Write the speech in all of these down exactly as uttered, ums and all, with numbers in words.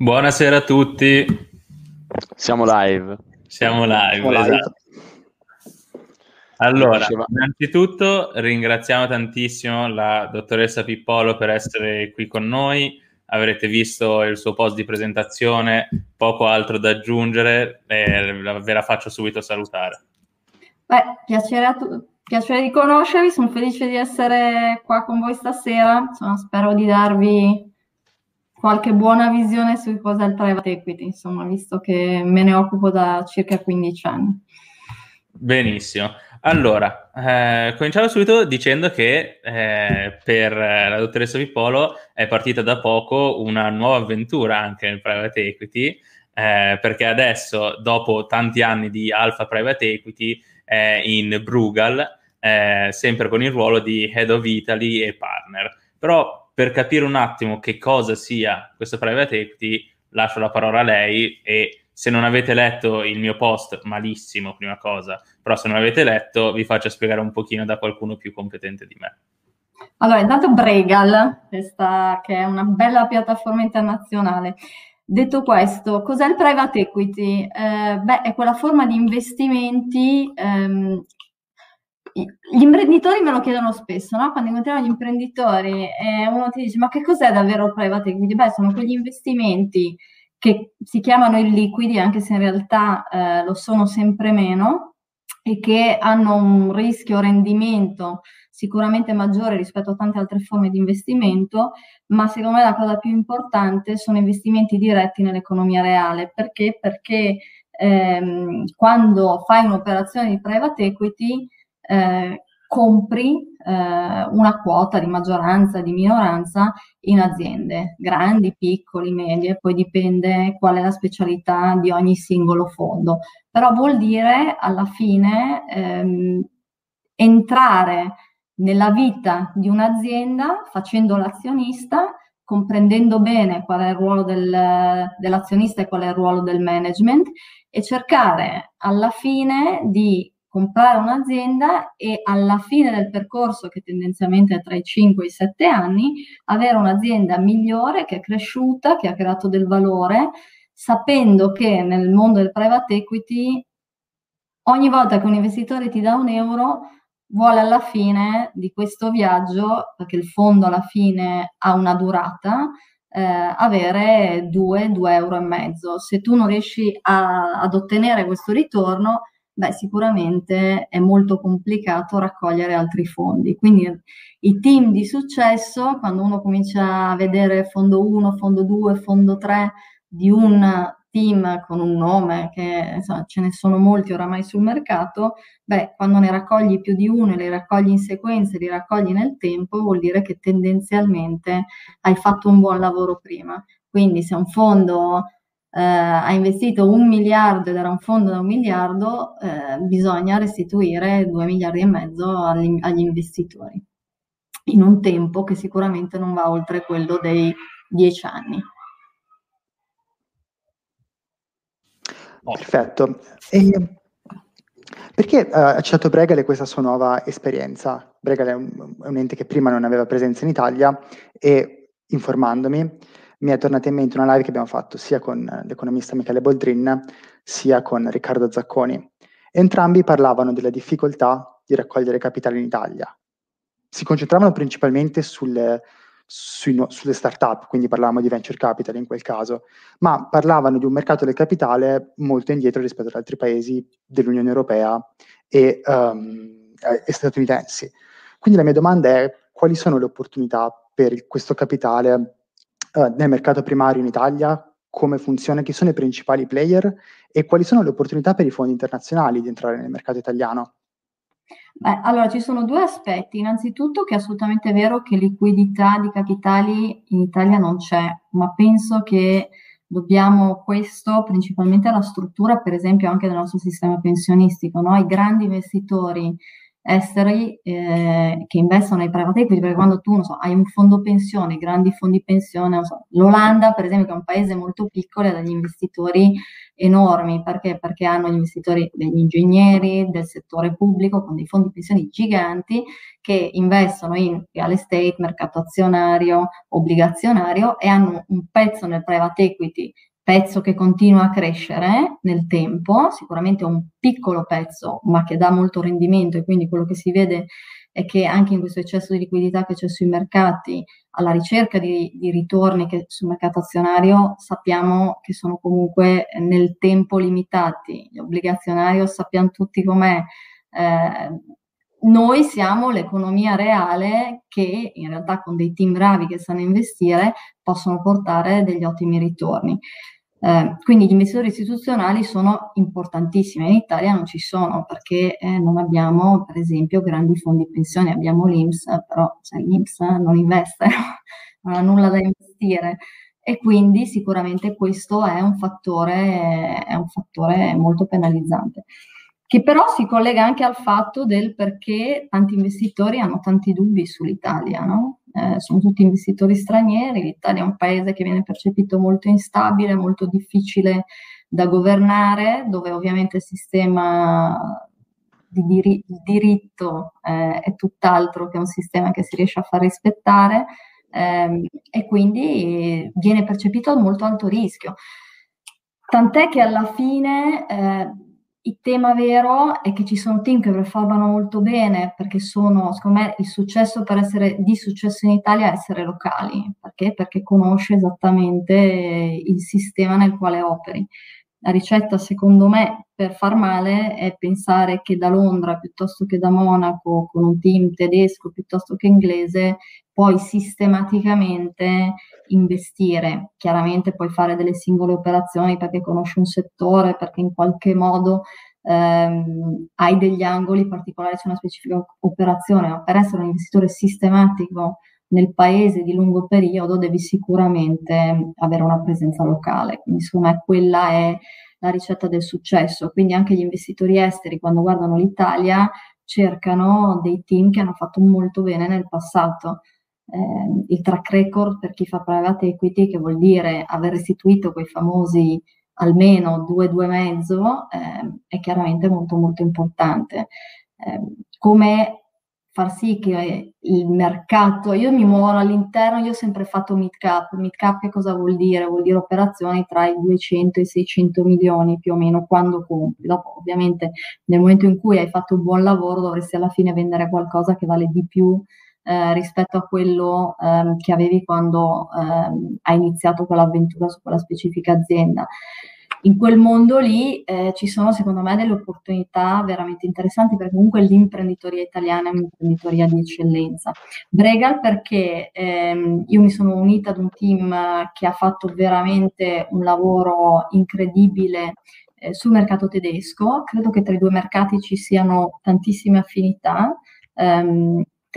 Buonasera a tutti. Siamo live. Siamo live, Siamo live. esatto. Allora, Diceva- innanzitutto ringraziamo tantissimo la dottoressa Pippolo per essere qui con noi. Avrete visto il suo post di presentazione, poco altro da aggiungere, e ve la faccio subito salutare. Beh, piacere, a tu- piacere di conoscervi, sono felice di essere qua con voi stasera. Insomma, spero di darvi qualche buona visione su cosa è il private equity, insomma, visto che me ne occupo da circa quindici anni. Benissimo. Allora, eh, cominciamo subito dicendo che eh, per la dottoressa Pippolo è partita da poco una nuova avventura anche nel private equity, eh, perché adesso, dopo tanti anni di Alpha Private Equity, è in Brugal, eh, sempre con il ruolo di Head of Italy e Partner. Però per capire un attimo che cosa sia questo private equity, lascio la parola a lei e se non avete letto il mio post, malissimo, prima cosa, però se non avete letto vi faccio spiegare un pochino da qualcuno più competente di me. Allora, intanto Bregal, questa, che è una bella piattaforma internazionale. Detto questo, cos'è il private equity? Eh, beh, è quella forma di investimenti. Ehm, gli imprenditori me lo chiedono spesso, no? Quando incontriamo gli imprenditori e uno ti dice: ma che cos'è davvero il private equity? Beh, sono quegli investimenti che si chiamano illiquidi, anche se in realtà eh, lo sono sempre meno, e che hanno un rischio rendimento sicuramente maggiore rispetto a tante altre forme di investimento, ma secondo me la cosa più importante sono investimenti diretti nell'economia reale. Perché? Perché ehm, quando fai un'operazione di private equity eh, compri eh, una quota di maggioranza, di minoranza in aziende, grandi, piccoli, medie, poi dipende qual è la specialità di ogni singolo fondo. Però vuol dire alla fine ehm, entrare nella vita di un'azienda facendo l'azionista, comprendendo bene qual è il ruolo del, dell'azionista e qual è il ruolo del management e cercare alla fine di comprare un'azienda e alla fine del percorso, che tendenzialmente è tra i cinque e i sette anni, avere un'azienda migliore, che è cresciuta, che ha creato del valore, sapendo che nel mondo del private equity ogni volta che un investitore ti dà un euro vuole alla fine di questo viaggio, perché il fondo alla fine ha una durata, eh, avere due, due euro e mezzo. Se tu non riesci a, ad ottenere questo ritorno, beh, sicuramente è molto complicato raccogliere altri fondi. Quindi i team di successo, quando uno comincia a vedere fondo uno, fondo due, fondo tre di un team con un nome, che insomma, ce ne sono molti oramai sul mercato, beh, quando ne raccogli più di uno e li raccogli in sequenza e li raccogli nel tempo, vuol dire che tendenzialmente hai fatto un buon lavoro prima. Quindi se un fondo eh, ha investito un miliardo ed era un fondo da un miliardo, eh, bisogna restituire due miliardi e mezzo agli, agli investitori, in un tempo che sicuramente non va oltre quello dei dieci anni. Perfetto. E perché uh, ha citato Bregal e questa sua nuova esperienza? Bregal è un, è un ente che prima non aveva presenza in Italia e, informandomi, mi è tornata in mente una live che abbiamo fatto sia con l'economista Michele Boldrin sia con Riccardo Zacconi. Entrambi parlavano della difficoltà di raccogliere capitale in Italia. Si concentravano principalmente sulle, sui, sulle start-up, quindi parlavamo di venture capital in quel caso, ma parlavano di un mercato del capitale molto indietro rispetto ad altri paesi dell'Unione Europea e, um, e statunitensi. Quindi la mia domanda è: quali sono le opportunità per questo capitale uh, nel mercato primario in Italia? Come funziona? Chi sono i principali player? E quali sono le opportunità per i fondi internazionali di entrare nel mercato italiano? Beh, allora ci sono due aspetti. Innanzitutto che è assolutamente vero che liquidità di capitali in Italia non c'è, ma penso che dobbiamo questo principalmente alla struttura, per esempio, anche del nostro sistema pensionistico, no? I grandi investitori esteri eh, che investono nei private equity, perché quando tu non so, hai un fondo pensione, grandi fondi pensione, non so, l'Olanda per esempio, che è un paese molto piccolo, ha degli investitori enormi. Perché? Perché hanno gli investitori degli ingegneri, del settore pubblico, con dei fondi pensioni giganti che investono in real estate, mercato azionario, obbligazionario, e hanno un pezzo nel private equity, pezzo che continua a crescere nel tempo, sicuramente un piccolo pezzo, ma che dà molto rendimento, e quindi quello che si vede è che anche in questo eccesso di liquidità che c'è sui mercati, alla ricerca di, di ritorni che sul mercato azionario sappiamo che sono comunque nel tempo limitati. L'obbligazionario sappiamo tutti com'è. Eh, noi siamo l'economia reale che in realtà con dei team bravi che sanno investire possono portare degli ottimi ritorni. Eh, quindi gli investitori istituzionali sono importantissimi. In Italia non ci sono perché eh, non abbiamo, per esempio, grandi fondi pensioni. Abbiamo l'I N P S, però cioè, l'I N P S non investe, non ha nulla da investire, e quindi sicuramente questo è un fattore, è un fattore molto penalizzante, che però si collega anche al fatto del perché tanti investitori hanno tanti dubbi sull'Italia, no? Eh, sono tutti investitori stranieri, l'Italia è un paese che viene percepito molto instabile, molto difficile da governare, dove ovviamente il sistema di diri- il diritto eh, è tutt'altro che un sistema che si riesce a far rispettare, ehm, e quindi viene percepito a molto alto rischio. Tant'è che alla fine eh, il tema vero è che ci sono team che performano molto bene, perché sono, secondo me, il successo per essere di successo in Italia è essere locali. Perché? Perché conosce esattamente il sistema nel quale operi. La ricetta, secondo me, per far male è pensare che da Londra piuttosto che da Monaco, con un team tedesco piuttosto che inglese, puoi sistematicamente investire. Chiaramente puoi fare delle singole operazioni perché conosci un settore, perché in qualche modo ehm, hai degli angoli particolari su una specifica operazione, ma per essere un investitore sistematico nel paese di lungo periodo devi sicuramente avere una presenza locale. Quindi secondo me quella è la ricetta del successo. Quindi anche gli investitori esteri, quando guardano l'Italia, cercano dei team che hanno fatto molto bene nel passato. Eh, il track record per chi fa private equity, che vuol dire aver restituito quei famosi almeno due, due e mezzo, eh, è chiaramente molto molto importante. Eh, come far sì che il mercato, io mi muovo all'interno, io ho sempre fatto mid cap. Mid cap che cosa vuol dire? Vuol dire operazioni tra i duecento e i seicento milioni più o meno quando compri. Dopo ovviamente nel momento in cui hai fatto un buon lavoro dovresti alla fine vendere qualcosa che vale di più eh, rispetto a quello ehm, che avevi quando ehm, hai iniziato quell'avventura su quella specifica azienda. In quel mondo lì eh, ci sono secondo me delle opportunità veramente interessanti, perché comunque l'imprenditoria italiana è un'imprenditoria di eccellenza. Bregal perché ehm, io mi sono unita ad un team che ha fatto veramente un lavoro incredibile eh, sul mercato tedesco. Credo che tra i due mercati ci siano tantissime affinità ehm,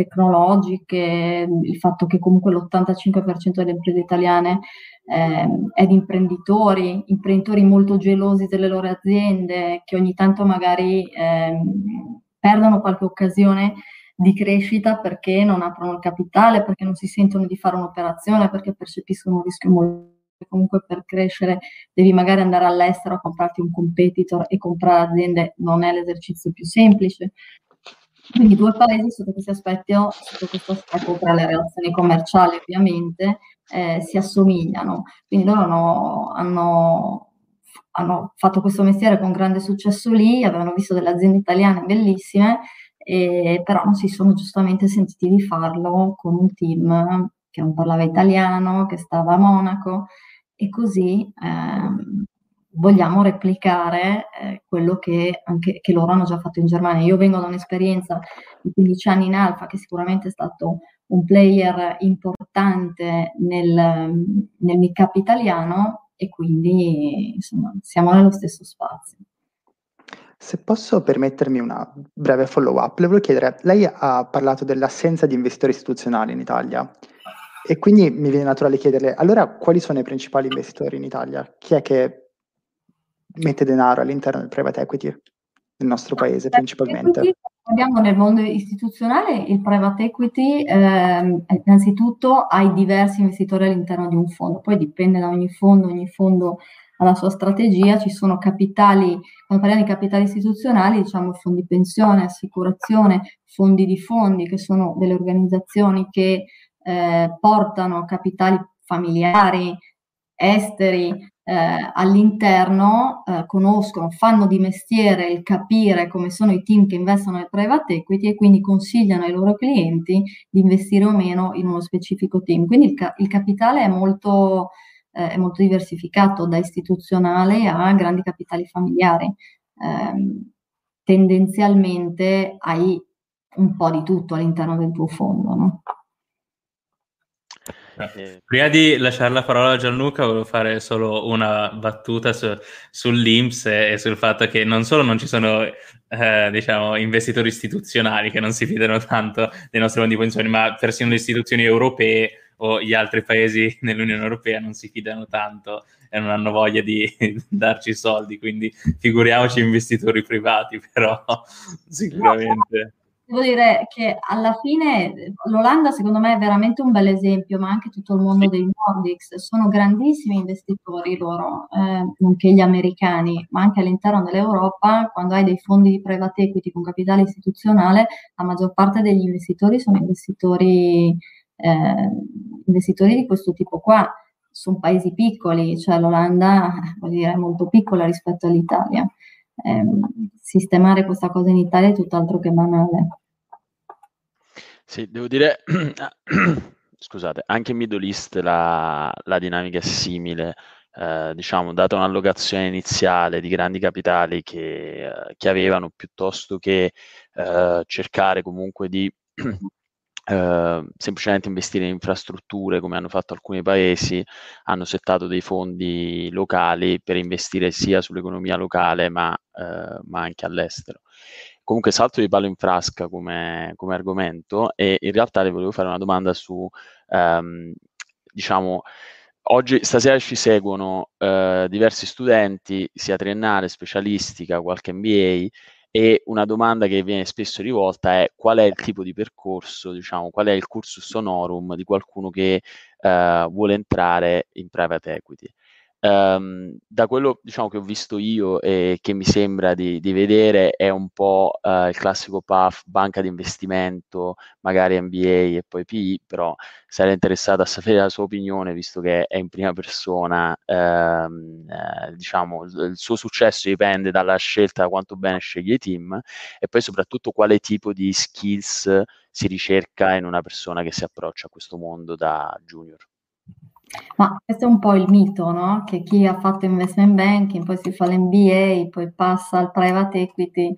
tecnologiche, il fatto che comunque l'ottantacinque per cento delle imprese italiane eh, è di imprenditori, imprenditori molto gelosi delle loro aziende, che ogni tanto magari eh, perdono qualche occasione di crescita perché non aprono il capitale, perché non si sentono di fare un'operazione, perché percepiscono un rischio molto. Comunque per crescere devi magari andare all'estero a comprarti un competitor, e comprare aziende non è l'esercizio più semplice. Quindi i due paesi sotto questo aspetto, sotto questo aspetto, tra le relazioni commerciali ovviamente, eh, si assomigliano. Quindi loro hanno, hanno, hanno fatto questo mestiere con grande successo lì, avevano visto delle aziende italiane bellissime, eh, però non si sono giustamente sentiti di farlo con un team che non parlava italiano, che stava a Monaco, e così ehm, vogliamo replicare eh, quello che, anche, che loro hanno già fatto in Germania. Io vengo da un'esperienza di quindici anni in Alfa, che sicuramente è stato un player importante nel, nel mid-cap italiano, e quindi insomma siamo nello stesso spazio. Se posso permettermi una breve follow-up, le volevo chiedere, lei ha parlato dell'assenza di investitori istituzionali in Italia, e quindi mi viene naturale chiederle, allora quali sono i principali investitori in Italia? Chi è che mette denaro all'interno del private equity nel nostro paese principalmente? Equity, abbiamo nel mondo istituzionale il private equity, ehm, innanzitutto hai diversi investitori all'interno di un fondo, poi dipende da ogni fondo, ogni fondo alla sua strategia. Ci sono capitali, quando parliamo di capitali istituzionali, diciamo fondi pensione, assicurazione, fondi di fondi, che sono delle organizzazioni che eh, portano capitali familiari, esteri, eh, all'interno, eh, conoscono, fanno di mestiere il capire come sono i team che investono nel private equity e quindi consigliano ai loro clienti di investire o meno in uno specifico team. Quindi il, ca- il capitale è molto, eh, è molto diversificato, da istituzionale a grandi capitali familiari. Eh, tendenzialmente hai un po' di tutto all'interno del tuo fondo, no? Eh, Prima di lasciare la parola a Gianluca, volevo fare solo una battuta su, sull'I N P S e, e sul fatto che non solo non ci sono eh, diciamo, investitori istituzionali che non si fidano tanto dei nostri fondi di pensione, ma persino le istituzioni europee o gli altri paesi nell'Unione Europea non si fidano tanto e non hanno voglia di darci soldi, quindi figuriamoci investitori privati, però sicuramente... Devo dire che alla fine l'Olanda secondo me è veramente un bel esempio, ma anche tutto il mondo dei Nordics. Sono grandissimi investitori loro, eh, nonché gli americani, ma anche all'interno dell'Europa, quando hai dei fondi di private equity con capitale istituzionale, la maggior parte degli investitori sono investitori, eh, investitori di questo tipo qua. Sono paesi piccoli, cioè l'Olanda vuol dire, è molto piccola rispetto all'Italia. Eh, sistemare questa cosa in Italia è tutt'altro che banale. Sì, devo dire, scusate, anche in Middle East la, la dinamica è simile, eh, diciamo, data un'allocazione iniziale di grandi capitali che, eh, che avevano, piuttosto che eh, cercare comunque di eh, semplicemente investire in infrastrutture come hanno fatto alcuni paesi, hanno settato dei fondi locali per investire sia sull'economia locale ma, eh, ma anche all'estero. Comunque salto di palo in frasca come, come argomento, e in realtà le volevo fare una domanda su, ehm, diciamo, oggi, stasera ci seguono eh, diversi studenti, sia triennale, specialistica, qualche M B A, e una domanda che viene spesso rivolta è: qual è il tipo di percorso, diciamo, qual è il cursus honorum di qualcuno che eh, vuole entrare in private equity? Um, da quello, diciamo, che ho visto io e che mi sembra di, di vedere, è un po' uh, il classico path, banca di investimento, magari M B A e poi P I, però sarei interessato a sapere la sua opinione, visto che è in prima persona. ehm, eh, diciamo, il suo successo dipende dalla scelta, da quanto bene sceglie i team, e poi soprattutto quale tipo di skills si ricerca in una persona che si approccia a questo mondo da junior. Ma questo è un po' il mito, no? Che chi ha fatto investment banking, poi si fa l'M B A, poi passa al private equity.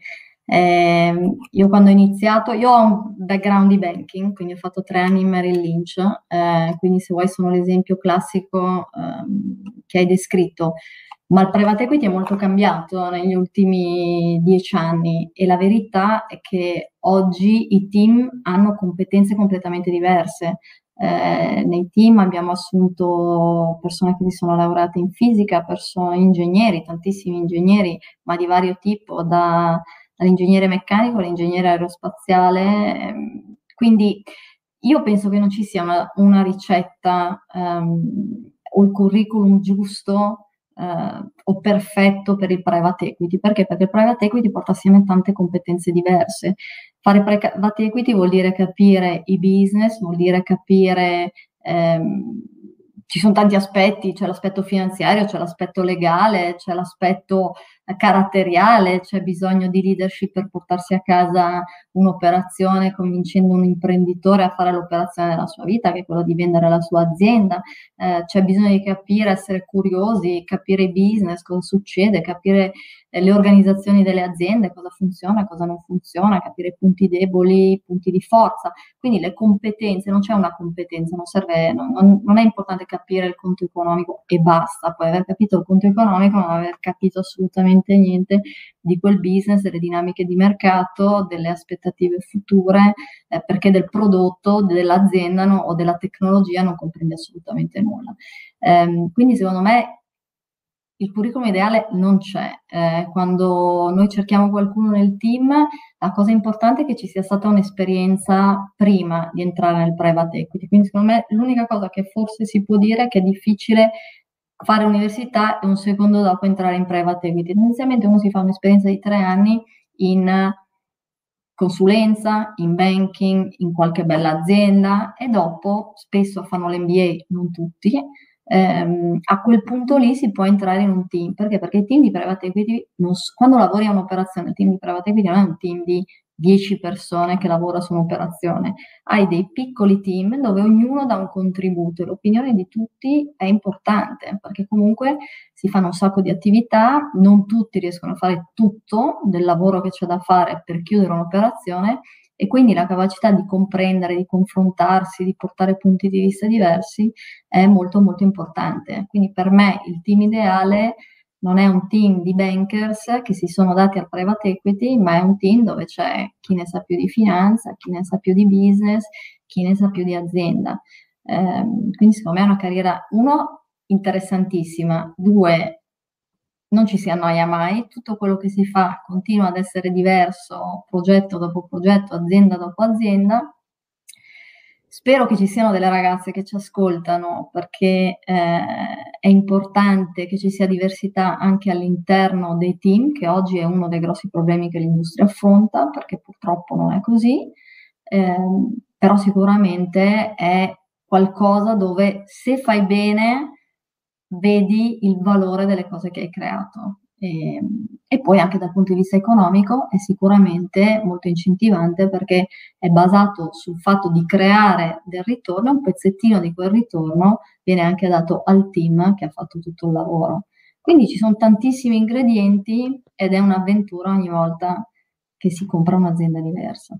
Eh, io quando ho iniziato, io ho un background di banking, quindi ho fatto tre anni in Merrill Lynch, eh, quindi se vuoi sono l'esempio classico ehm, che hai descritto, ma il private equity è molto cambiato negli ultimi dieci anni e la verità è che oggi i team hanno competenze completamente diverse. Eh, nei team abbiamo assunto persone che si sono laureate in fisica, persone, ingegneri, tantissimi ingegneri, ma di vario tipo, da, dall'ingegnere meccanico all'ingegnere aerospaziale. Quindi io penso che non ci sia una, una ricetta um, o il curriculum giusto uh, o perfetto per il private equity. Perché? Perché il private equity porta assieme tante competenze diverse. Fare private equity vuol dire capire i business, vuol dire capire, ehm, ci sono tanti aspetti, c'è l'aspetto finanziario, c'è l'aspetto legale, c'è l'aspetto caratteriale, c'è bisogno di leadership per portarsi a casa un'operazione convincendo un imprenditore a fare l'operazione della sua vita, che è quello di vendere la sua azienda, eh, c'è bisogno di capire, essere curiosi, capire i business, cosa succede, capire eh, le organizzazioni delle aziende, cosa funziona, cosa non funziona, capire i punti deboli, i punti di forza. Quindi le competenze, non c'è una competenza, non serve, non, non è importante capire il conto economico e basta, puoi aver capito il conto economico ma non aver capito assolutamente niente di quel business, delle dinamiche di mercato, delle aspettative future, eh, perché del prodotto, dell'azienda no, o della tecnologia non comprendi assolutamente nulla. Eh, quindi secondo me il curriculum ideale non c'è. Eh, quando noi cerchiamo qualcuno nel team, la cosa importante è che ci sia stata un'esperienza prima di entrare nel private equity. Quindi secondo me l'unica cosa che forse si può dire è che è difficile fare università e un secondo dopo entrare in private equity. Tendenzialmente uno si fa un'esperienza di tre anni in consulenza, in banking, in qualche bella azienda e dopo spesso fanno l'M B A, non tutti. Ehm, a quel punto lì si può entrare in un team. Perché? Perché il team di private equity, non so, quando lavori a un'operazione, il team di private equity non è un team di dieci persone che lavora su un'operazione, hai dei piccoli team dove ognuno dà un contributo e l'opinione di tutti è importante perché comunque si fanno un sacco di attività, non tutti riescono a fare tutto del lavoro che c'è da fare per chiudere un'operazione e quindi la capacità di comprendere, di confrontarsi, di portare punti di vista diversi è molto molto importante. Quindi per me il team ideale non è un team di bankers che si sono dati al private equity, ma è un team dove c'è chi ne sa più di finanza, chi ne sa più di business, chi ne sa più di azienda. Eh, quindi secondo me è una carriera, uno, interessantissima, due, non ci si annoia mai, tutto quello che si fa continua ad essere diverso, progetto dopo progetto, azienda dopo azienda. Spero che ci siano delle ragazze che ci ascoltano perché eh, è importante che ci sia diversità anche all'interno dei team, che oggi è uno dei grossi problemi che l'industria affronta, perché purtroppo non è così, eh, però sicuramente è qualcosa dove se fai bene vedi il valore delle cose che hai creato. E, e poi anche dal punto di vista economico è sicuramente molto incentivante perché è basato sul fatto di creare del ritorno, un pezzettino di quel ritorno viene anche dato al team che ha fatto tutto il lavoro. Quindi ci sono tantissimi ingredienti ed è un'avventura ogni volta che si compra un'azienda diversa.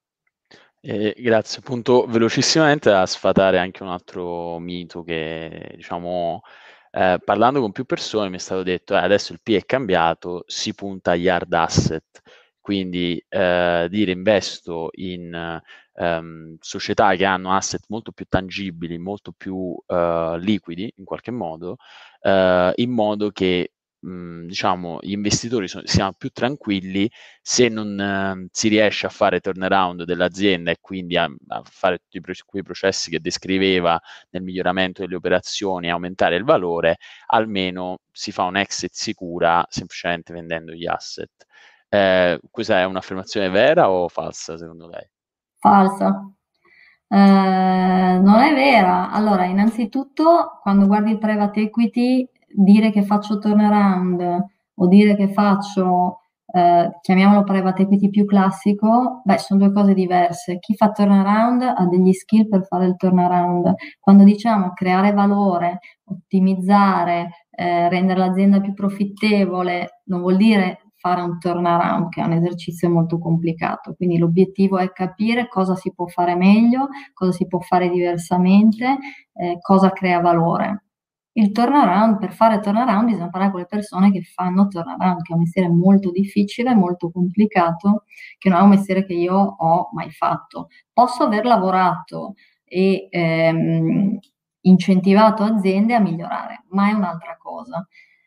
Eh, grazie, appunto velocissimamente a sfatare anche un altro mito che diciamo eh, parlando con più persone mi è stato detto eh, adesso il P è cambiato, si punta agli hard asset, quindi eh, dire investo in ehm, società che hanno asset molto più tangibili, molto più eh, liquidi in qualche modo, eh, in modo che mh, diciamo gli investitori sono, siano più tranquilli se non eh, si riesce a fare turnaround dell'azienda e quindi a, a fare tutti i, quei processi che descriveva nel miglioramento delle operazioni e aumentare il valore, almeno si fa un exit sicura semplicemente vendendo gli asset. Eh, questa è un'affermazione vera o falsa secondo lei? Falsa. Eh, non è vera. Allora, innanzitutto, quando guardi il private equity, dire che faccio turnaround o dire che faccio, eh, chiamiamolo private equity più classico, beh, sono due cose diverse. Chi fa turnaround ha degli skill per fare il turnaround. Quando diciamo creare valore, ottimizzare, eh, rendere l'azienda più profittevole, non vuol dire fare un turnaround, che è un esercizio molto complicato. Quindi l'obiettivo è capire cosa si può fare meglio, cosa si può fare diversamente, eh, cosa crea valore. Il turnaround, per fare turnaround bisogna parlare con le persone che fanno turnaround, che è un mestiere molto difficile, molto complicato, che non è un mestiere che io ho mai fatto. Posso aver lavorato e ehm, incentivato aziende a migliorare, ma è un'altra cosa.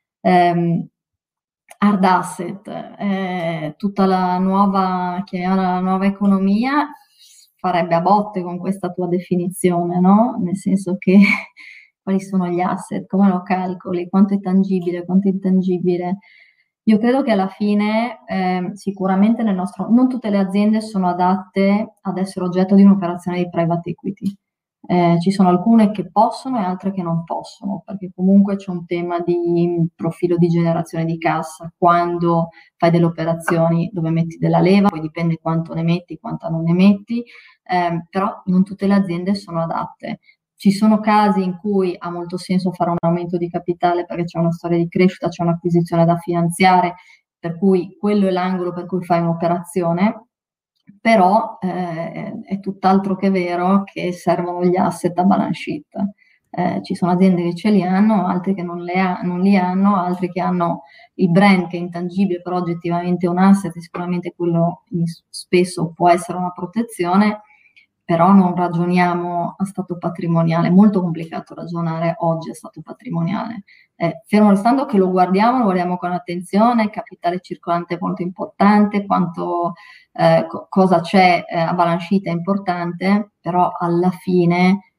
Um, hard asset, eh, tutta la nuova, la nuova economia farebbe a botte con questa tua definizione, no? Nel senso che quali sono gli asset, come lo calcoli, quanto è tangibile, quanto è intangibile. Io credo che alla fine eh, sicuramente nel nostro, non tutte le aziende sono adatte ad essere oggetto di un'operazione di private equity. Eh, ci sono alcune che possono e altre che non possono, perché comunque c'è un tema di profilo di generazione di cassa, quando fai delle operazioni dove metti della leva, poi dipende quanto ne metti, quanto non ne metti, eh, però non tutte le aziende sono adatte. Ci sono casi in cui ha molto senso fare un aumento di capitale perché c'è una storia di crescita, c'è un'acquisizione da finanziare, per cui quello è l'angolo per cui fai un'operazione. Però eh, è tutt'altro che vero che servono gli asset a balance sheet. Eh, ci sono aziende che ce li hanno, altre che non, le ha, non li hanno, altre che hanno il brand che è intangibile, però oggettivamente è un asset e sicuramente quello spesso può essere una protezione, però non ragioniamo a stato patrimoniale, è molto complicato ragionare oggi a stato patrimoniale. Eh, fermo restando che lo guardiamo, lo guardiamo con attenzione, capitale circolante è molto importante, quanto, eh, co- cosa c'è eh, a balance sheet è importante, però alla fine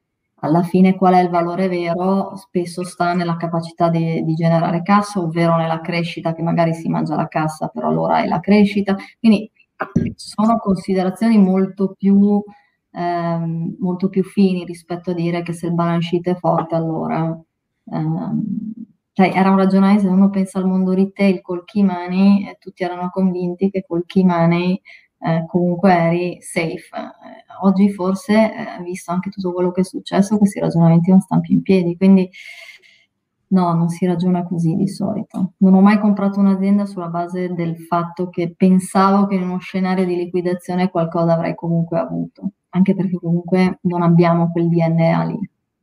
alla fine qual è il valore vero? Spesso sta nella capacità di, di generare cassa, ovvero nella crescita, che magari si mangia la cassa, però allora è la crescita. Quindi sono considerazioni molto più, ehm, molto più fini rispetto a dire che se il balance sheet è forte, allora... Ehm, cioè era un ragionare, se uno pensa al mondo retail col key money, eh, tutti erano convinti che col key money eh, comunque eri safe. Eh, oggi forse, eh, visto anche tutto quello che è successo, questi ragionamenti non stanno più in piedi, quindi no, non si ragiona così di solito. Non ho mai comprato un'azienda sulla base del fatto che pensavo che in uno scenario di liquidazione qualcosa avrei comunque avuto, anche perché comunque non abbiamo quel D N A lì.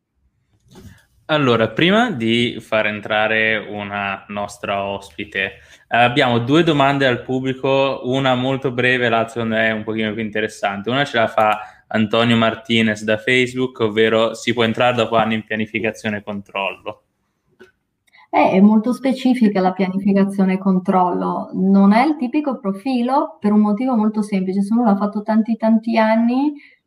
Allora, prima di far entrare una nostra ospite, eh, abbiamo due domande al pubblico, una molto breve, l'altra secondo me è un pochino più interessante. Una ce la fa Antonio Martinez da Facebook, ovvero si può entrare dopo anni in pianificazione e controllo. Eh, è molto specifica la pianificazione e controllo, non è il tipico profilo per un motivo molto semplice, se uno l'ha fatto tanti tanti anni,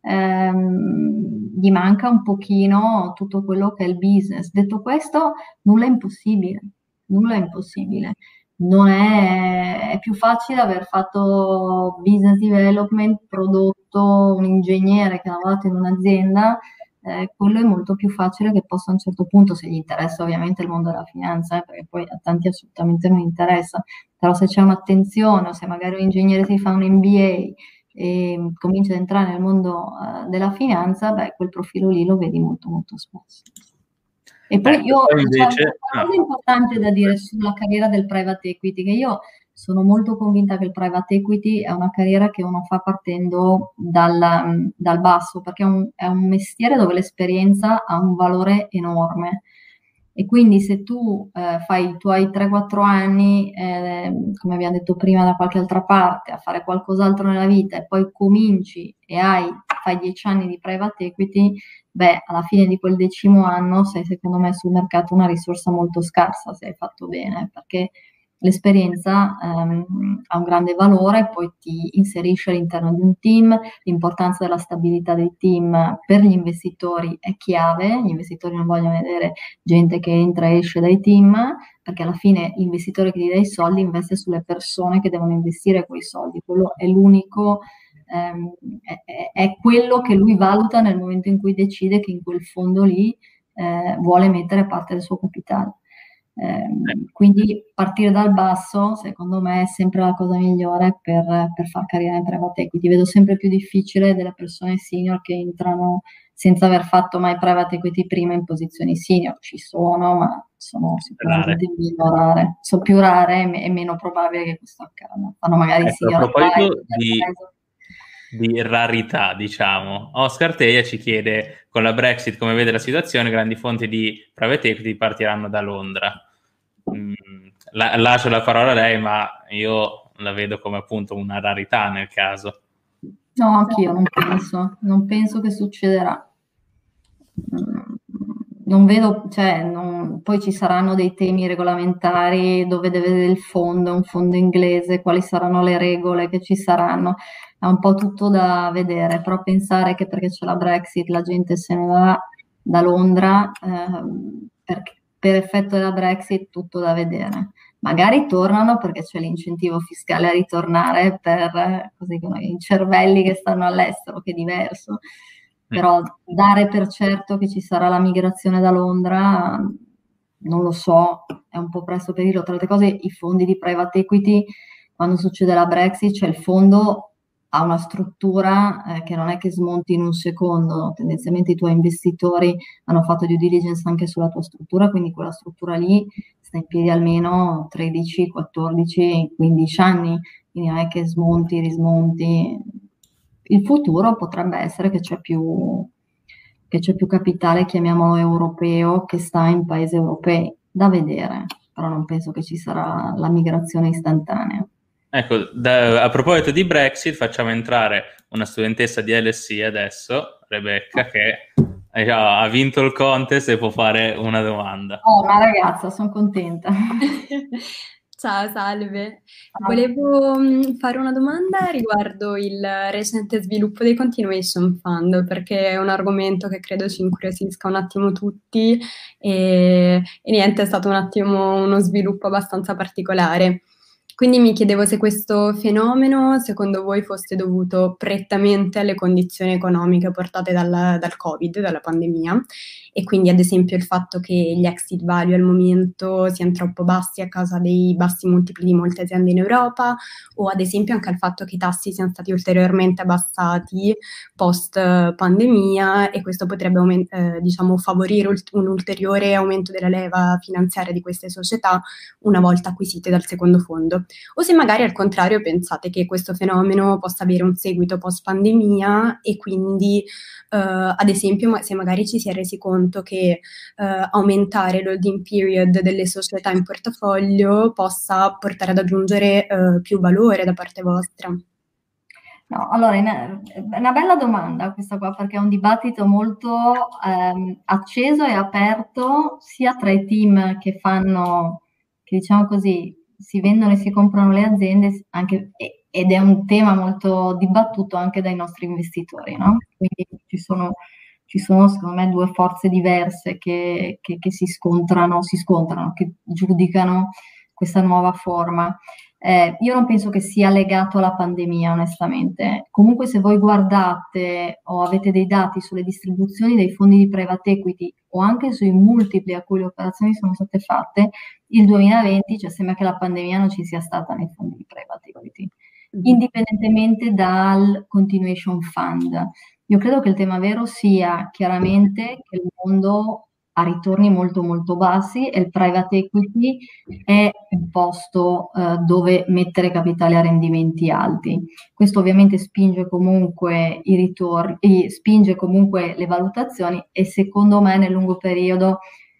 ehm, gli manca un pochino tutto quello che è il business. Detto questo, nulla è impossibile, nulla è impossibile. Non è, è più facile aver fatto business development, prodotto un ingegnere che ha lavorato in un'azienda, eh, quello è molto più facile che possa a un certo punto, se gli interessa ovviamente il mondo della finanza, eh, perché poi a tanti assolutamente non interessa, però se c'è un'attenzione o se magari un ingegnere si fa un M B A e comincia ad entrare nel mondo uh, della finanza, beh, quel profilo lì lo vedi molto molto spesso. E poi eh, io poi invece, c'è una cosa importante da dire sulla carriera del private equity, che io sono molto convinta che il private equity è una carriera che uno fa partendo dal, dal basso, perché è un, è un mestiere dove l'esperienza ha un valore enorme. E quindi se tu eh, fai i tuoi tre quattro anni, eh, come abbiamo detto prima, da qualche altra parte, a fare qualcos'altro nella vita e poi cominci e hai, fai dieci anni di private equity, beh, alla fine di quel decimo anno sei secondo me sul mercato una risorsa molto scarsa se hai fatto bene, perché l'esperienza ehm, ha un grande valore, poi ti inserisce all'interno di un team, l'importanza della stabilità dei team per gli investitori è chiave, gli investitori non vogliono vedere gente che entra e esce dai team, perché alla fine l'investitore che gli dà i soldi investe sulle persone che devono investire quei soldi, quello è l'unico, ehm, è, è quello che lui valuta nel momento in cui decide che in quel fondo lì eh, vuole mettere parte del suo capitale. Eh, quindi partire dal basso secondo me è sempre la cosa migliore per, per far carriera in private equity. Vedo sempre più difficile delle persone senior che entrano senza aver fatto mai private equity prima in posizioni senior. Ci sono, ma sono sicuramente meno rare, sono più rare e, me- e meno probabile che questo accada. Fanno magari ecco, senior a proposito di, di rarità, diciamo, Oscar Teglia ci chiede: con la Brexit, come vede la situazione, grandi fonti di private equity partiranno da Londra. Mm, la, lascio la parola a lei, ma io la vedo come appunto una rarità nel caso. No, anch'io non penso, non penso che succederà. Non vedo, cioè, non, poi ci saranno dei temi regolamentari dove deve vedere il fondo, un fondo inglese, quali saranno le regole che ci saranno, è un po' tutto da vedere, però pensare che perché c'è la Brexit la gente se ne va da Londra, eh, per, per effetto della Brexit tutto da vedere. Magari tornano perché c'è l'incentivo fiscale a ritornare per così, i cervelli che stanno all'estero, che è diverso. Però dare per certo che ci sarà la migrazione da Londra, non lo so, è un po' presto per dirlo. Tra le altre cose, i fondi di private equity, quando succede la Brexit, cioè il fondo ha una struttura eh, che non è che smonti in un secondo, tendenzialmente i tuoi investitori hanno fatto due diligence anche sulla tua struttura, quindi quella struttura lì sta in piedi almeno tredici, quattordici, quindici anni, quindi non è che smonti, rismonti. Il futuro potrebbe essere che c'è più, che c'è più capitale, chiamiamolo europeo, che sta in paesi europei, da vedere, però non penso che ci sarà la migrazione istantanea. Ecco, da, a proposito di Brexit, facciamo entrare una studentessa di L S E adesso, Rebecca, che eh, ha vinto il contest e può fare una domanda. Oh, una ragazza, sono contenta. Ciao, salve. Volevo mh, fare una domanda riguardo il recente sviluppo dei continuation fund, perché è un argomento che credo ci incuriosisca un attimo tutti e, e niente, è stato un attimo uno sviluppo abbastanza particolare. Quindi mi chiedevo se questo fenomeno, secondo voi, fosse dovuto prettamente alle condizioni economiche portate dal, dal Covid, dalla pandemia, e quindi ad esempio il fatto che gli exit value al momento siano troppo bassi a causa dei bassi multipli di molte aziende in Europa, o ad esempio anche al fatto che i tassi siano stati ulteriormente abbassati post eh, pandemia e questo potrebbe aument- eh, diciamo, favorire ult- un ulteriore aumento della leva finanziaria di queste società una volta acquisite dal secondo fondo. O se magari al contrario pensate che questo fenomeno possa avere un seguito post pandemia e quindi eh, ad esempio se magari ci si è resi conto che eh, aumentare l'holding period delle società in portafoglio possa portare ad aggiungere eh, più valore da parte vostra. No, allora, in- è una bella domanda questa qua, perché è un dibattito molto ehm, acceso e aperto sia tra i team che fanno, che diciamo così, si vendono e si comprano le aziende, anche- e- ed è un tema molto dibattuto anche dai nostri investitori, no? Quindi ci sono, ci sono, secondo me, due forze diverse che, che- che si scontrano, si scontrano, che giudicano questa nuova forma. Eh, io non penso che sia legato alla pandemia, onestamente. Comunque, se voi guardate o avete dei dati sulle distribuzioni dei fondi di private equity o anche sui multipli a cui le operazioni sono state fatte, il duemilaventi, cioè sembra che la pandemia non ci sia stata nei fondi di private equity, indipendentemente dal continuation fund. Io credo che il tema vero sia chiaramente che il mondo ha ritorni molto molto bassi e il private equity è un posto eh, dove mettere capitali a rendimenti alti. Questo ovviamente spinge comunque i ritorni, spinge comunque le valutazioni e secondo me nel lungo periodo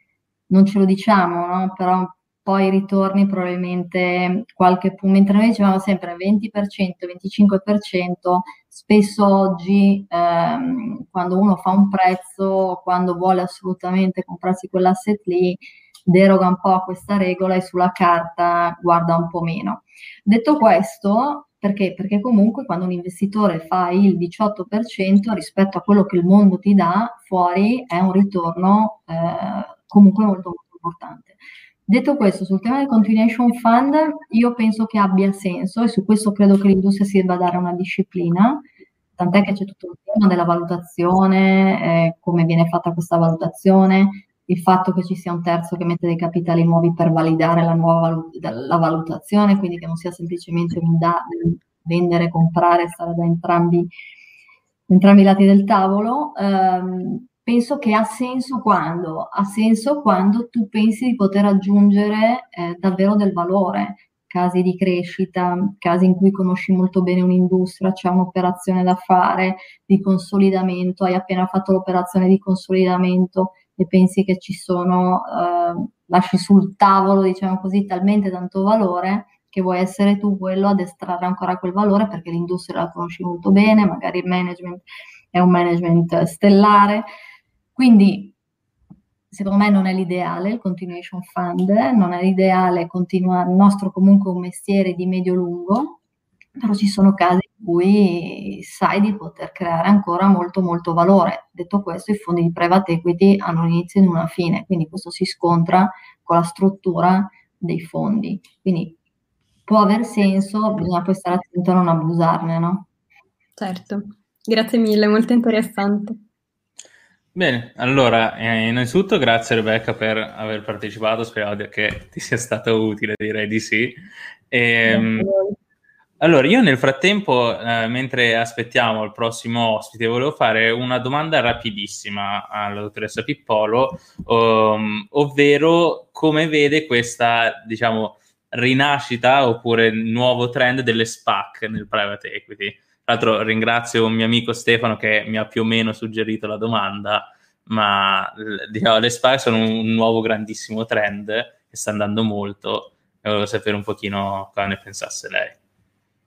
non ce lo diciamo, no? Però poi i ritorni probabilmente qualche punto, mentre noi dicevamo sempre venti per cento, venticinque per cento, spesso oggi ehm, quando uno fa un prezzo, quando vuole assolutamente comprarsi quell'asset lì, deroga un po' a questa regola e sulla carta guarda un po' meno. Detto questo, perché? Perché comunque quando un investitore fa il diciotto per cento rispetto a quello che il mondo ti dà, fuori è un ritorno eh, comunque molto, molto importante. Detto questo, sul tema del continuation fund, io penso che abbia senso e su questo credo che l'industria si debba dare una disciplina, tant'è che c'è tutto il tema della valutazione, eh, come viene fatta questa valutazione, il fatto che ci sia un terzo che mette dei capitali nuovi per validare la nuova valu- la valutazione, quindi che non sia semplicemente un da- vendere, comprare, stare da entrambi, entrambi i lati del tavolo. Ehm, penso che ha senso quando, ha senso quando tu pensi di poter aggiungere eh, davvero del valore, casi di crescita, casi in cui conosci molto bene un'industria, c'è un'operazione da fare di consolidamento, hai appena fatto l'operazione di consolidamento e pensi che ci sono, eh, lasci sul tavolo, diciamo così, talmente tanto valore che vuoi essere tu quello ad estrarre ancora quel valore perché l'industria la conosci molto bene, magari il management è un management stellare. Quindi, secondo me non è l'ideale il continuation fund, non è l'ideale continuare, il nostro comunque è un mestiere di medio-lungo, però ci sono casi in cui sai di poter creare ancora molto molto valore. Detto questo, i fondi di private equity hanno un inizio e una fine, quindi questo si scontra con la struttura dei fondi. Quindi può aver senso, bisogna poi stare attento a non abusarne, no? Certo, grazie mille, molto interessante. Bene, allora, eh, innanzitutto grazie Rebecca per aver partecipato, spero che ti sia stato utile, direi di sì. Ehm, allora, io nel frattempo, eh, mentre aspettiamo il prossimo ospite, volevo fare una domanda rapidissima alla dottoressa Pippolo, um, ovvero come vede questa, diciamo, rinascita oppure nuovo trend delle SPAC nel private equity. Tra l'altro ringrazio un mio amico Stefano che mi ha più o meno suggerito la domanda, ma diciamo, le SPAC sono un nuovo grandissimo trend che sta andando molto e volevo sapere un pochino cosa ne pensasse lei.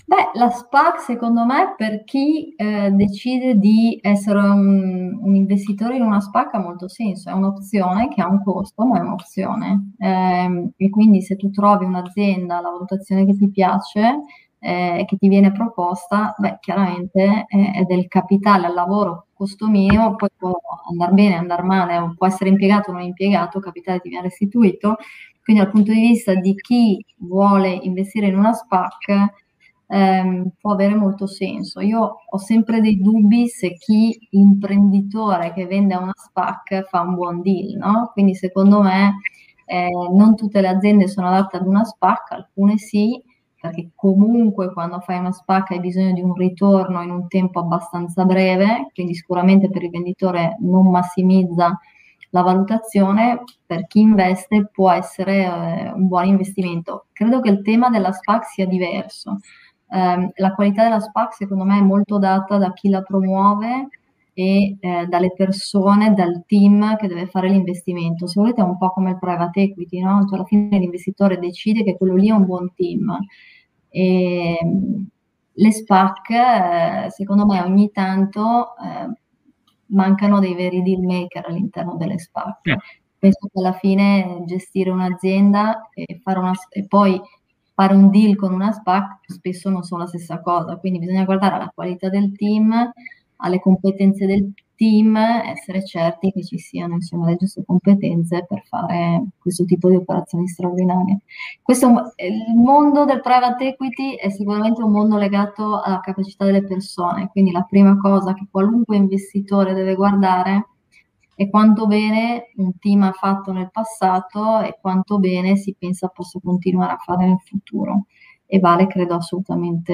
Beh, la SPAC secondo me per chi eh, decide di essere un, un investitore in una SPAC ha molto senso, è un'opzione che ha un costo, ma è un'opzione. Ehm, e quindi se tu trovi un'azienda, la valutazione che ti piace, eh, che ti viene proposta, beh, chiaramente è, è del capitale al lavoro, costo minimo, poi può andare bene, andare male, o può essere impiegato o non impiegato, il capitale ti viene restituito. Quindi dal punto di vista di chi vuole investire in una SPAC, ehm, può avere molto senso. Io ho sempre dei dubbi se chi imprenditore che vende a una SPAC fa un buon deal, no? Quindi secondo me eh, non tutte le aziende sono adatte ad una SPAC, alcune sì, perché comunque quando fai una SPAC hai bisogno di un ritorno in un tempo abbastanza breve, quindi sicuramente per il venditore non massimizza la valutazione. Per chi investe può essere eh, un buon investimento. Credo che il tema della SPAC sia diverso. Eh, la qualità della SPAC secondo me è molto data da chi la promuove e eh, dalle persone, dal team che deve fare l'investimento. Se volete è un po' come il private equity, no? Cioè, alla fine l'investitore decide che quello lì è un buon team. E, le SPAC, eh, secondo me, ogni tanto eh, mancano dei veri deal maker all'interno delle SPAC. Mm. Penso che alla fine gestire un'azienda e, fare una, e poi fare un deal con una SPAC spesso non sono la stessa cosa, quindi bisogna guardare alla qualità del team, alle competenze del team, essere certi che ci siano insomma le giuste competenze per fare questo tipo di operazioni straordinarie. Questo, il mondo del private equity è sicuramente un mondo legato alla capacità delle persone, quindi la prima cosa che qualunque investitore deve guardare è quanto bene un team ha fatto nel passato e quanto bene si pensa possa continuare a fare nel futuro. E vale, credo, assolutamente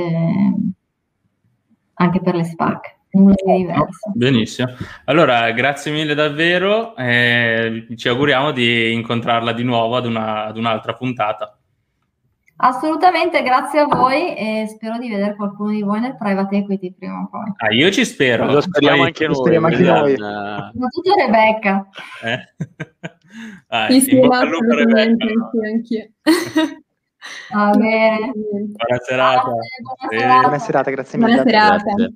anche per le SPAC. Nulla di diverso. Benissimo. Allora, grazie mille davvero. Eh, ci auguriamo di incontrarla di nuovo ad, una, ad un'altra puntata. Assolutamente, grazie a voi e spero di vedere qualcuno di voi nel private equity prima o poi. Ah, io ci spero. Lo speriamo Poi... anche noi. Speriamo anche noi. Soprattutto Rebecca. Eh? Ah, Sì, sì, in bocca no, al lupo, assolutamente, Rebecca. anch'io, anch'io. Va bene. Buona serata. Buona Sì. serata. Buona serata, grazie mille. Buona serata. Grazie.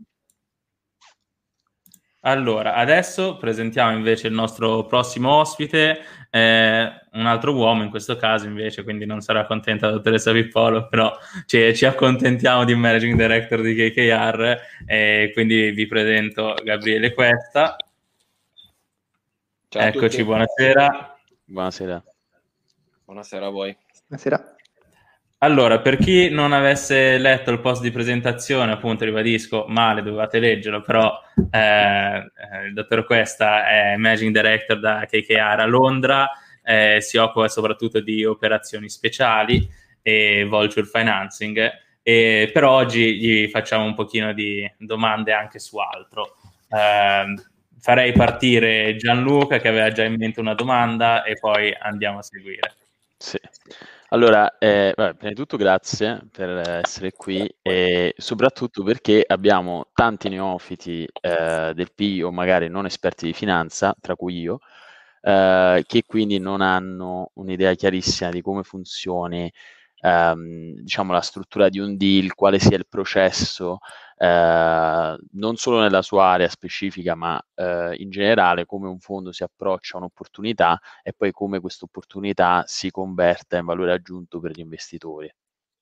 Allora, adesso presentiamo invece il nostro prossimo ospite, eh, un altro uomo in questo caso invece, quindi non sarà contenta la dottoressa Pippolo, però ci, ci accontentiamo di Managing Director di K K R, e quindi vi presento Gabriele Questa. Ciao a Eccoci, tutti. buonasera. Buonasera. Buonasera a voi. Buonasera. Allora, per chi non avesse letto il post di presentazione, appunto, ribadisco, male, dovevate leggerlo, però eh, eh, il dottor Questa è Managing Director da K K R a Londra, eh, si occupa soprattutto di operazioni speciali e vulture financing, e per oggi gli facciamo un pochino di domande anche su altro. Eh, farei partire Gianluca, che aveva già in mente una domanda, e poi andiamo a seguire. Sì. Allora, eh, vabbè, prima di tutto grazie per essere qui e soprattutto perché abbiamo tanti neofiti eh, del P I o magari non esperti di finanza, tra cui io, eh, che quindi non hanno un'idea chiarissima di come funzioni ehm, diciamo la struttura di un deal, quale sia il processo, eh, non solo nella sua area specifica, ma eh, in generale come un fondo si approccia a un'opportunità e poi come questa opportunità si converta in valore aggiunto per gli investitori.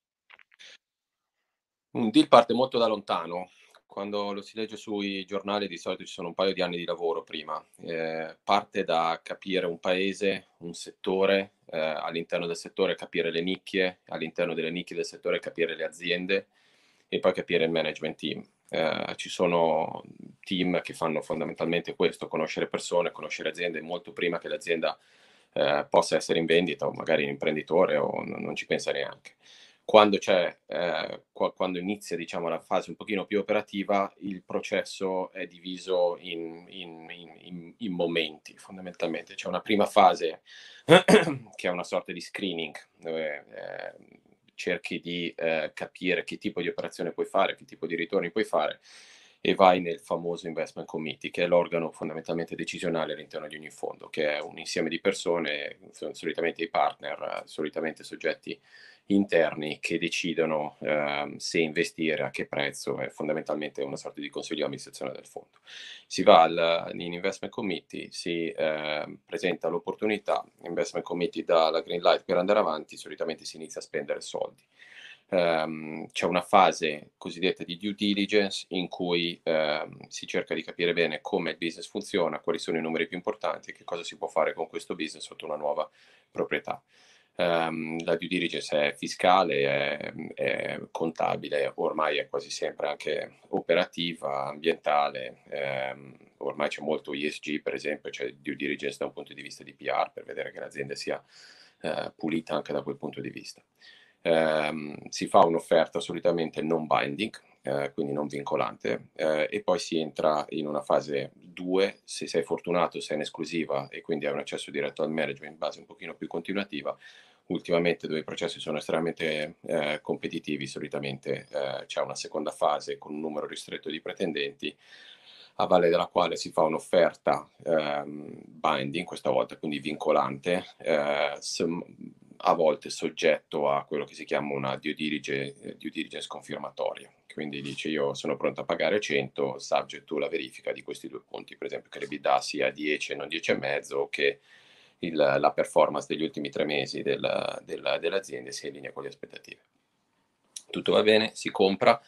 Un deal parte molto da lontano. Quando lo si legge sui giornali di solito ci sono un paio di anni di lavoro prima. Eh, parte da capire un paese, un settore, eh, all'interno del settore capire le nicchie, all'interno delle nicchie del settore capire le aziende e poi capire il management team. Eh, ci sono team che fanno fondamentalmente questo, conoscere persone, conoscere aziende molto prima che l'azienda eh, possa essere in vendita o magari un imprenditore o non, non ci pensa neanche. Quando c'è, eh, qu- quando inizia diciamo la fase un pochino più operativa, il processo è diviso in, in, in, in momenti fondamentalmente. C'è una prima fase che è una sorta di screening, dove eh, cerchi di eh, capire che tipo di operazione puoi fare, che tipo di ritorni puoi fare, e vai nel famoso investment committee, che è l'organo fondamentalmente decisionale all'interno di ogni fondo, che è un insieme di persone, solitamente i partner, solitamente soggetti interni che decidono eh, se investire, a che prezzo, è fondamentalmente una sorta di consiglio di amministrazione del fondo. Si va al, in investment committee, si eh, presenta l'opportunità, investment committee dà la green light per andare avanti, solitamente si inizia a spendere soldi. Um, c'è una fase cosiddetta di due diligence in cui um, si cerca di capire bene come il business funziona, quali sono i numeri più importanti e che cosa si può fare con questo business sotto una nuova proprietà. Um, la due diligence è fiscale, è, è contabile, ormai è quasi sempre anche operativa, ambientale, um, ormai c'è molto E S G per esempio, c'è due diligence da un punto di vista di P R per vedere che l'azienda sia uh, pulita anche da quel punto di vista. Um, si fa un'offerta solitamente non binding, eh, quindi non vincolante, eh, e poi si entra in una fase due, se sei fortunato, sei in esclusiva e quindi hai un accesso diretto al management in base un pochino più continuativa. Ultimamente, dove i processi sono estremamente eh, competitivi, solitamente eh, c'è una seconda fase con un numero ristretto di pretendenti, a valle della quale si fa un'offerta ehm, binding, questa volta quindi vincolante, eh, a volte soggetto a quello che si chiama una due diligence, due diligence confermatoria. Quindi dice io sono pronto a pagare cento, subject to la verifica di questi due punti, per esempio che l'EBITDA sia dieci e non dieci e mezzo, o che il, la performance degli ultimi tre mesi del, del, dell'azienda sia in linea con le aspettative. Tutto va bene, si compra.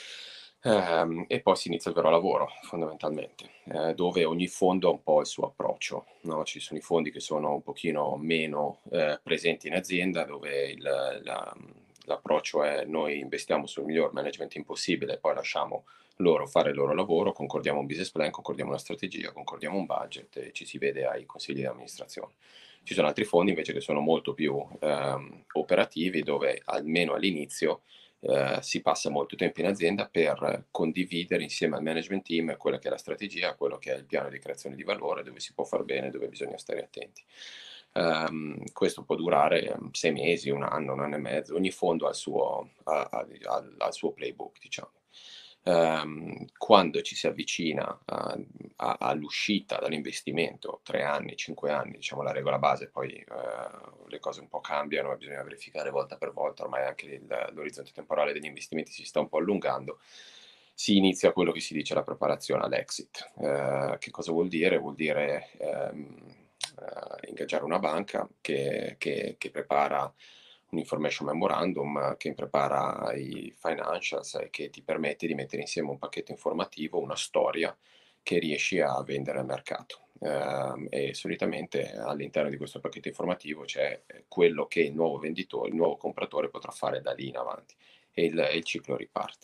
Um, e poi si inizia il vero lavoro fondamentalmente, eh, dove ogni fondo ha un po' il suo approccio, no? Ci sono i fondi che sono un pochino meno eh, presenti in azienda, dove il, la, l'approccio è noi investiamo sul miglior management possibile, poi lasciamo loro fare il loro lavoro, concordiamo un business plan, concordiamo una strategia, concordiamo un budget e ci si vede ai consigli di amministrazione. Ci sono altri fondi invece che sono molto più ehm, operativi, dove almeno all'inizio Uh, si passa molto tempo in azienda per condividere insieme al management team quella che è la strategia, quello che è il piano di creazione di valore, dove si può far bene, dove bisogna stare attenti. Um, questo può durare sei mesi, un anno, un anno e mezzo, ogni fondo ha il suo, ha, ha, ha il suo playbook, diciamo. Um, quando ci si avvicina a, a, all'uscita dall'investimento, tre anni, cinque anni, diciamo la regola base, poi uh, le cose un po' cambiano, bisogna verificare volta per volta, ormai anche il, l'orizzonte temporale degli investimenti si sta un po' allungando, si inizia quello che si dice la preparazione all'exit. Uh, che cosa vuol dire? Vuol dire um, uh, ingaggiare una banca che, che, che prepara un information memorandum, che prepara i financials e che ti permette di mettere insieme un pacchetto informativo, una storia che riesci a vendere al mercato. Uh, e solitamente all'interno di questo pacchetto informativo c'è quello che il nuovo venditore, il nuovo compratore potrà fare da lì in avanti e il, e il ciclo riparte.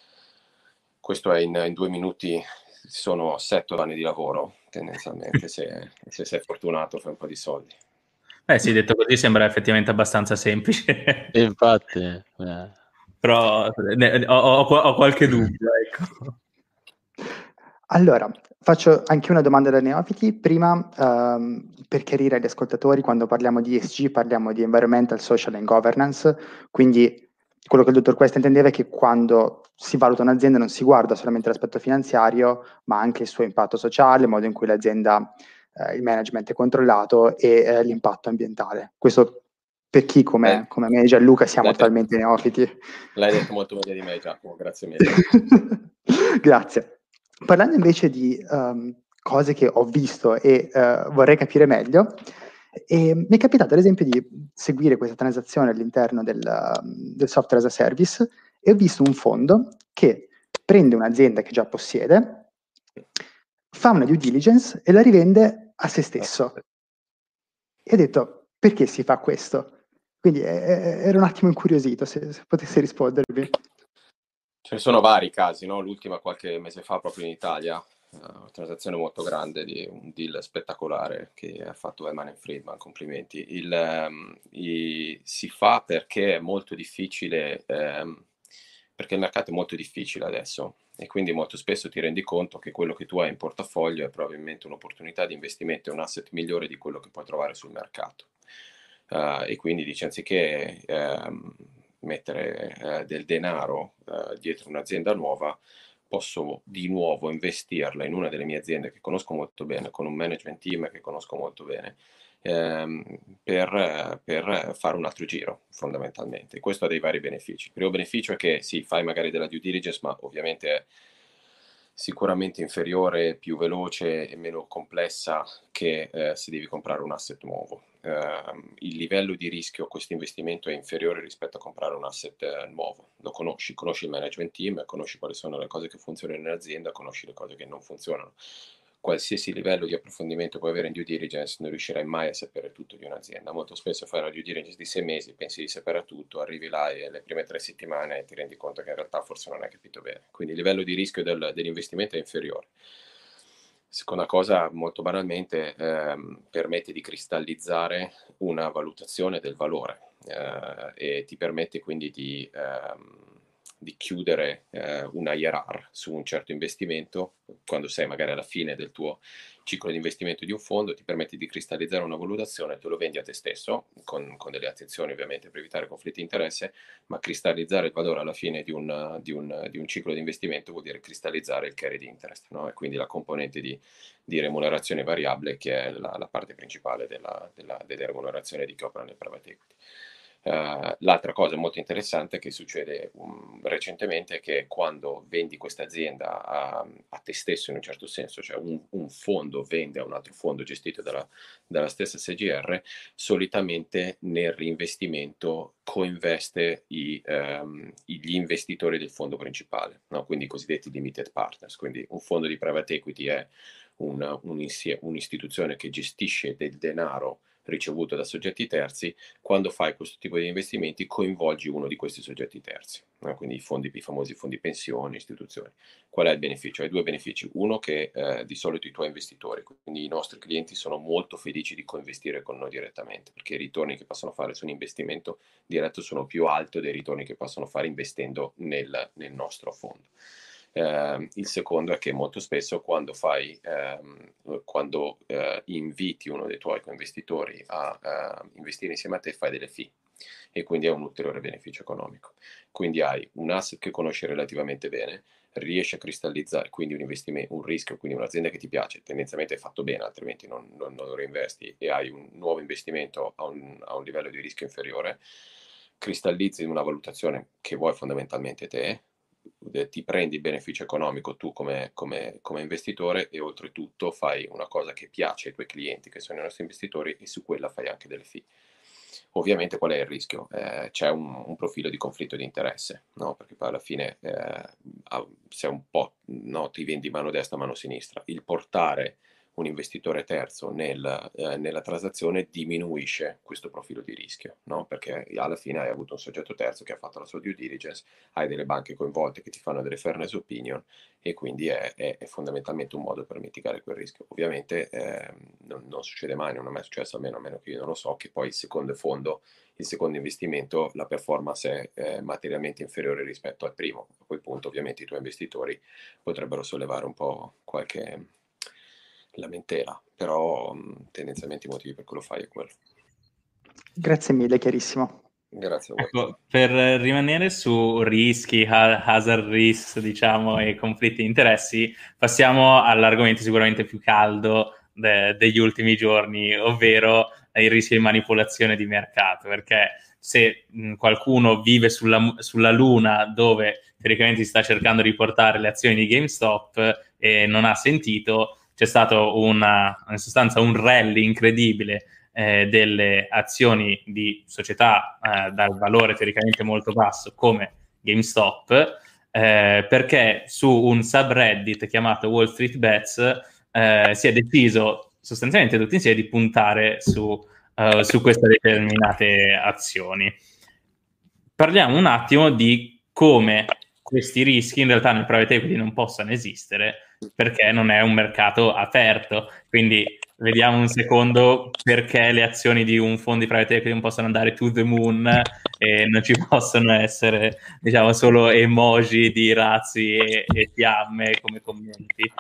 Questo è in, in due minuti, sono sette anni di lavoro tendenzialmente, se, se sei fortunato fai un po' di soldi. Eh sì, detto così sembra effettivamente abbastanza semplice. Infatti, eh. Però ne, ho, ho, ho qualche dubbio, ecco. Allora, faccio anche una domanda da neofiti. Prima, um, per chiarire agli ascoltatori, quando parliamo di E S G parliamo di Environmental, Social and Governance, quindi quello che il dottor Questa intendeva è che quando si valuta un'azienda non si guarda solamente l'aspetto finanziario, ma anche il suo impatto sociale, il modo in cui l'azienda, eh, il management è controllato e eh, l'impatto ambientale. Questo per chi come, come me e Gianluca siamo talmente neofiti. L'hai detto molto meglio di me, Giacomo, grazie mille. Grazie. Parlando invece di um, cose che ho visto e uh, vorrei capire meglio, e mi è capitato ad esempio di seguire questa transazione all'interno del, uh, del software as a service e ho visto un fondo che prende un'azienda che già possiede, fa una due diligence e la rivende a se stesso. E ho detto, perché si fa questo? Quindi eh, ero un attimo incuriosito, se, se potessi rispondervi. Ce ne sono vari casi, no? L'ultima qualche mese fa proprio in Italia, una transazione molto grande di un deal spettacolare che ha fatto Eman and Friedman, complimenti. Il, um, i, si fa perché è molto difficile, um, perché il mercato è molto difficile adesso e quindi molto spesso ti rendi conto che quello che tu hai in portafoglio è probabilmente un'opportunità di investimento, è un asset migliore di quello che puoi trovare sul mercato. Uh, e quindi dici, anziché um, mettere uh, del denaro uh, dietro un'azienda nuova, posso di nuovo investirla in una delle mie aziende che conosco molto bene, con un management team che conosco molto bene, ehm, per, per fare un altro giro, fondamentalmente. Questo ha dei vari benefici. Il primo beneficio è che sì, fai magari della due diligence, ma ovviamente è sicuramente inferiore, più veloce e meno complessa che eh, se devi comprare un asset nuovo. Uh, il livello di rischio a questo investimento è inferiore rispetto a comprare un asset eh, nuovo. Lo conosci, conosci il management team, conosci quali sono le cose che funzionano nell'azienda, conosci le cose che non funzionano. Qualsiasi livello di approfondimento puoi avere in due diligence, non riuscirai mai a sapere tutto di un'azienda. Molto spesso fai una due diligence di sei mesi, pensi di sapere tutto, arrivi là e le prime tre settimane ti rendi conto che in realtà forse non hai capito bene. Quindi il livello di rischio del, dell'investimento è inferiore. Seconda cosa, molto banalmente, ehm, permette di cristallizzare una valutazione del valore eh, e ti permette quindi di, ehm, di chiudere eh, una I R R su un certo investimento. Quando sei magari alla fine del tuo ciclo di investimento di un fondo, ti permette di cristallizzare una valutazione, tu lo vendi a te stesso, con, con delle attenzioni ovviamente per evitare conflitti di interesse, ma cristallizzare il valore alla fine di un, di un, di un ciclo di investimento vuol dire cristallizzare il carried interest, no? E quindi la componente di, di remunerazione variabile che è la, la parte principale della, della, delle remunerazioni di chi opera nel private equity. Uh, l'altra cosa molto interessante che succede um, recentemente è che quando vendi questa azienda a, a te stesso in un certo senso, cioè un, un fondo vende a un altro fondo gestito dalla, dalla stessa S G R, solitamente nel reinvestimento coinveste i, um, gli investitori del fondo principale, no? Quindi i cosiddetti limited partners. Quindi un fondo di private equity è una, un, un'istituzione che gestisce del denaro ricevuto da soggetti terzi. Quando fai questo tipo di investimenti coinvolgi uno di questi soggetti terzi, no? Quindi i fondi, i famosi fondi pensioni, istituzioni. Qual è il beneficio? Hai due benefici. Uno, che eh, di solito i tuoi investitori, quindi i nostri clienti, sono molto felici di coinvestire con noi direttamente, perché i ritorni che possono fare su un investimento diretto sono più alti dei ritorni che possono fare investendo nel, nel nostro fondo. Uh, il secondo è che molto spesso quando fai um, quando uh, inviti uno dei tuoi coinvestitori a uh, investire insieme a te, fai delle fee e quindi è un ulteriore beneficio economico. Quindi hai un asset che conosci relativamente bene, riesci a cristallizzare quindi un investimento, un rischio, quindi un'azienda che ti piace, tendenzialmente è fatto bene, altrimenti non, non, non lo reinvesti, e hai un nuovo investimento a un, a un livello di rischio inferiore, cristallizzi una valutazione che vuoi fondamentalmente te, ti prendi il beneficio economico tu come, come, come investitore, e oltretutto fai una cosa che piace ai tuoi clienti, che sono i nostri investitori, e su quella fai anche delle fee. Ovviamente qual è il rischio? Eh, c'è un, un profilo di conflitto di interesse, no? Perché poi alla fine eh, sei un po', no? Ti vendi mano destra, mano sinistra. Il portare un investitore terzo nel, eh, nella transazione diminuisce questo profilo di rischio, no? Perché alla fine hai avuto un soggetto terzo che ha fatto la sua due diligence, hai delle banche coinvolte che ti fanno delle fairness opinion, e quindi è, è, è fondamentalmente un modo per mitigare quel rischio. Ovviamente eh, non, non succede mai, non è mai successo, almeno a meno che io non lo so, che poi il secondo fondo, il secondo investimento, la performance è eh, materialmente inferiore rispetto al primo. A quel punto ovviamente i tuoi investitori potrebbero sollevare un po' qualche lamentela, però mh, tendenzialmente i motivi per cui lo fai è quello. Grazie mille, chiarissimo. Grazie a voi. Ecco, per rimanere su rischi, hazard risk, diciamo, e conflitti di interessi, passiamo all'argomento sicuramente più caldo de- degli ultimi giorni, ovvero il rischio di manipolazione di mercato, perché se mh, qualcuno vive sulla, sulla Luna, dove teoricamente si sta cercando di portare le azioni di GameStop e non ha sentito, c'è stato una, in sostanza un rally incredibile eh, delle azioni di società eh, dal valore teoricamente molto basso come GameStop, eh, perché su un subreddit chiamato Wall Street Bets eh, si è deciso sostanzialmente tutti insieme di puntare su, uh, su queste determinate azioni. Parliamo un attimo di come questi rischi in realtà nel private equity non possano esistere, perché non è un mercato aperto. Quindi vediamo un secondo perché le azioni di un fondo di private equity non possono andare to the moon e non ci possono essere, diciamo, solo emoji di razzi e, e fiamme come commenti.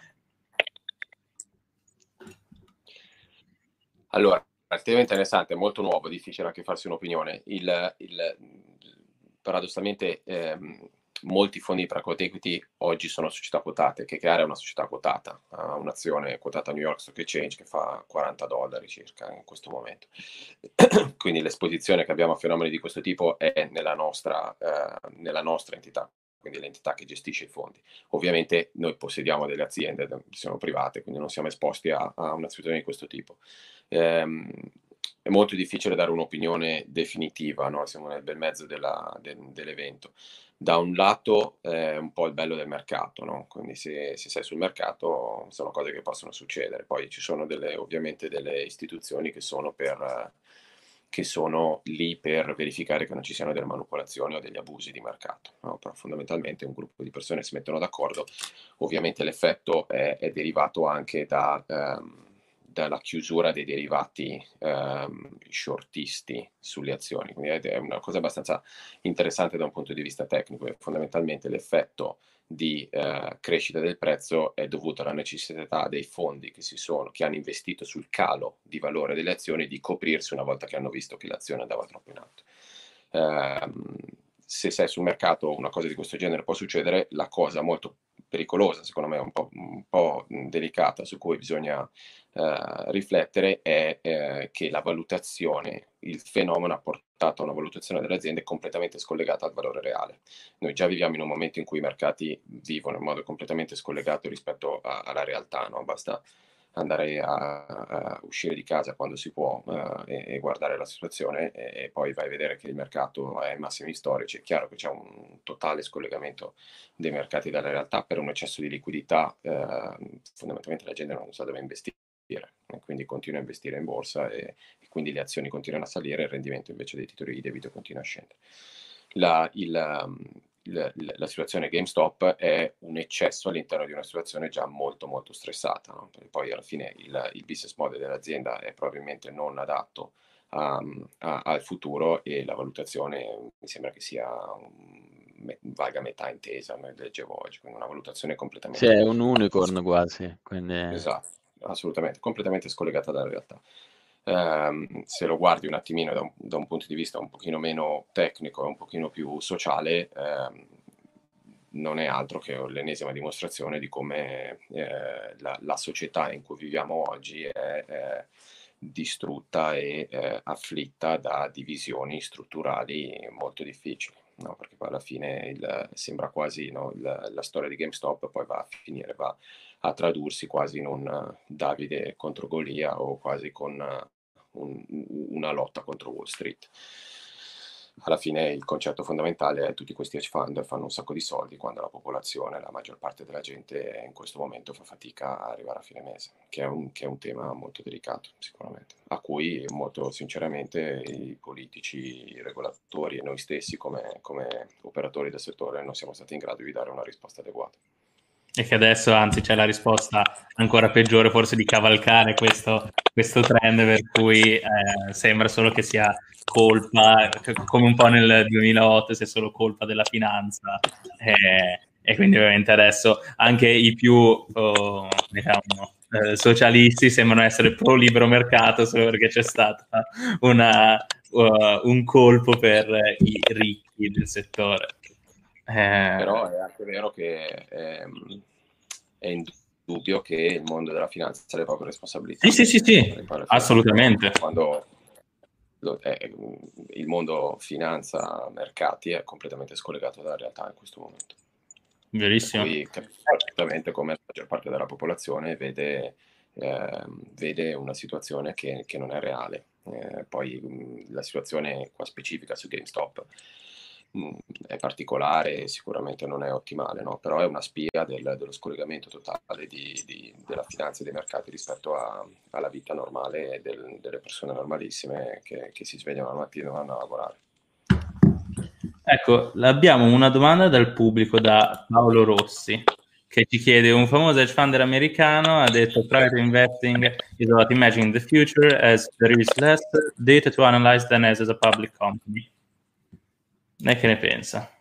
Allora, il tema interessante, è molto nuovo, è difficile anche farsi un'opinione. Il, il, paradossalmente, ehm, molti fondi di private equity oggi sono società quotate. K K R è una società quotata, ha un'azione quotata a New York Stock Exchange che fa quaranta dollari circa in questo momento. Quindi l'esposizione che abbiamo a fenomeni di questo tipo è nella nostra, eh, nella nostra entità, quindi l'entità che gestisce i fondi. Ovviamente noi possediamo delle aziende, sono private, quindi non siamo esposti a, a una situazione di questo tipo. Ehm, è molto difficile dare un'opinione definitiva, no? Siamo nel bel mezzo della, de, dell'evento. Da un lato è un po' il bello del mercato, no? Quindi se, se sei sul mercato sono cose che possono succedere. Poi ci sono delle, ovviamente delle istituzioni che sono, per, che sono lì per verificare che non ci siano delle manipolazioni o degli abusi di mercato, no? Però fondamentalmente un gruppo di persone si mettono d'accordo. Ovviamente l'effetto è, è derivato anche da... Um, dalla chiusura dei derivati ehm, shortisti sulle azioni, quindi è una cosa abbastanza interessante da un punto di vista tecnico, e fondamentalmente l'effetto di eh, crescita del prezzo è dovuto alla necessità dei fondi che, si sono, che hanno investito sul calo di valore delle azioni di coprirsi una volta che hanno visto che l'azione andava troppo in alto. Ehm, se sei sul mercato una cosa di questo genere può succedere. La cosa molto pericolosa, secondo me un po', un po' delicata, su cui bisogna Uh, riflettere è eh, che la valutazione, il fenomeno ha portato a una valutazione delle aziende completamente scollegata dal valore reale. Noi già viviamo in un momento in cui i mercati vivono in modo completamente scollegato rispetto a, alla realtà, no? Basta andare a, a uscire di casa quando si può uh, e, e guardare la situazione e, e poi vai a vedere che il mercato è ai massimi storici. È chiaro che c'è un totale scollegamento dei mercati dalla realtà per un eccesso di liquidità. Uh, fondamentalmente la gente non sa dove investire, e quindi continua a investire in borsa e, e quindi le azioni continuano a salire, il rendimento invece dei titoli di debito continua a scendere. La, il, la, la situazione GameStop è un eccesso all'interno di una situazione già molto molto stressata, no? Perché poi alla fine il, il business model dell'azienda è probabilmente non adatto a, a, al futuro, e la valutazione mi sembra che sia un, vaga metà intesa, come leggevo oggi, quindi una valutazione completamente... Sì, è un unicorn quasi. Quindi... Esatto, assolutamente, completamente scollegata dalla realtà. Um, se lo guardi un attimino da un, da un punto di vista un pochino meno tecnico e un pochino più sociale, um, non è altro che l'ennesima dimostrazione di come eh, la, la società in cui viviamo oggi è eh, distrutta e eh, afflitta da divisioni strutturali molto difficili, no? Perché poi alla fine il, sembra quasi, no, il, la storia di GameStop poi va a finire, va a tradursi quasi in un Davide contro Golia, o quasi con un, una lotta contro Wall Street. Alla fine il concetto fondamentale è: tutti questi hedge fund fanno un sacco di soldi quando la popolazione, la maggior parte della gente in questo momento fa fatica a arrivare a fine mese, che è un, che è un tema molto delicato sicuramente, a cui molto sinceramente i politici, i regolatori e noi stessi come, come operatori del settore non siamo stati in grado di dare una risposta adeguata. E che adesso anzi c'è la risposta ancora peggiore forse di cavalcare questo, questo trend, per cui eh, sembra solo che sia colpa, come un po' nel duemilaotto, sia solo colpa della finanza, eh, e quindi ovviamente adesso anche i più oh, diciamo eh, socialisti sembrano essere pro libero mercato solo perché c'è stato una, uh, un colpo per i ricchi del settore. Eh, Però è anche vero che ehm, è indubbio che il mondo della finanza ha le proprie responsabilità. Sì, sì, sì, sì, assolutamente. Quando lo, eh, il mondo finanza, mercati è completamente scollegato dalla realtà in questo momento. Verissimo. Per cui capisco perfettamente come la maggior parte della popolazione vede, eh, vede una situazione che, che non è reale. Eh, poi mh, la situazione qua specifica su GameStop è particolare, sicuramente non è ottimale, no? Però è una spia del, dello scollegamento totale di, di, della finanza e dei mercati rispetto a, alla vita normale del, delle persone normalissime che, che si svegliano la mattina e vanno a lavorare. Ecco, abbiamo una domanda dal pubblico da Paolo Rossi, che ci chiede: un famoso hedge funder americano ha detto private investing is about imagining the future as there is less data to analyze than as, as a public company. Lei che ne pensa?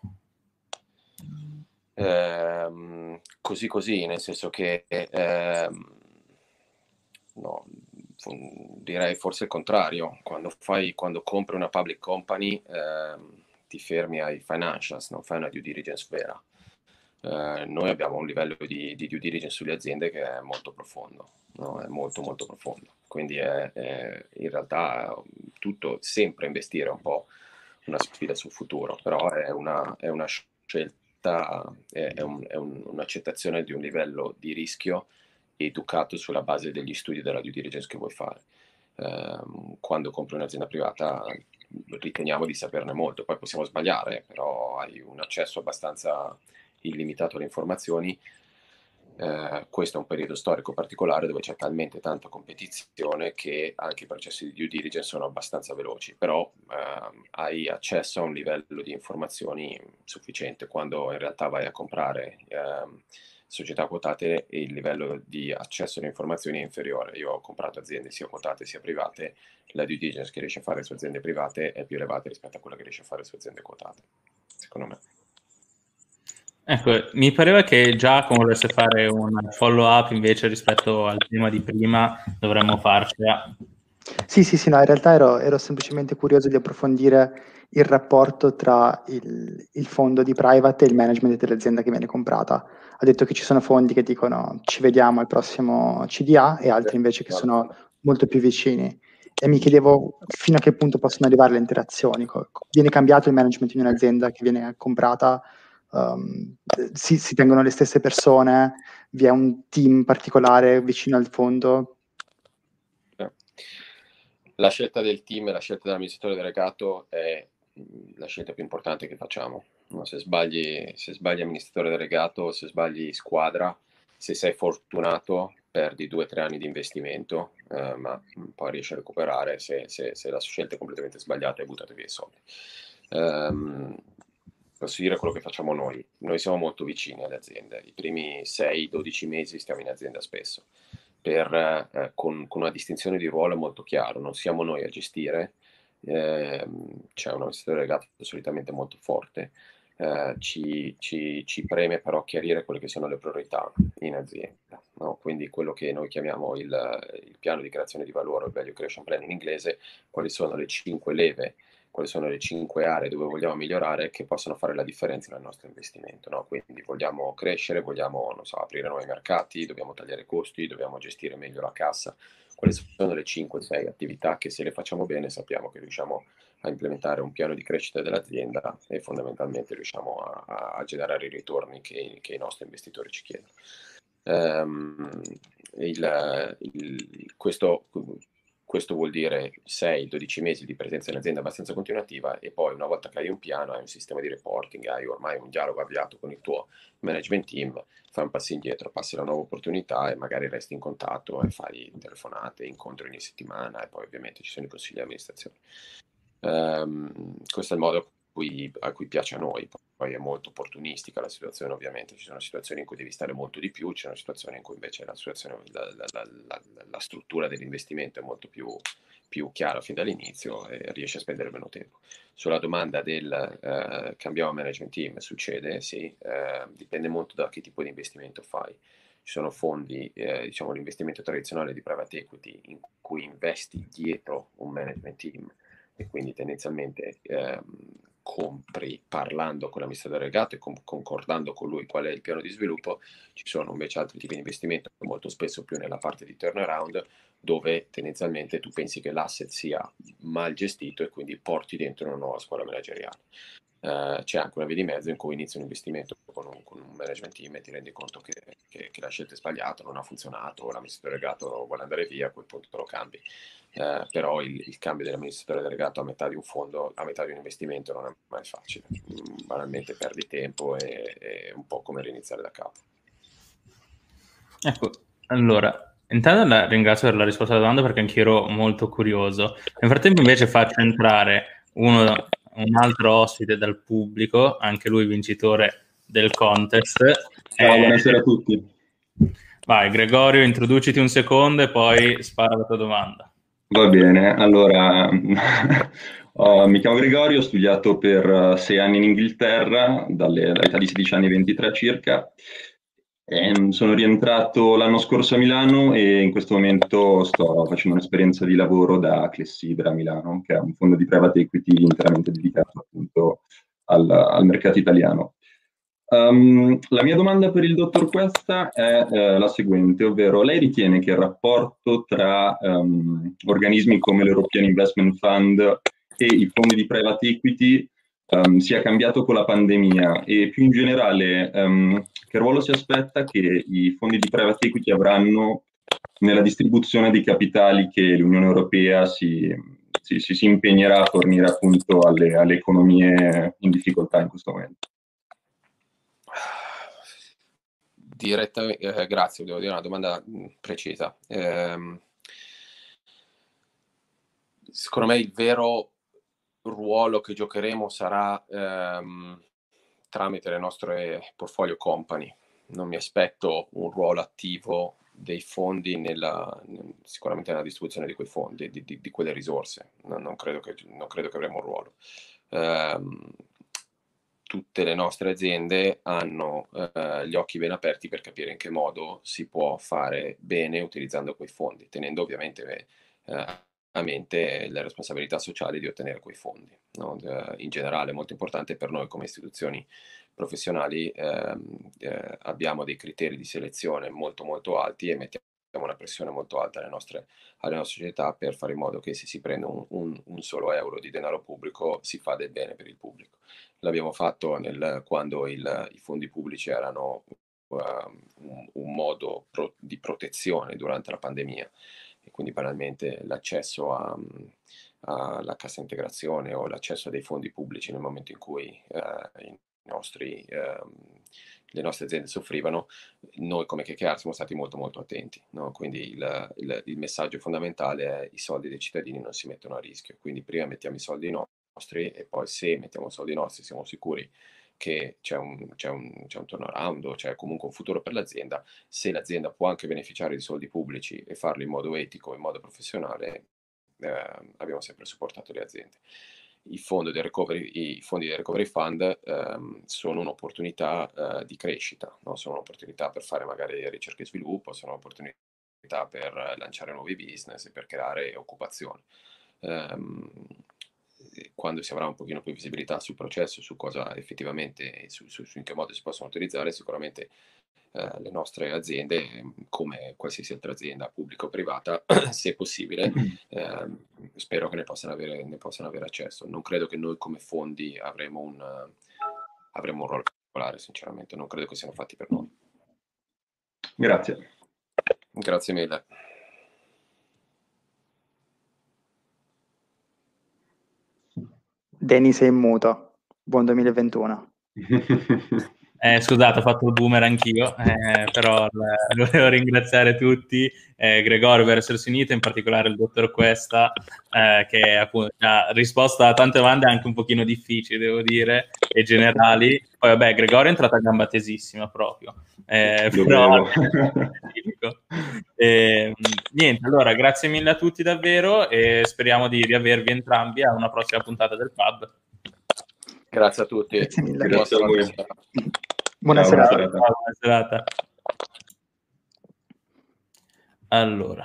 Eh, così così, nel senso che eh, no, direi forse il contrario. Quando fai, quando compri una public company, eh, ti fermi ai financials, non fai una due diligence vera. Eh, noi abbiamo un livello di, di due diligence sulle aziende che è molto profondo, no? È molto molto profondo, quindi è, è in realtà tutto sempre investire un po' una sfida sul futuro, però è una, è una scelta, è, è, un, è un, un'accettazione di un livello di rischio educato sulla base degli studi della due diligence che vuoi fare. Eh, quando compri un'azienda privata riteniamo di saperne molto, poi possiamo sbagliare, però hai un accesso abbastanza illimitato alle informazioni. Eh, questo è un periodo storico particolare dove c'è talmente tanta competizione che anche i processi di due diligence sono abbastanza veloci, però eh, hai accesso a un livello di informazioni sufficiente. Quando in realtà vai a comprare eh, società quotate, il livello di accesso alle informazioni è inferiore. Io ho comprato aziende sia quotate sia private, la due diligence che riesce a fare su aziende private è più elevata rispetto a quella che riesce a fare su aziende quotate, secondo me. Ecco, mi pareva che Giacomo volesse fare un follow up invece rispetto al tema di prima, dovremmo farcela. Sì, sì, sì, no, in realtà ero, ero semplicemente curioso di approfondire il rapporto tra il, il fondo di private e il management dell'azienda che viene comprata. Ha detto che ci sono fondi che dicono ci vediamo al prossimo C D A e altri invece che sono molto più vicini. E mi chiedevo fino a che punto possono arrivare le interazioni. Viene cambiato il management in un'azienda che viene comprata? Um, si, si tengono le stesse persone, vi è un team particolare vicino al fondo? La scelta del team e la scelta dell'amministratore delegato è la scelta più importante che facciamo. No, se sbagli, se sbagli amministratore delegato, se sbagli squadra, se sei fortunato perdi due o tre anni di investimento, eh, ma poi riesci a recuperare. Se, se, se la scelta è completamente sbagliata hai buttato via i soldi. Um, Posso dire quello che facciamo noi. Noi siamo molto vicini alle aziende. I primi sei dodici mesi stiamo in azienda spesso, per, eh, con, con una distinzione di ruolo molto chiaro. Non siamo noi a gestire, eh, c'è un amministratore delegato solitamente molto forte, eh, ci, ci, ci preme però chiarire quelle che sono le priorità in azienda, no? Quindi quello che noi chiamiamo il, il piano di creazione di valore, il value creation plan in inglese, quali sono le cinque leve, quali sono le cinque aree dove vogliamo migliorare che possono fare la differenza nel nostro investimento, no? Quindi vogliamo crescere, vogliamo, non so, aprire nuovi mercati, dobbiamo tagliare costi, dobbiamo gestire meglio la cassa. Quali sono le cinque sei attività che se le facciamo bene sappiamo che riusciamo a implementare un piano di crescita dell'azienda e fondamentalmente riusciamo a, a generare i ritorni che, che i nostri investitori ci chiedono. Um, il, il, questo Questo vuol dire sei dodici mesi di presenza in azienda abbastanza continuativa e poi una volta che hai un piano, hai un sistema di reporting, hai ormai un dialogo avviato con il tuo management team, fai un passo indietro, passi la nuova opportunità e magari resti in contatto e fai telefonate, incontri ogni settimana e poi ovviamente ci sono i consigli di amministrazione. Um, questo è il modo a cui, a cui piace a noi. Poi è molto opportunistica la situazione, ovviamente ci sono situazioni in cui devi stare molto di più, ci sono situazioni in cui invece la, situazione, la, la, la, la, la struttura dell'investimento è molto più, più chiara fin dall'inizio e riesci a spendere meno tempo. Sulla domanda del eh, cambiamo management team, succede, sì, eh, dipende molto da che tipo di investimento fai. Ci sono fondi, eh, diciamo l'investimento tradizionale di private equity in cui investi dietro un management team e quindi tendenzialmente ehm, compri parlando con l'amministratore delegato e con, concordando con lui qual è il piano di sviluppo. Ci sono invece altri tipi di investimento, molto spesso più nella parte di turnaround, dove tendenzialmente tu pensi che l'asset sia mal gestito e quindi porti dentro una nuova scuola manageriale. Uh, c'è anche una via di mezzo in cui inizi un investimento con un, con un management team e ti rendi conto che, che, che la scelta è sbagliata, non ha funzionato, l'amministratore delegato vuole andare via, a quel punto lo cambi. Uh, però il, il cambio dell'amministratore delegato a metà di un fondo, a metà di un investimento non è mai facile. Mm, banalmente perdi tempo e è un po' come riniziare da capo. Ecco, allora, intanto la ringrazio per la risposta alla domanda perché anch'io ero molto curioso. Nel frattempo invece faccio entrare uno, un altro ospite dal pubblico, anche lui vincitore del contest. Ciao, eh, buonasera a tutti. Vai, Gregorio, introduciti un secondo e poi spara la tua domanda. Va bene, allora oh, mi chiamo Gregorio, ho studiato per sei anni in Inghilterra, dalle, dall'età di sedici anni ai ventitré circa, Eh, sono rientrato l'anno scorso a Milano e in questo momento sto facendo un'esperienza di lavoro da Clessidra a Milano, che è un fondo di private equity interamente dedicato appunto al, al mercato italiano. Um, la mia domanda per il dottor Cuesta è eh, la seguente, ovvero lei ritiene che il rapporto tra um, organismi come l'European Investment Fund e i fondi di private equity um, sia cambiato con la pandemia e più in generale um, che ruolo si aspetta che i fondi di private equity avranno nella distribuzione dei capitali che l'Unione Europea si, si, si impegnerà a fornire appunto alle, alle economie in difficoltà in questo momento? Direttamente, eh, grazie, devo dire una domanda precisa. Eh, secondo me il vero ruolo che giocheremo sarà ehm, tramite le nostre portfolio company. Non mi aspetto un ruolo attivo dei fondi nella, sicuramente nella distribuzione di quei fondi, di, di, di quelle risorse. Non, non, credo che, non credo che avremo un ruolo. Eh, tutte le nostre aziende hanno eh, gli occhi ben aperti per capire in che modo si può fare bene utilizzando quei fondi, tenendo ovviamente eh, a mente le responsabilità sociali di ottenere quei fondi. No? In generale, molto importante per noi come istituzioni professionali, ehm, eh, abbiamo dei criteri di selezione molto molto alti e mettiamo una pressione molto alta alle nostre, alle nostre società per fare in modo che se si prende un, un, un solo euro di denaro pubblico si fa del bene per il pubblico. L'abbiamo fatto nel, quando il, i fondi pubblici erano uh, un, un modo pro, di protezione durante la pandemia e quindi banalmente l'accesso a, alla cassa integrazione o l'accesso a dei fondi pubblici nel momento in cui uh, i nostri, uh, le nostre aziende soffrivano, noi come K K R siamo stati molto molto attenti, no? Quindi il, il, il messaggio fondamentale è: i soldi dei cittadini non si mettono a rischio, quindi prima mettiamo i soldi nostri e poi se mettiamo soldi nostri siamo sicuri che c'è un, c'è un, c'è un turnaround o c'è comunque un futuro per l'azienda. Se l'azienda può anche beneficiare di soldi pubblici e farlo in modo etico, in modo professionale, eh, abbiamo sempre supportato le aziende. I fondi del recovery, i fondi del recovery fund ehm, sono un'opportunità eh, di crescita, no? Sono un'opportunità per fare magari ricerca e sviluppo, sono un'opportunità per lanciare nuovi business e per creare occupazione. Um, quando si avrà un pochino più visibilità sul processo, su cosa effettivamente, su, su, su in che modo si possono utilizzare, sicuramente eh, le nostre aziende, come qualsiasi altra azienda pubblica o privata, se possibile, eh, spero che ne possano, avere, ne possano avere accesso. Non credo che noi come fondi avremo un, avremo un ruolo particolare, sinceramente, non credo che siano fatti per noi. Grazie. Grazie mille. Denny, sei in muto. Buon duemilaventuno. Eh, scusate, ho fatto il boomer anch'io, eh, però eh, volevo ringraziare tutti, eh, Gregorio per essersi unito, in particolare il dottor Cuesta, eh, che appunto ha risposto a tante domande anche un pochino difficili, devo dire, e generali. Poi vabbè, Gregorio è entrato a gamba tesissima proprio, eh, però eh, niente, allora grazie mille a tutti davvero e speriamo di riavervi entrambi a una prossima puntata del Pub. Grazie a tutti. Grazie mille. Grazie a voi. Buona Ciao, serata. buona serata. Ciao, buona serata. Allora,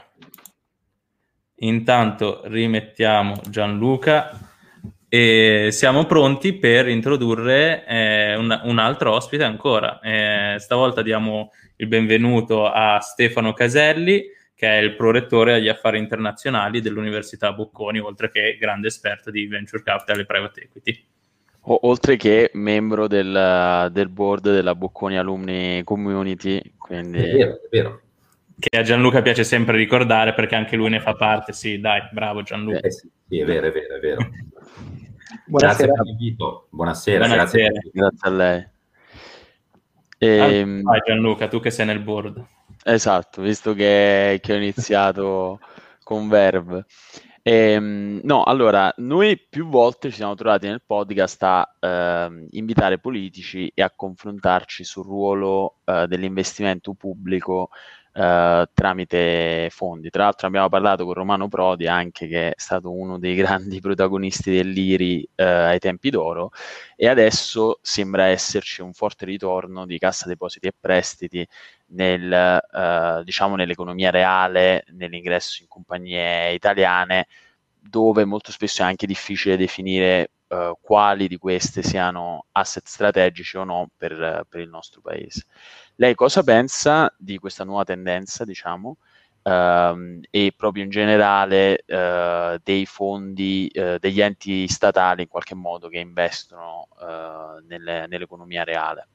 intanto rimettiamo Gianluca e siamo pronti per introdurre eh, un, un altro ospite ancora. Eh, stavolta diamo il benvenuto a Stefano Caselli, che è il prorettore agli affari internazionali dell'Università Bocconi, oltre che grande esperto di venture capital e private equity. O, oltre che membro del, del board della Bocconi Alumni Community, quindi... È vero, è vero. Che a Gianluca piace sempre ricordare perché anche lui ne fa parte. Sì, dai, bravo Gianluca. Eh, sì, sì, è vero, è vero, è vero. Buonasera. Grazie per l'invito. Buonasera, Buonasera. grazie. Grazie a lei. Allora, E, vai Gianluca, tu che sei nel board. esatto, visto che, che ho iniziato con Verve. Ehm, no, allora, noi più volte ci siamo trovati nel podcast a ehm, invitare politici e a confrontarci sul ruolo eh, dell'investimento pubblico eh, tramite fondi. Tra l'altro abbiamo parlato con Romano Prodi, anche che è stato uno dei grandi protagonisti dell'I R I eh, ai tempi d'oro, e adesso sembra esserci un forte ritorno di Cassa Depositi e Prestiti nel, eh, diciamo nell'economia reale, nell'ingresso in compagnie italiane, dove molto spesso è anche difficile definire uh, quali di queste siano asset strategici o no per, per il nostro paese. Lei cosa pensa di questa nuova tendenza, diciamo, um, e proprio in generale uh, dei fondi, uh, degli enti statali in qualche modo che investono uh, nelle, nell'economia reale?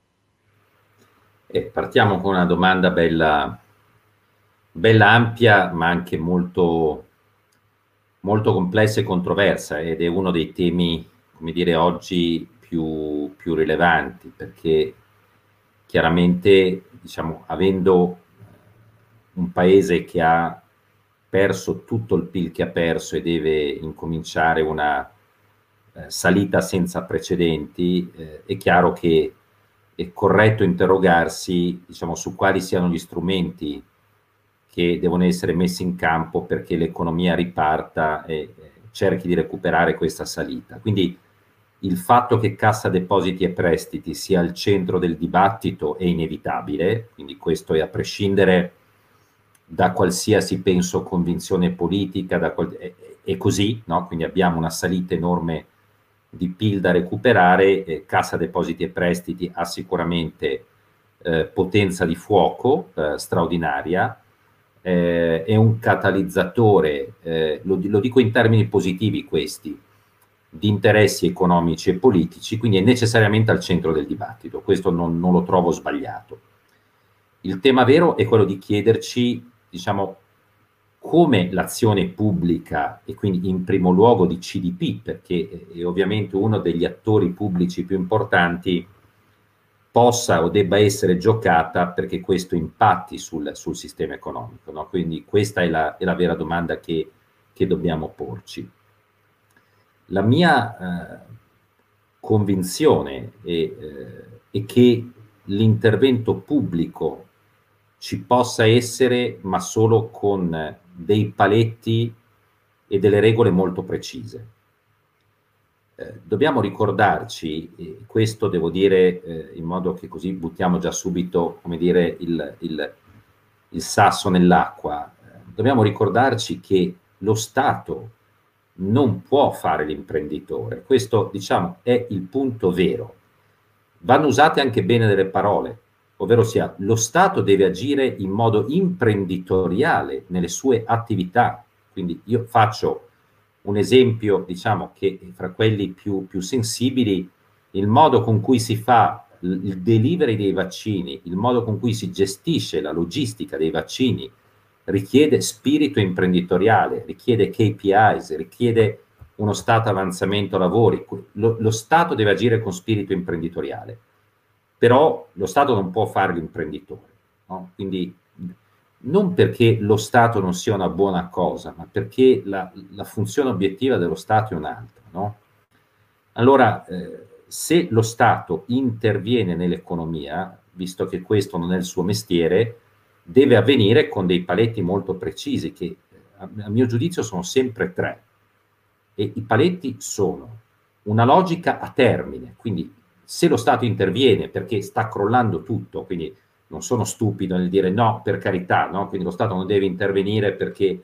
E partiamo con una domanda bella, bella ampia, ma anche molto, molto complessa e controversa, ed è uno dei temi, come dire, oggi più, più rilevanti, perché chiaramente, diciamo, avendo un paese che ha perso tutto il P I L che ha perso e deve incominciare una eh, salita senza precedenti, eh, è chiaro che è corretto interrogarsi, diciamo, su quali siano gli strumenti che devono essere messi in campo perché l'economia riparta e eh, cerchi di recuperare questa salita. Quindi il fatto che Cassa Depositi e Prestiti sia al centro del dibattito è inevitabile, quindi questo è a prescindere da qualsiasi, penso, convinzione politica, da qual- è, è così, no? Quindi abbiamo una salita enorme di P I L da recuperare, eh, Cassa Depositi e Prestiti ha sicuramente eh, potenza di fuoco eh, straordinaria, eh, è un catalizzatore, eh, lo, lo dico in termini positivi questi, di interessi economici e politici, quindi è necessariamente al centro del dibattito, questo non, non lo trovo sbagliato. Il tema vero è quello di chiederci, diciamo, come l'azione pubblica, e quindi in primo luogo di C D P, perché è ovviamente uno degli attori pubblici più importanti, possa o debba essere giocata perché questo impatti sul, sul sistema economico, no? Quindi questa è la, è la vera domanda che, che dobbiamo porci. La mia eh, convinzione è, eh, è che l'intervento pubblico ci possa essere, ma solo con dei paletti e delle regole molto precise. Eh, dobbiamo ricordarci, e questo devo dire eh, in modo che così buttiamo già subito, come dire, il, il, il sasso nell'acqua, eh, dobbiamo ricordarci che lo Stato non può fare l'imprenditore, questo, diciamo, è il punto vero. Vanno usate anche bene delle parole, ovvero sia lo Stato deve agire in modo imprenditoriale nelle sue attività. Quindi io faccio un esempio, diciamo, che fra quelli più, più sensibili, il modo con cui si fa il delivery dei vaccini, il modo con cui si gestisce la logistica dei vaccini, richiede spirito imprenditoriale, richiede K P Is, richiede uno stato avanzamento lavori. Lo, lo Stato deve agire con spirito imprenditoriale, però lo Stato non può fare l'imprenditore, no? Quindi non perché lo Stato non sia una buona cosa, ma perché la, la funzione obiettiva dello Stato è un'altra, no? Allora, eh, se lo Stato interviene nell'economia, visto che questo non è il suo mestiere, deve avvenire con dei paletti molto precisi, che a, a mio giudizio sono sempre tre. E i paletti sono una logica a termine, quindi se lo Stato interviene perché sta crollando tutto, quindi non sono stupido nel dire no, per carità, no? Quindi lo Stato non deve intervenire perché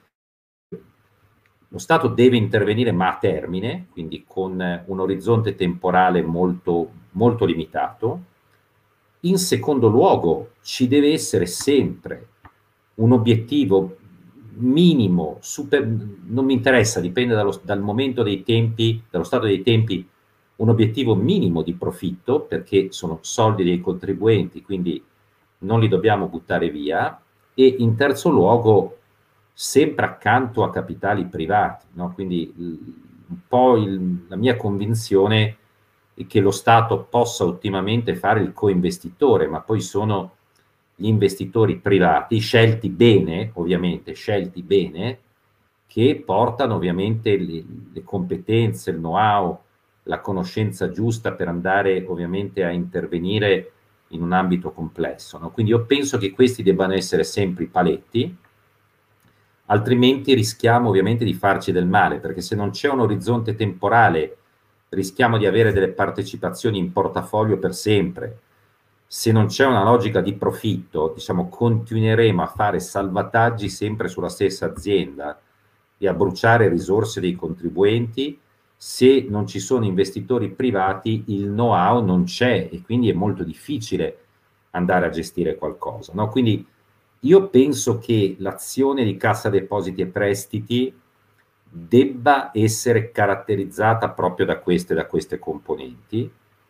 lo Stato deve intervenire ma a termine, quindi con un orizzonte temporale molto, molto limitato. In secondo luogo, ci deve essere sempre un obiettivo minimo, super, non mi interessa, dipende dallo, dal momento dei tempi, dallo stato dei tempi, un obiettivo minimo di profitto, perché sono soldi dei contribuenti, quindi non li dobbiamo buttare via. E in terzo luogo, sempre accanto a capitali privati, no? Quindi un po' il, la mia convinzione è che lo Stato possa ottimamente fare il coinvestitore, ma poi sono gli investitori privati, scelti bene, ovviamente, scelti bene, che portano ovviamente le, le competenze, il know-how, la conoscenza giusta per andare ovviamente a intervenire in un ambito complesso, no? Quindi io penso che questi debbano essere sempre i paletti, altrimenti rischiamo ovviamente di farci del male, perché se non c'è un orizzonte temporale rischiamo di avere delle partecipazioni in portafoglio per sempre. Se non c'è una logica di profitto, diciamo, continueremo a fare salvataggi sempre sulla stessa azienda e a bruciare risorse dei contribuenti. Se non ci sono investitori privati, il know-how non c'è e quindi è molto difficile andare a gestire qualcosa, no? Quindi io penso che l'azione di Cassa Depositi e Prestiti debba essere caratterizzata proprio da queste, da queste componenti.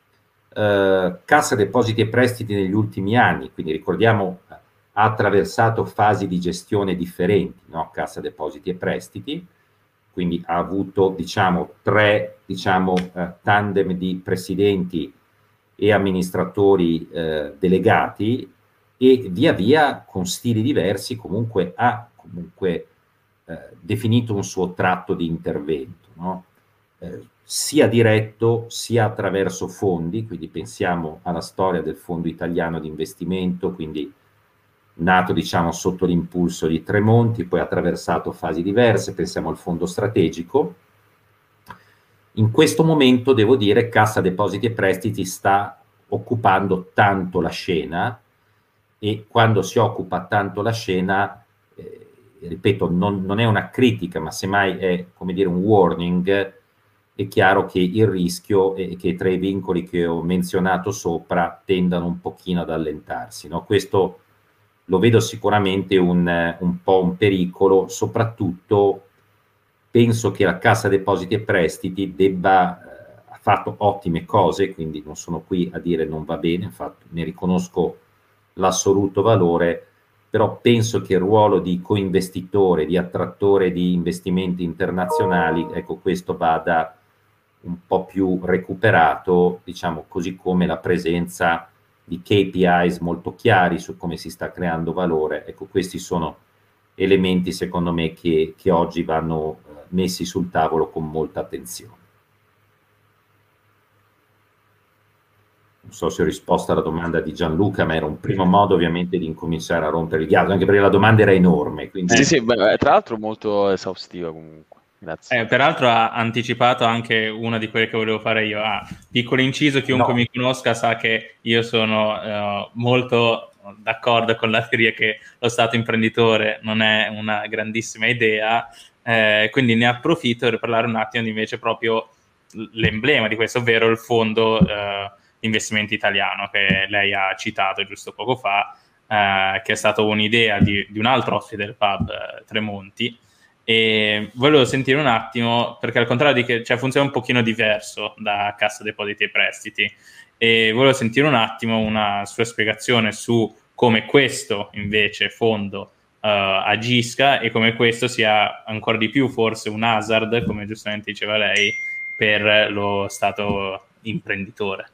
Uh, Cassa Depositi e Prestiti negli ultimi anni, quindi ricordiamo, ha attraversato fasi di gestione differenti, no? Cassa Depositi e Prestiti, quindi ha avuto, diciamo, tre, diciamo, uh, tandem di presidenti e amministratori uh, delegati, e via via con stili diversi comunque ha comunque uh, definito un suo tratto di intervento, no? Uh, sia diretto sia attraverso fondi, quindi pensiamo alla storia del Fondo Italiano di Investimento, quindi nato, diciamo, sotto l'impulso di Tremonti, poi ha attraversato fasi diverse, pensiamo al Fondo Strategico. In questo momento, devo dire, Cassa Depositi e Prestiti sta occupando tanto la scena, e quando si occupa tanto la scena, eh, ripeto, non, non è una critica, ma semmai è, come dire, un warning. È chiaro che il rischio è che tra i vincoli che ho menzionato sopra tendano un pochino ad allentarsi, no? Questo lo vedo sicuramente un, un po' un pericolo. Soprattutto penso che la Cassa Depositi e Prestiti debba, eh, ha fatto ottime cose, quindi non sono qui a dire non va bene, infatti ne riconosco l'assoluto valore, però penso che il ruolo di coinvestitore, di attrattore di investimenti internazionali, ecco, questo vada un po' più recuperato, diciamo, così come la presenza di K P Is molto chiari su come si sta creando valore. Ecco, questi sono elementi, secondo me, che, che oggi vanno eh, messi sul tavolo con molta attenzione. Non so se ho risposto alla domanda di Gianluca, ma era un primo modo ovviamente di incominciare a rompere il ghiaccio, anche perché la domanda era enorme. Quindi... Sì, sì, beh, tra l'altro molto esaustiva comunque. Grazie. Eh, peraltro ha anticipato anche una di quelle che volevo fare io. Ah, piccolo inciso, chiunque no. mi conosca sa che io sono eh, molto d'accordo con la teoria che lo Stato imprenditore non è una grandissima idea, eh, quindi ne approfitto per parlare un attimo di invece proprio l'emblema di questo, ovvero il fondo eh, investimenti italiano che lei ha citato giusto poco fa, eh, che è stato un'idea di, di un altro ospite del pub, eh, Tremonti. E volevo sentire un attimo, perché al contrario di che, cioè, funziona un pochino diverso da Cassa Depositi e Prestiti, e volevo sentire un attimo una sua spiegazione su come questo invece fondo uh, agisca e come questo sia ancora di più forse un hazard, come giustamente diceva lei, per lo Stato imprenditore.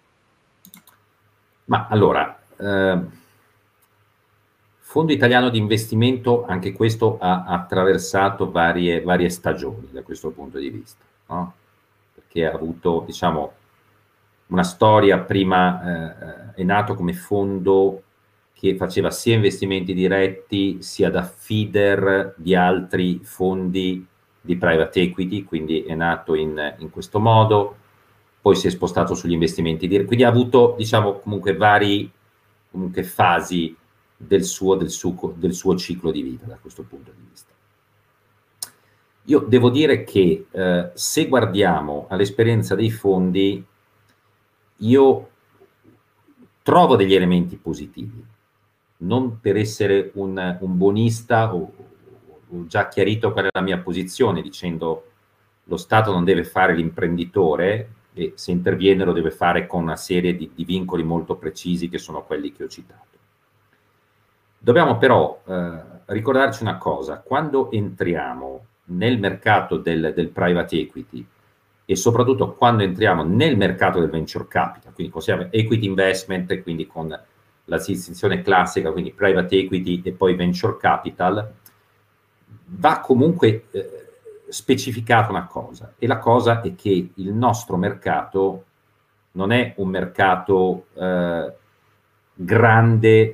Ma allora, eh... Fondo Italiano di Investimento, anche questo ha attraversato varie, varie stagioni da questo punto di vista, no? Perché ha avuto, diciamo, una storia. Prima eh, è nato come fondo che faceva sia investimenti diretti sia da feeder di altri fondi di private equity, quindi è nato in, in questo modo, poi si è spostato sugli investimenti diretti, quindi ha avuto, diciamo, comunque vari comunque fasi Del suo, del, suo, del suo ciclo di vita da questo punto di vista. Io devo dire che eh, se guardiamo all'esperienza dei fondi, io trovo degli elementi positivi, non per essere un, un buonista, ho, ho già chiarito qual è la mia posizione dicendo lo Stato non deve fare l'imprenditore e se interviene lo deve fare con una serie di, di vincoli molto precisi che sono quelli che ho citato. Dobbiamo però eh, ricordarci una cosa: quando entriamo nel mercato del, del private equity e soprattutto quando entriamo nel mercato del venture capital, quindi consigliamo equity investment, quindi con la distinzione classica, quindi private equity e poi venture capital, va comunque eh, specificata una cosa, e la cosa è che il nostro mercato non è un mercato eh, grande,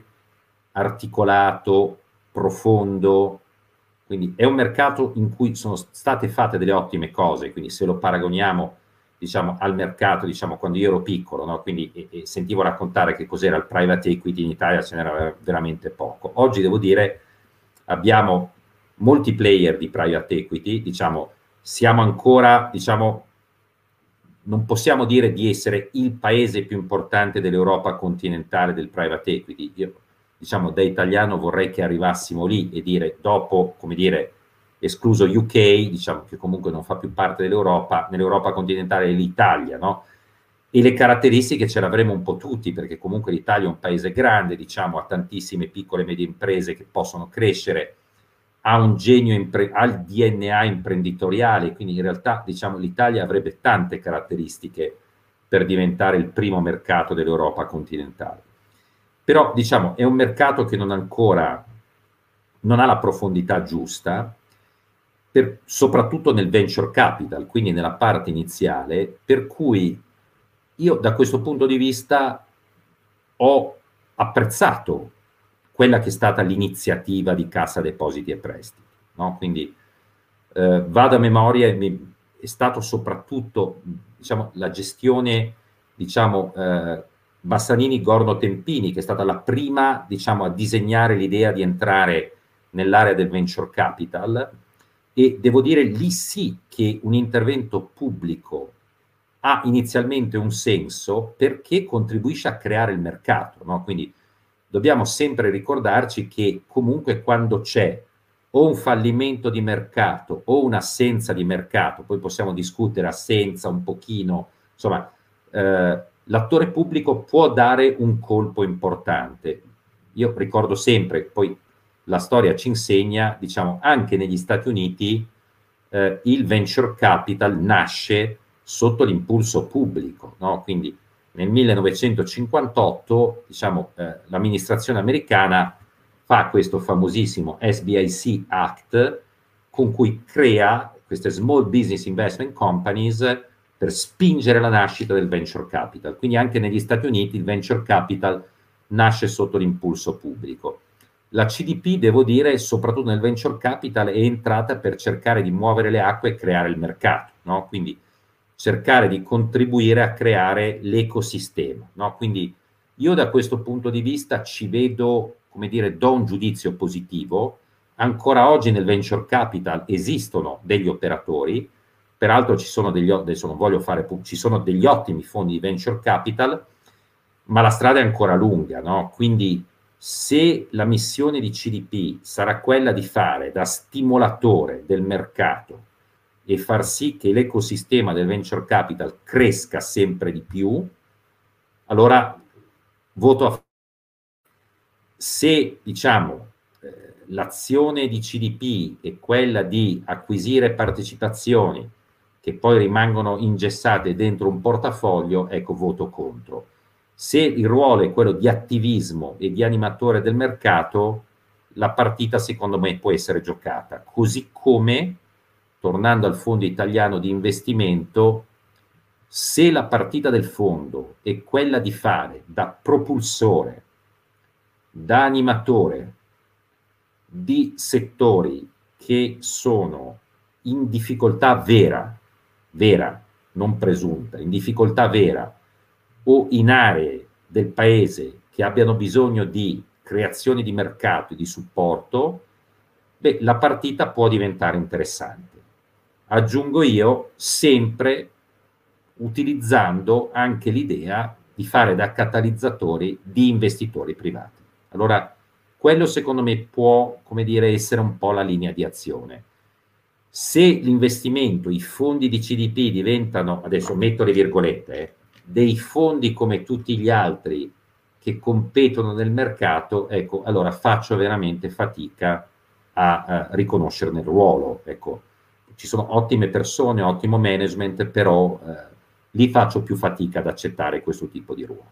articolato, profondo. Quindi è un mercato in cui sono state fatte delle ottime cose, quindi se lo paragoniamo, diciamo, al mercato, diciamo, quando io ero piccolo, no? Quindi e, e sentivo raccontare che cos'era il private equity in Italia, ce n'era veramente poco. Oggi devo dire abbiamo molti player di private equity, diciamo, siamo ancora, diciamo, non possiamo dire di essere il paese più importante dell'Europa continentale del private equity. Io, diciamo, da italiano vorrei che arrivassimo lì e dire, dopo, come dire, escluso U K, diciamo, che comunque non fa più parte dell'Europa, nell'Europa continentale è l'Italia, no? E le caratteristiche ce le avremo un po' tutti, perché comunque l'Italia è un paese grande, diciamo, ha tantissime piccole e medie imprese che possono crescere, ha un genio, impre- ha il D N A imprenditoriale, quindi in realtà, diciamo, l'Italia avrebbe tante caratteristiche per diventare il primo mercato dell'Europa continentale. Però, diciamo, è un mercato che non ancora non ha la profondità giusta, per, soprattutto nel venture capital, quindi nella parte iniziale, per cui io da questo punto di vista ho apprezzato quella che è stata l'iniziativa di Cassa Depositi e Prestiti, no? Quindi eh, vado a memoria, mi, è stato soprattutto, diciamo, la gestione, diciamo, eh, Bassanini-Gorno-Tempini, che è stata la prima, diciamo, a disegnare l'idea di entrare nell'area del venture capital, e devo dire lì sì che un intervento pubblico ha inizialmente un senso, perché contribuisce a creare il mercato, no? Quindi dobbiamo sempre ricordarci che comunque quando c'è o un fallimento di mercato o un'assenza di mercato, poi possiamo discutere assenza un pochino, insomma, eh, l'attore pubblico può dare un colpo importante. Io ricordo sempre, poi la storia ci insegna, diciamo, anche negli Stati Uniti eh, il venture capital nasce sotto l'impulso pubblico, no? Quindi nel millenovecentocinquantotto, diciamo, eh, l'amministrazione americana fa questo famosissimo S B I C Act, con cui crea queste Small Business Investment Companies per spingere la nascita del venture capital. Quindi anche negli Stati Uniti il venture capital nasce sotto l'impulso pubblico. La C D P, devo dire, soprattutto nel venture capital, è entrata per cercare di muovere le acque e creare il mercato, no? Quindi cercare di contribuire a creare l'ecosistema, no? Quindi io da questo punto di vista ci vedo, come dire, do un giudizio positivo. Ancora oggi nel venture capital esistono degli operatori, peraltro ci sono degli, adesso non voglio fare, ci sono degli ottimi fondi di venture capital, ma la strada è ancora lunga, no? Quindi se la missione di C D P sarà quella di fare da stimolatore del mercato e far sì che l'ecosistema del venture capital cresca sempre di più, allora voto a favore. Se, diciamo, eh, l'azione di C D P è quella di acquisire partecipazioni che poi rimangono ingessate dentro un portafoglio, ecco, voto contro. Se il ruolo è quello di attivismo e di animatore del mercato, la partita secondo me può essere giocata, così come, tornando al fondo italiano di investimento, se la partita del fondo è quella di fare da propulsore, da animatore di settori che sono in difficoltà vera, vera, non presunta, in difficoltà vera, o in aree del paese che abbiano bisogno di creazione di mercato e di supporto, beh, la partita può diventare interessante. Aggiungo io, sempre utilizzando anche l'idea di fare da catalizzatori di investitori privati. Allora, quello secondo me può, come dire, essere un po' la linea di azione. Se l'investimento, i fondi di C D P diventano, adesso metto le virgolette, eh, dei fondi come tutti gli altri che competono nel mercato, ecco, allora faccio veramente fatica a, a riconoscerne il ruolo. Ecco, ci sono ottime persone, ottimo management, però eh, lì faccio più fatica ad accettare questo tipo di ruolo.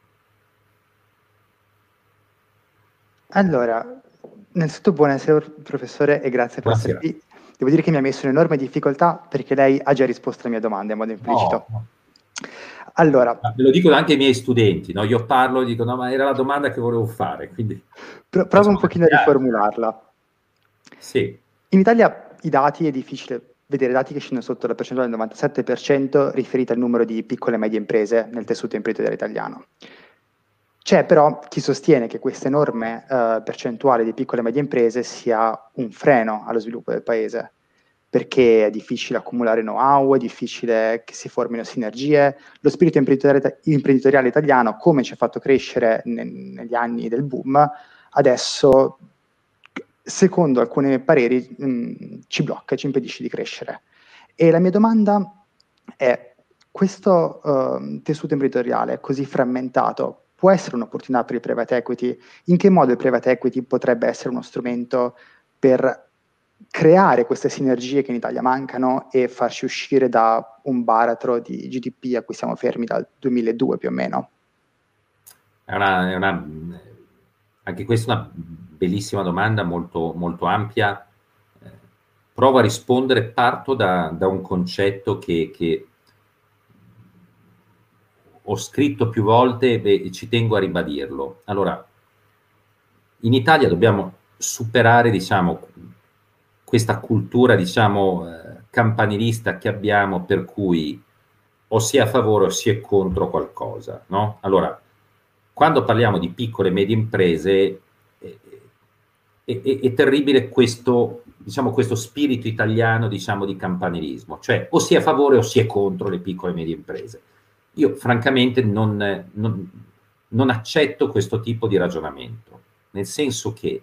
Allora, innanzitutto buonasera professore e grazie per essere qui. Devo dire che mi ha messo in enorme difficoltà perché lei ha già risposto alle mie domande in modo implicito. No. Allora, me lo dicono anche i miei studenti, no? Io parlo e dico no, ma era la domanda che volevo fare, quindi pro- provo un pochino a riformularla. Sì. In Italia i dati, è difficile vedere dati che scendono sotto la percentuale del novantasette per cento riferita al numero di piccole e medie imprese nel tessuto imprenditoriale italiano. C'è però chi sostiene che questa enorme eh, percentuale di piccole e medie imprese sia un freno allo sviluppo del paese, perché è difficile accumulare know-how, è difficile che si formino sinergie. Lo spirito imprenditoriale, imprenditoriale italiano, come ci ha fatto crescere ne, negli anni del boom, adesso, secondo alcuni pareri, mh, ci blocca, ci impedisce di crescere. E la mia domanda è, questo uh, tessuto imprenditoriale così frammentato può essere un'opportunità per il private equity? In che modo il private equity potrebbe essere uno strumento per creare queste sinergie che in Italia mancano e farci uscire da un baratro di G D P a cui siamo fermi dal duemiladue più o meno? È una, è una, anche questa è una bellissima domanda, molto, molto ampia. Eh, provo a rispondere, parto da, da un concetto che, che ho scritto più volte e ci tengo a ribadirlo. Allora, in Italia dobbiamo superare, diciamo, questa cultura, diciamo, eh, campanilista che abbiamo, per cui o si è a favore o si è contro qualcosa, no? Allora, quando parliamo di piccole e medie imprese, eh, è, è, è terribile questo, diciamo, questo spirito italiano, diciamo, di campanilismo, cioè o si è a favore o si è contro le piccole e medie imprese. Io francamente non, non, non accetto questo tipo di ragionamento, nel senso che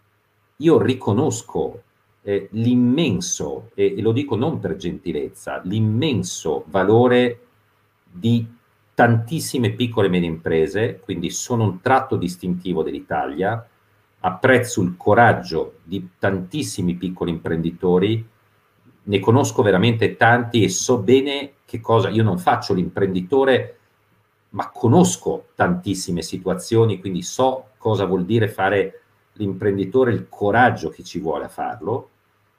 io riconosco eh, l'immenso, e, e lo dico non per gentilezza, l'immenso valore di tantissime piccole e medie imprese, quindi sono un tratto distintivo dell'Italia, apprezzo il coraggio di tantissimi piccoli imprenditori, ne conosco veramente tanti e so bene che cosa, io non faccio l'imprenditore, ma conosco tantissime situazioni, quindi so cosa vuol dire fare l'imprenditore, il coraggio che ci vuole a farlo,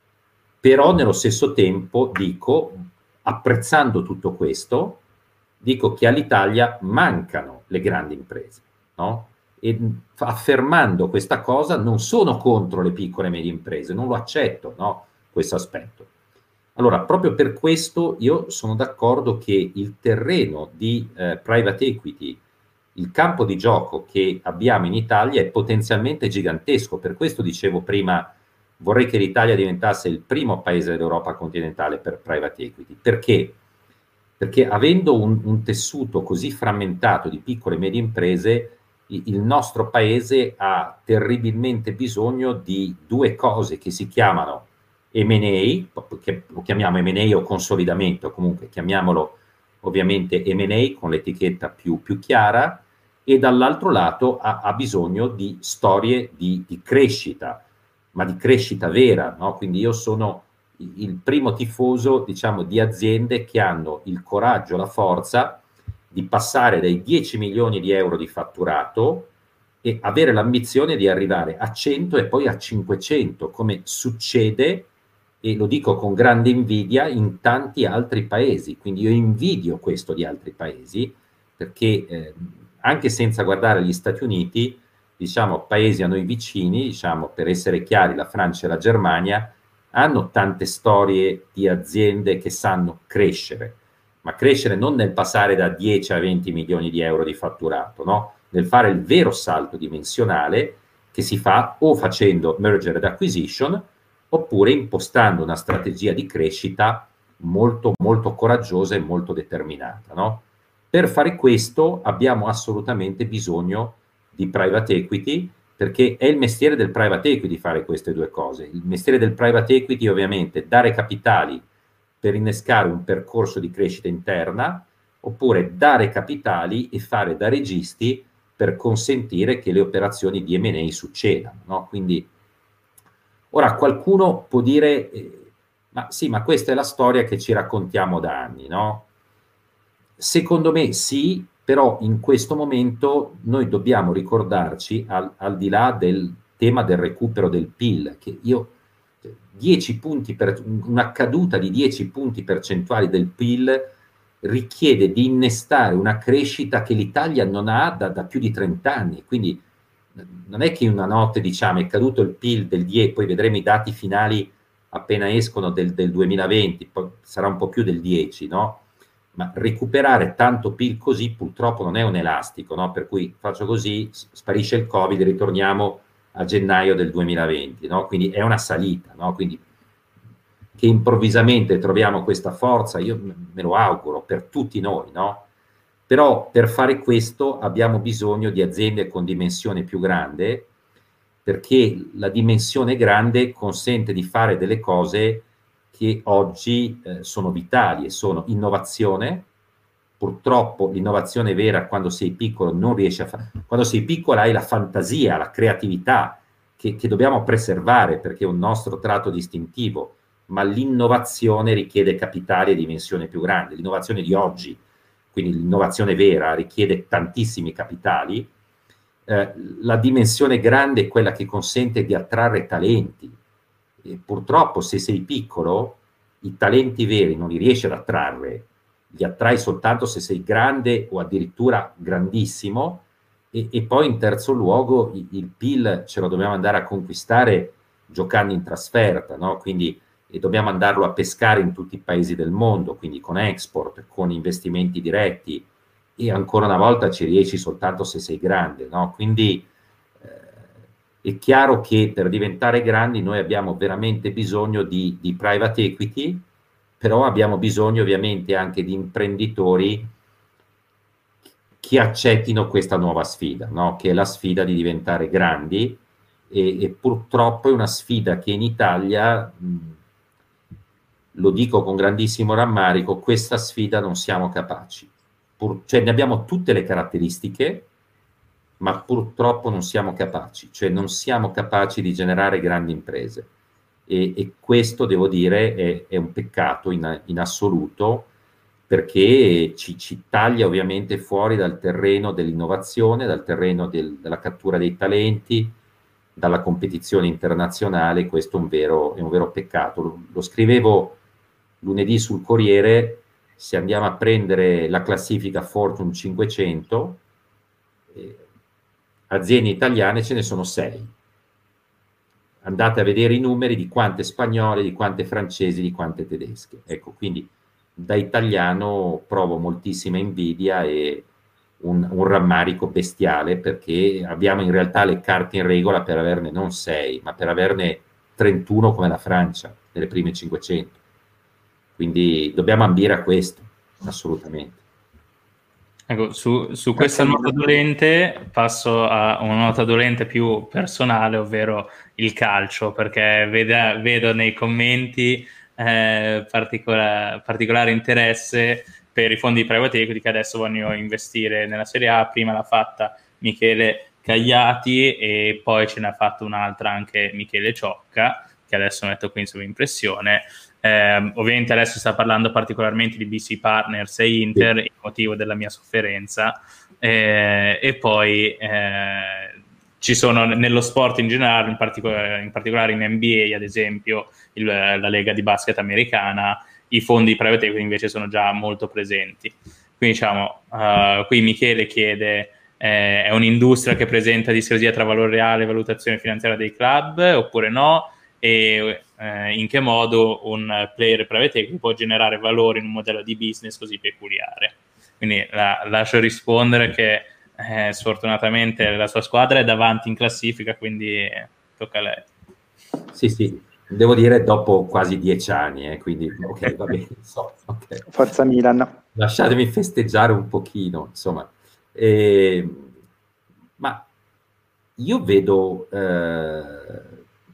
però nello stesso tempo dico, apprezzando tutto questo, dico che all'Italia mancano le grandi imprese, no? E affermando questa cosa non sono contro le piccole e medie imprese, non lo accetto, no? Questo aspetto. Allora, proprio per questo io sono d'accordo che il terreno di eh, private equity, il campo di gioco che abbiamo in Italia è potenzialmente gigantesco. Per questo dicevo prima, vorrei che l'Italia diventasse il primo paese dell'Europa continentale per private equity. Perché? Perché avendo un, un tessuto così frammentato di piccole e medie imprese, il, il nostro paese ha terribilmente bisogno di due cose che si chiamano M and A, che lo chiamiamo M and A o consolidamento, comunque chiamiamolo ovviamente M and A con l'etichetta più, più chiara, e dall'altro lato ha, ha bisogno di storie di, di crescita, ma di crescita vera, no? Quindi io sono il primo tifoso, diciamo, di aziende che hanno il coraggio, la forza di passare dai dieci milioni di euro di fatturato e avere l'ambizione di arrivare a cento e poi a cinquecento, come succede, e lo dico con grande invidia, in tanti altri paesi. Quindi io invidio questo di altri paesi, perché eh, anche senza guardare gli Stati Uniti, diciamo, paesi a noi vicini, diciamo, per essere chiari, la Francia e la Germania, hanno tante storie di aziende che sanno crescere, ma crescere non nel passare da dieci a venti milioni di euro di fatturato, no? Nel fare il vero salto dimensionale che si fa o facendo merger and acquisition, oppure impostando una strategia di crescita molto, molto coraggiosa e molto determinata, no? Per fare questo abbiamo assolutamente bisogno di private equity, perché è il mestiere del private equity fare queste due cose. Il mestiere del private equity ovviamente dare capitali per innescare un percorso di crescita interna, oppure dare capitali e fare da registi per consentire che le operazioni di M and A succedano, no? Quindi ora qualcuno può dire, eh, ma sì, ma questa è la storia che ci raccontiamo da anni, no? Secondo me sì, però in questo momento noi dobbiamo ricordarci, al, al di là del tema del recupero del P I L, che io, dieci punti per, una caduta di dieci punti percentuali del P I L richiede di innestare una crescita che l'Italia non ha da, da più di trenta anni, quindi non è che in una notte diciamo è caduto il P I L del dieci, poi vedremo i dati finali appena escono del, del duemilaventi, poi sarà un po' più del dieci, no? Ma recuperare tanto P I L così purtroppo non è un elastico, no? Per cui faccio così, sparisce il Covid, ritorniamo a gennaio del duemilaventi, no? Quindi è una salita, no? Quindi che improvvisamente troviamo questa forza, io me lo auguro per tutti noi, no? Però per fare questo abbiamo bisogno di aziende con dimensione più grande, perché la dimensione grande consente di fare delle cose che oggi eh, sono vitali, e sono innovazione. Purtroppo l'innovazione vera quando sei piccolo non riesci a fare, quando sei piccolo hai la fantasia, la creatività che, che dobbiamo preservare perché è un nostro tratto distintivo, ma l'innovazione richiede capitali e dimensione più grande. L'innovazione di oggi, quindi l'innovazione vera, richiede tantissimi capitali. Eh, la dimensione grande è quella che consente di attrarre talenti. E purtroppo se sei piccolo, i talenti veri non li riesci ad attrarre, li attrai soltanto se sei grande o addirittura grandissimo, e, e poi in terzo luogo il, il P I L ce lo dobbiamo andare a conquistare giocando in trasferta, no? Quindi e dobbiamo andarlo a pescare in tutti i paesi del mondo, quindi con export, con investimenti diretti, e ancora una volta ci riesci soltanto se sei grande, no? Quindi eh, è chiaro che per diventare grandi noi abbiamo veramente bisogno di, di private equity, però abbiamo bisogno ovviamente anche di imprenditori che accettino questa nuova sfida, no? Che è la sfida di diventare grandi, e, e purtroppo è una sfida che in Italia... Mh, lo dico con grandissimo rammarico, questa sfida non siamo capaci. Pur, cioè ne abbiamo tutte le caratteristiche, ma purtroppo non siamo capaci, cioè non siamo capaci di generare grandi imprese. E, e questo, devo dire, è, è un peccato in, in assoluto, perché ci, ci taglia ovviamente fuori dal terreno dell'innovazione, dal terreno del, della cattura dei talenti, dalla competizione internazionale. Questo è un vero, è un vero peccato. Lo, lo scrivevo lunedì sul Corriere. Se andiamo a prendere la classifica Fortune cinquecento, eh, aziende italiane ce ne sono sei. Andate a vedere i numeri di quante spagnole, di quante francesi, di quante tedesche. Ecco, quindi da italiano provo moltissima invidia e un, un rammarico bestiale, perché abbiamo in realtà le carte in regola per averne non sei, ma per averne trentuno come la Francia, nelle prime cinquecento. Quindi dobbiamo ambire a questo, assolutamente. Ecco, su, su questa nota dolente passo a una nota dolente più personale, ovvero il calcio, perché veda, vedo nei commenti eh, particola, particolare interesse per i fondi di private equity che adesso vogliono investire nella Serie A. Prima l'ha fatta Michele Cagliati e poi ce n'ha fatto un'altra anche Michele Ciocca, che adesso metto qui in sovrimpressione. Eh, ovviamente adesso sta parlando particolarmente di B C Partners e Inter, il motivo della mia sofferenza, eh, e poi eh, ci sono nello sport in generale, in, particola- in particolare in N B A ad esempio, il, la lega di basket americana, i fondi private equity invece sono già molto presenti. Quindi diciamo, uh, qui Michele chiede, eh, è un'industria che presenta discrasia tra valore reale e valutazione finanziaria dei club oppure no? E eh, in che modo un player private equity può generare valore in un modello di business così peculiare. Quindi la lascio rispondere che eh, sfortunatamente la sua squadra è davanti in classifica, quindi tocca a lei. Sì, sì, devo dire dopo quasi dieci anni, eh, quindi ok, va bene. So, okay. Forza Milan. Lasciatemi festeggiare un pochino, insomma. Eh, ma io vedo... Eh,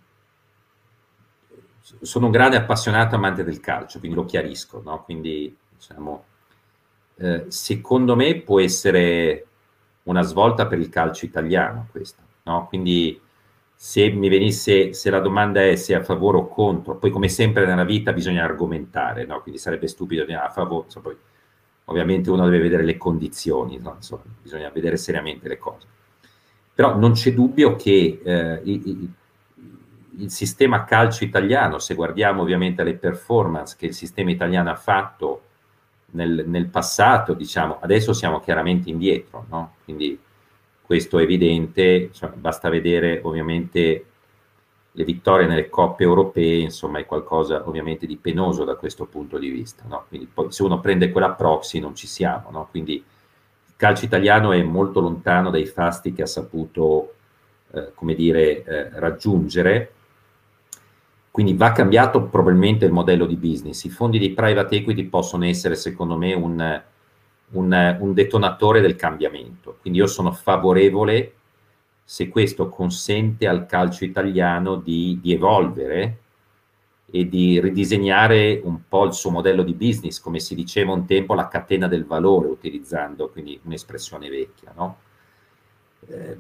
sono un grande appassionato amante del calcio, quindi lo chiarisco, no? Quindi, diciamo, eh, secondo me può essere una svolta per il calcio italiano questa, no? Quindi se mi venisse, se la domanda è se è a favore o contro, poi come sempre nella vita bisogna argomentare, no? Quindi sarebbe stupido dire a favore, insomma, poi, ovviamente uno deve vedere le condizioni, no? Insomma, bisogna vedere seriamente le cose. Però non c'è dubbio che eh, i, i, il sistema calcio italiano, se guardiamo ovviamente le performance che il sistema italiano ha fatto nel, nel passato, diciamo, adesso siamo chiaramente indietro, no? Quindi questo è evidente, cioè, basta vedere ovviamente le vittorie nelle coppe europee, insomma è qualcosa ovviamente di penoso da questo punto di vista, no? Quindi poi se uno prende quella proxy non ci siamo, no? Quindi il calcio italiano è molto lontano dai fasti che ha saputo, eh, come dire, eh, raggiungere. Quindi va cambiato probabilmente il modello di business. I fondi di private equity possono essere, secondo me, un, un, un detonatore del cambiamento. Quindi io sono favorevole se questo consente al calcio italiano di, di evolvere e di ridisegnare un po' il suo modello di business, come si diceva un tempo, la catena del valore, utilizzando quindi un'espressione vecchia, no? Eh,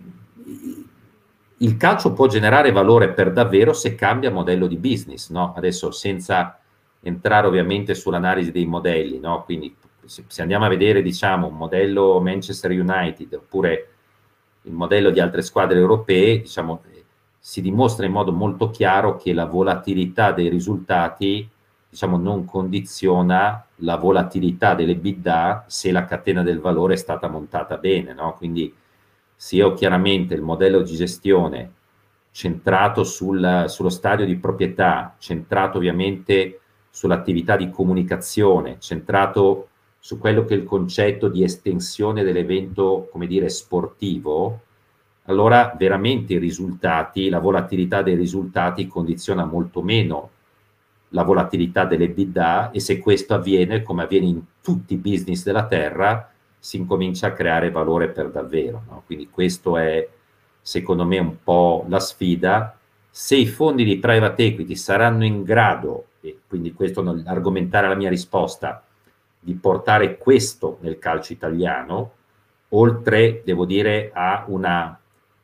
il calcio può generare valore per davvero se cambia modello di business, no? Adesso senza entrare ovviamente sull'analisi dei modelli, no? Quindi se, se andiamo a vedere, diciamo, un modello Manchester United oppure il modello di altre squadre europee, diciamo, si dimostra in modo molto chiaro che la volatilità dei risultati, diciamo, non condiziona la volatilità dell'EBITDA se la catena del valore è stata montata bene, no? Quindi se io chiaramente il modello di gestione centrato sul, sullo stadio di proprietà, centrato ovviamente sull'attività di comunicazione, centrato su quello che è il concetto di estensione dell'evento, come dire, sportivo, allora veramente i risultati, la volatilità dei risultati condiziona molto meno la volatilità dell'EBITDA, e se questo avviene, come avviene in tutti i business della Terra, si incomincia a creare valore per davvero, no? Quindi questo è, secondo me, un po' la sfida. Se i fondi di private equity saranno in grado, e quindi questo non argomentare la mia risposta, di portare questo nel calcio italiano, oltre, devo dire, a una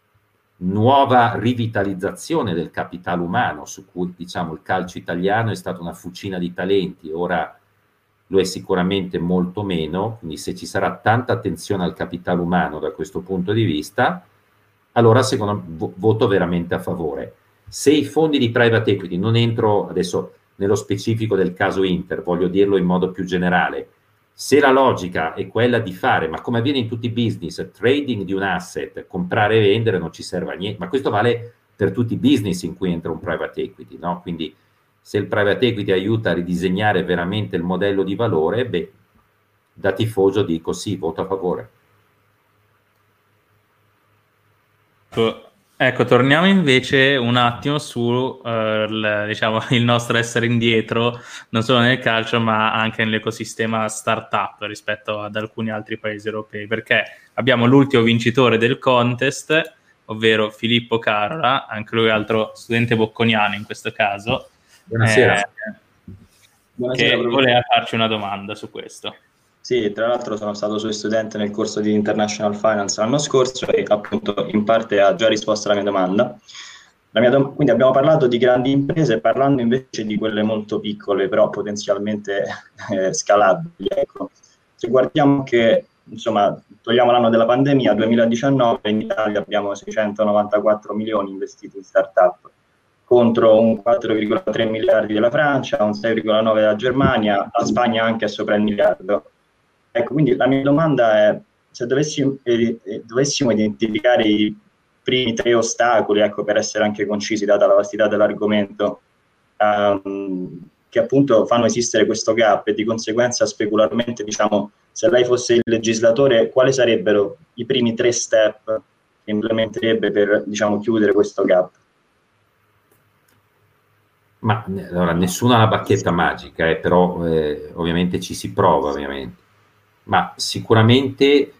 nuova rivitalizzazione del capitale umano, su cui, diciamo, il calcio italiano è stata una fucina di talenti, ora lo è sicuramente molto meno, quindi se ci sarà tanta attenzione al capitale umano da questo punto di vista, allora secondo me voto veramente a favore. Se i fondi di private equity, non entro adesso nello specifico del caso Inter, voglio dirlo in modo più generale, se la logica è quella di fare, ma come avviene in tutti i business, trading di un asset, comprare e vendere, non ci serve a niente, ma questo vale per tutti i business in cui entra un private equity, no? Quindi se il private equity aiuta a ridisegnare veramente il modello di valore, beh, da tifoso dico sì, voto a favore. Ecco, torniamo invece un attimo su uh, il, diciamo, il nostro essere indietro, non solo nel calcio, ma anche nell'ecosistema startup rispetto ad alcuni altri paesi europei, perché abbiamo l'ultimo vincitore del contest, ovvero Filippo Carola, anche lui altro studente bocconiano in questo caso. Buonasera. Eh, Buonasera, che voleva farci una domanda su questo. Sì, tra l'altro sono stato suo studente nel corso di International Finance l'anno scorso e appunto in parte ha già risposto alla mia domanda. La mia dom- quindi abbiamo parlato di grandi imprese, parlando invece di quelle molto piccole però potenzialmente eh, scalabili. Ecco. Se guardiamo che, insomma, togliamo l'anno della pandemia, duemiladiciannove, in Italia abbiamo seicentonovantaquattro milioni investiti in startup, contro un quattro virgola tre miliardi della Francia, un sei virgola nove della Germania, la Spagna anche è sopra il miliardo. Ecco, quindi la mia domanda è, se dovessimo, eh, dovessimo identificare i primi tre ostacoli, ecco, per essere anche concisi, data la vastità dell'argomento, um, che appunto fanno esistere questo gap, e di conseguenza specularmente, diciamo, se lei fosse il legislatore, quali sarebbero i primi tre step che implementerebbe per, diciamo, chiudere questo gap? Ma allora, nessuna ha la bacchetta magica, eh, però eh, ovviamente ci si prova, ovviamente. Ma sicuramente,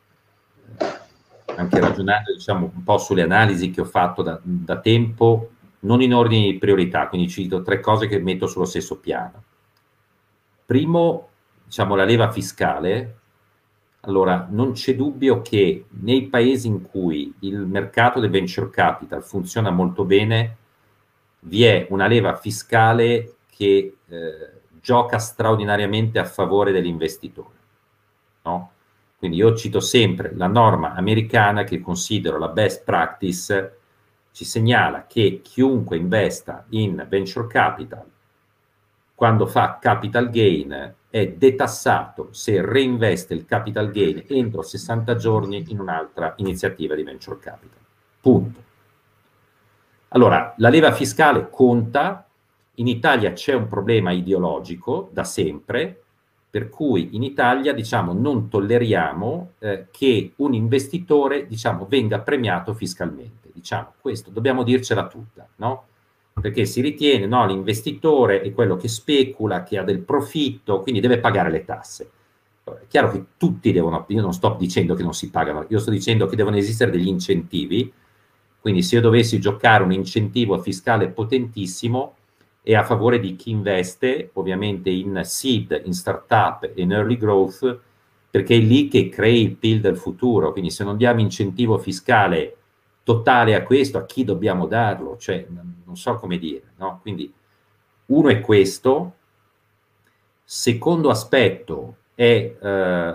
anche ragionando, diciamo, un po' sulle analisi che ho fatto da, da tempo, non in ordine di priorità, quindi cito tre cose che metto sullo stesso piano. Primo, diciamo, la leva fiscale. Allora, non c'è dubbio che nei paesi in cui il mercato del venture capital funziona molto bene, vi è una leva fiscale che eh, gioca straordinariamente a favore dell'investitore, no? Quindi io cito sempre la norma americana, che considero la best practice, ci segnala che chiunque investa in venture capital, quando fa capital gain è detassato se reinveste il capital gain entro sessanta giorni in un'altra iniziativa di venture capital. Punto. Allora, la leva fiscale conta. In Italia c'è un problema ideologico da sempre, per cui in Italia, diciamo, non tolleriamo eh, che un investitore, diciamo, venga premiato fiscalmente. Diciamo, questo dobbiamo dircela tutta, no? Perché si ritiene, no, l'investitore è quello che specula, che ha del profitto, quindi deve pagare le tasse. Allora, è chiaro che tutti devono, io non sto dicendo che non si pagano, io sto dicendo che devono esistere degli incentivi, quindi se io dovessi giocare un incentivo fiscale potentissimo è a favore di chi investe, ovviamente in seed, in startup e in early growth, perché è lì che crei il P I L del futuro, quindi se non diamo incentivo fiscale totale a questo, a chi dobbiamo darlo? Cioè, non so come dire, no? Quindi uno è questo. Secondo aspetto è eh,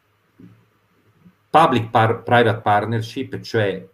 public-private partnership, cioè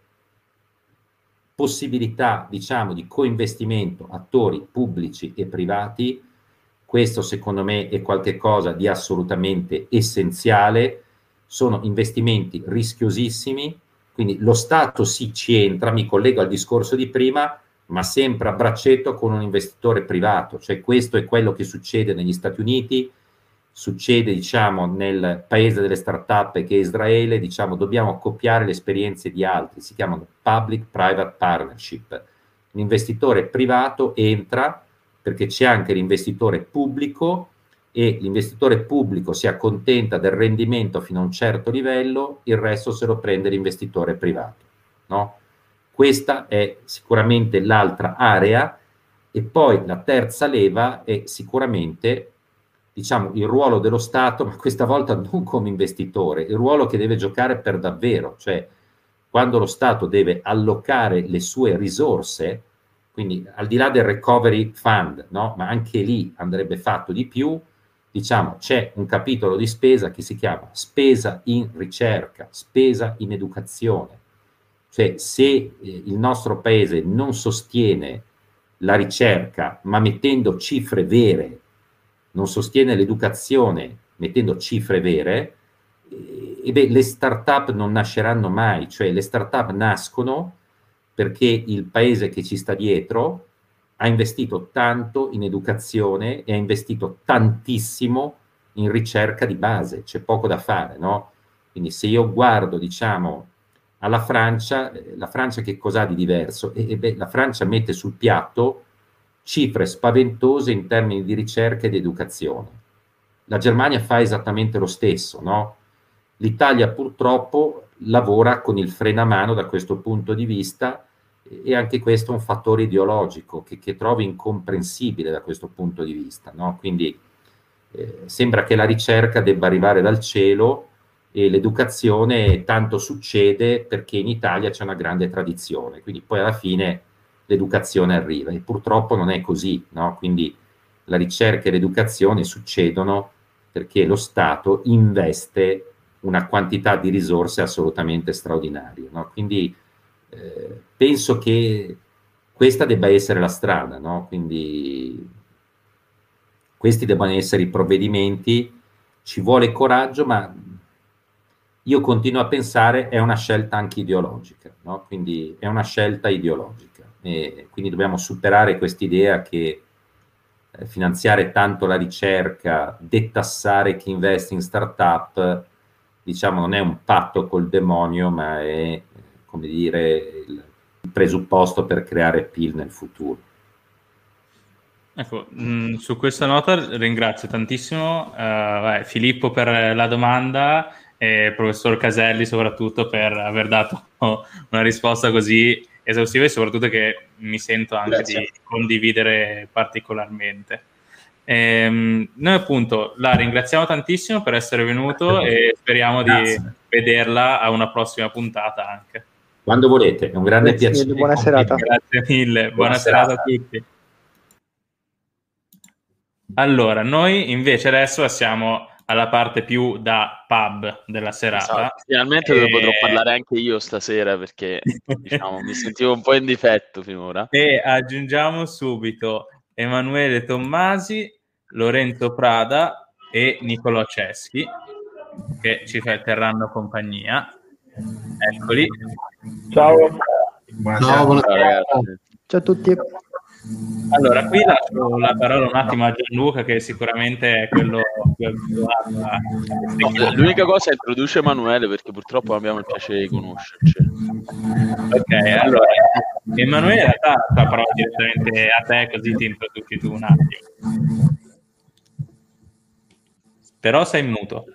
possibilità, diciamo, di coinvestimento attori pubblici e privati. Questo secondo me è qualcosa di assolutamente essenziale. Sono investimenti rischiosissimi, quindi lo Stato sì ci entra, mi collego al discorso di prima, ma sempre a braccetto con un investitore privato, cioè questo è quello che succede negli Stati Uniti, succede, diciamo, nel paese delle start-up che è Israele. Diciamo, dobbiamo copiare le esperienze di altri, si chiamano public-private partnership. L'investitore privato entra perché c'è anche l'investitore pubblico e l'investitore pubblico si accontenta del rendimento fino a un certo livello, il resto se lo prende l'investitore privato, no? Questa è sicuramente l'altra area. E poi la terza leva è sicuramente, diciamo, il ruolo dello Stato, ma questa volta non come investitore, il ruolo che deve giocare per davvero, cioè quando lo Stato deve allocare le sue risorse, quindi al di là del recovery fund, no? Ma anche lì andrebbe fatto di più. Diciamo, c'è un capitolo di spesa che si chiama spesa in ricerca, spesa in educazione. Cioè, se eh, il nostro paese non sostiene la ricerca, ma mettendo cifre vere, non sostiene l'educazione mettendo cifre vere, e, e beh, le start-up non nasceranno mai. Cioè, le start-up nascono perché il paese che ci sta dietro ha investito tanto in educazione e ha investito tantissimo in ricerca di base, c'è poco da fare, no? Quindi se io guardo, diciamo, alla Francia, la Francia che cos'ha di diverso? E, e beh, la Francia mette sul piatto cifre spaventose in termini di ricerca ed educazione. La Germania fa esattamente lo stesso, no? L'Italia purtroppo lavora con il freno a mano da questo punto di vista, e anche questo è un fattore ideologico che, che trovo incomprensibile da questo punto di vista, no? Quindi eh, sembra che la ricerca debba arrivare dal cielo e l'educazione tanto succede perché in Italia c'è una grande tradizione, quindi poi alla fine l'educazione arriva, e purtroppo non è così, no? Quindi la ricerca e l'educazione succedono perché lo Stato investe una quantità di risorse assolutamente straordinarie, no? Quindi eh, penso che questa debba essere la strada, no? Quindi questi debbano essere i provvedimenti, ci vuole coraggio, ma io continuo a pensare è una scelta anche ideologica, no? Quindi è una scelta ideologica, e quindi dobbiamo superare quest'idea che eh, finanziare tanto la ricerca, detassare chi investe in start-up, diciamo, non è un patto col demonio, ma è, come dire, il presupposto per creare P I L nel futuro. Ecco, mh, su questa nota ringrazio tantissimo uh, vai, Filippo per la domanda e il professor Caselli soprattutto per aver dato una risposta così esaustiva, e soprattutto che mi sento anche Grazie. Di condividere particolarmente. Ehm, noi appunto la ringraziamo tantissimo per essere venuto e speriamo Grazie. Di vederla a una prossima puntata anche. Quando volete, è un grande Grazie piacere. Mille, buona serata. Grazie mille, buona, buona serata. serata a tutti. Allora, noi invece adesso siamo alla parte più da pub della serata. Esatto. Finalmente e... potrò parlare anche io stasera, perché diciamo, mi sentivo un po' in difetto finora. E aggiungiamo subito Emanuele Tommasi, Lorenzo Prada e Nicolò Ceschi, che ci terranno compagnia. Eccoli. Ciao. Buonasera. Ciao, buonasera ragazzi. Ciao a tutti. Allora, qui lascio la parola un attimo a Gianluca, che sicuramente è quello più abituato a... No, l'unica cosa è introduce Emanuele, perché purtroppo non abbiamo il piacere di conoscerci. Ok, allora, Emanuele, in realtà la parola direttamente a te, così ti introduci tu un attimo. Però sei muto.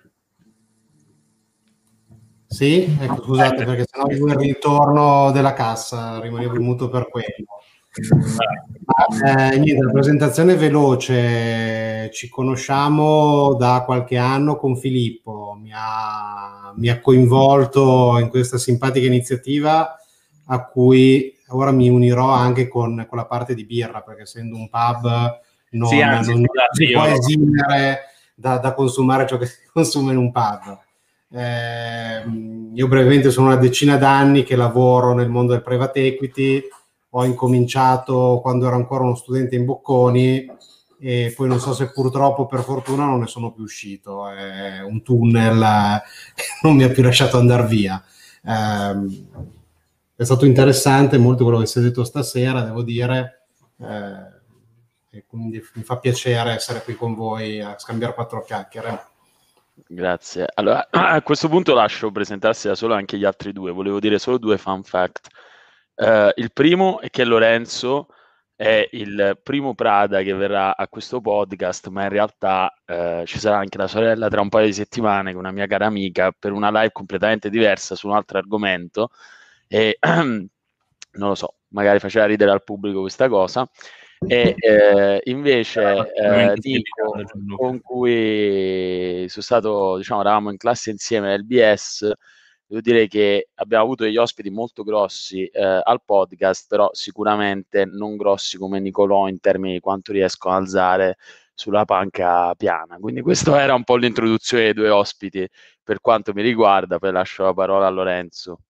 Sì, ecco, scusate, perché sennò il ritorno della cassa rimanevo muto per quello. Eh, niente, la presentazione è veloce. Ci conosciamo da qualche anno con Filippo, mi ha, mi ha coinvolto in questa simpatica iniziativa a cui ora mi unirò anche con, con la parte di birra, perché essendo un pub non, sì, anzi, non scusate, si io... può esimere da, da consumare ciò che si consuma in un pub. Eh, io brevemente sono una decina d'anni che lavoro nel mondo del private equity. Ho incominciato quando ero ancora uno studente in Bocconi e poi non so se purtroppo per fortuna non ne sono più uscito. È un tunnel che non mi ha più lasciato andare via. Eh, è stato interessante molto quello che si è detto stasera, devo dire, eh, e quindi mi fa piacere essere qui con voi a scambiare quattro chiacchiere. Grazie. Allora, a questo punto lascio presentarsi da solo anche gli altri due. Volevo dire solo due fun fact. Uh, il primo è che Lorenzo è il primo Prada che verrà a questo podcast, ma in realtà uh, ci sarà anche la sorella tra un paio di settimane con una mia cara amica per una live completamente diversa su un altro argomento e non lo so, magari faceva ridere al pubblico questa cosa. E eh, invece eh, Nico, con cui sono stato, diciamo, eravamo in classe insieme al B S. Devo dire che abbiamo avuto degli ospiti molto grossi eh, al podcast, però sicuramente non grossi come Nicolò in termini di quanto riescono a alzare sulla panca piana. Quindi questa era un po' l'introduzione dei due ospiti per quanto mi riguarda, poi lascio la parola a Lorenzo.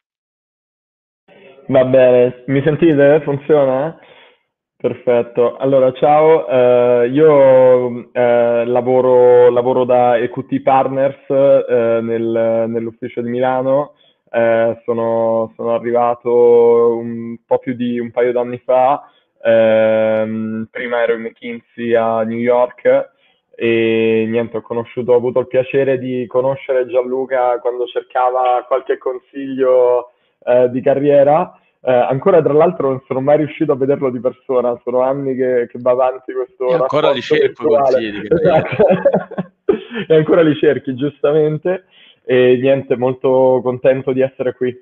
Va bene, mi sentite? Funziona? Perfetto. Allora, ciao, eh, io eh, lavoro, lavoro da E Q T Partners eh, nel, nell'ufficio di Milano. Eh, sono, sono arrivato un po' più di un paio d'anni fa. Eh, prima ero in McKinsey a New York e niente, ho conosciuto, ho avuto il piacere di conoscere Gianluca quando cercava qualche consiglio eh, di carriera. Eh, ancora tra l'altro non sono mai riuscito a vederlo di persona, sono anni che, che va avanti questo e ancora li cerco consigli, esatto. E ancora li cerchi, giustamente, e niente, molto contento di essere qui.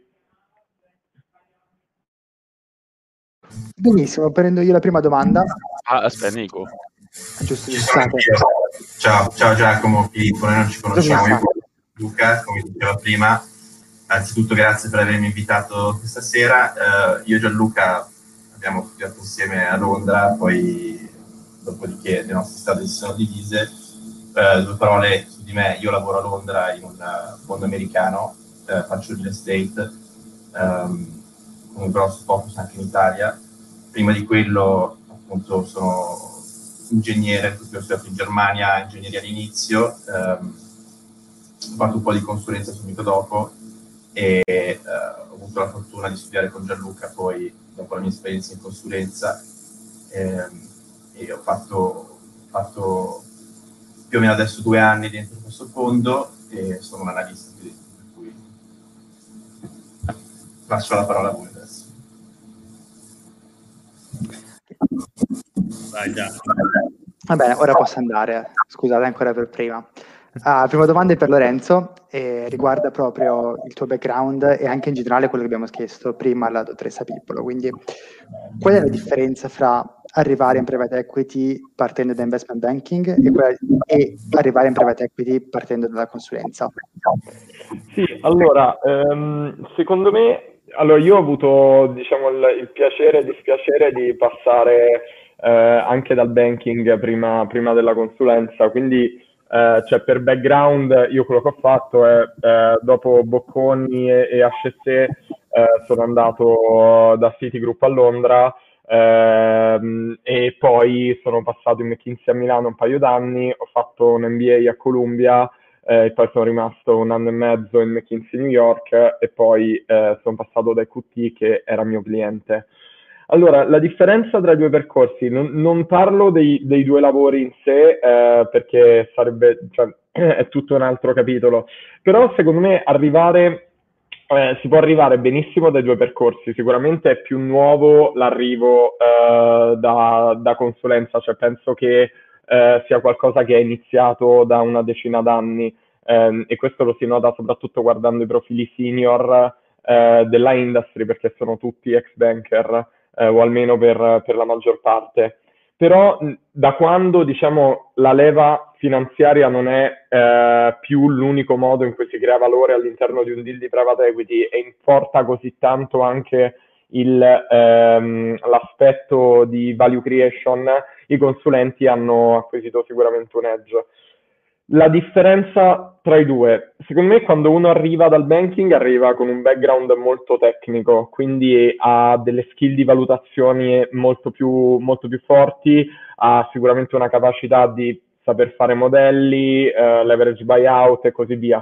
Benissimo, prendo io la prima domanda. Ah, aspetta, Nico. Giusto, giusto. Ciao, ciao Giacomo, Filippo, noi non ci conosciamo, io Luca, come diceva prima. Anzitutto grazie per avermi invitato questa sera. Uh, io e Gianluca abbiamo studiato insieme a Londra, poi dopodiché le nostre strade si sono divise. Uh, due parole su di me: io lavoro a Londra in un fondo americano, uh, faccio real estate, um, con un grosso focus anche in Italia. Prima di quello appunto sono ingegnere, perché ho studiato in Germania ingegneria all'inizio, um, ho fatto un po' di consulenza subito dopo e uh, ho avuto la fortuna di studiare con Gianluca poi dopo la mia esperienza in consulenza ehm, e ho fatto, fatto più o meno adesso due anni dentro questo fondo e sono un analista, per cui lascio la parola a voi adesso. Vai, già. Va bene, ora posso andare, scusate ancora per prima. La uh, prima domanda è per Lorenzo e riguarda proprio il tuo background e anche in generale quello che abbiamo chiesto prima alla dottoressa Pippolo. Quindi, qual è la differenza fra arrivare in private equity partendo da investment banking e, quella, e arrivare in private equity partendo dalla consulenza? Sì, allora, um, secondo me, allora io ho avuto diciamo il, il piacere e il dispiacere di passare eh, anche dal banking prima, prima della consulenza, quindi Uh, cioè per background io quello che ho fatto è uh, dopo Bocconi e, e H S E uh, sono andato da Citigroup a Londra, uh, Ehm, e poi sono passato in McKinsey a Milano un paio d'anni, ho fatto un M B A a Columbia, eh, e poi sono rimasto un anno e mezzo in McKinsey New York e poi eh, sono passato da E Q T, che era mio cliente. Allora, la differenza tra i due percorsi, non, non parlo dei, dei due lavori in sé, eh, perché sarebbe, cioè, è tutto un altro capitolo, però secondo me arrivare... Eh, si può arrivare benissimo dai due percorsi. Sicuramente è più nuovo l'arrivo eh, da, da consulenza, cioè penso che eh, sia qualcosa che è iniziato da una decina d'anni, ehm, e questo lo si nota soprattutto guardando i profili senior eh, della industry, perché sono tutti ex banker, eh, o almeno per, per la maggior parte. Però da quando, diciamo, la leva finanziaria non è eh, più l'unico modo in cui si crea valore all'interno di un deal di private equity e importa così tanto anche il, ehm, l'aspetto di value creation, i consulenti hanno acquisito sicuramente un edge. La differenza tra i due, secondo me, quando uno arriva dal banking arriva con un background molto tecnico, quindi ha delle skill di valutazione molto più, molto più forti, ha sicuramente una capacità di saper fare modelli, eh, leverage buyout e così via.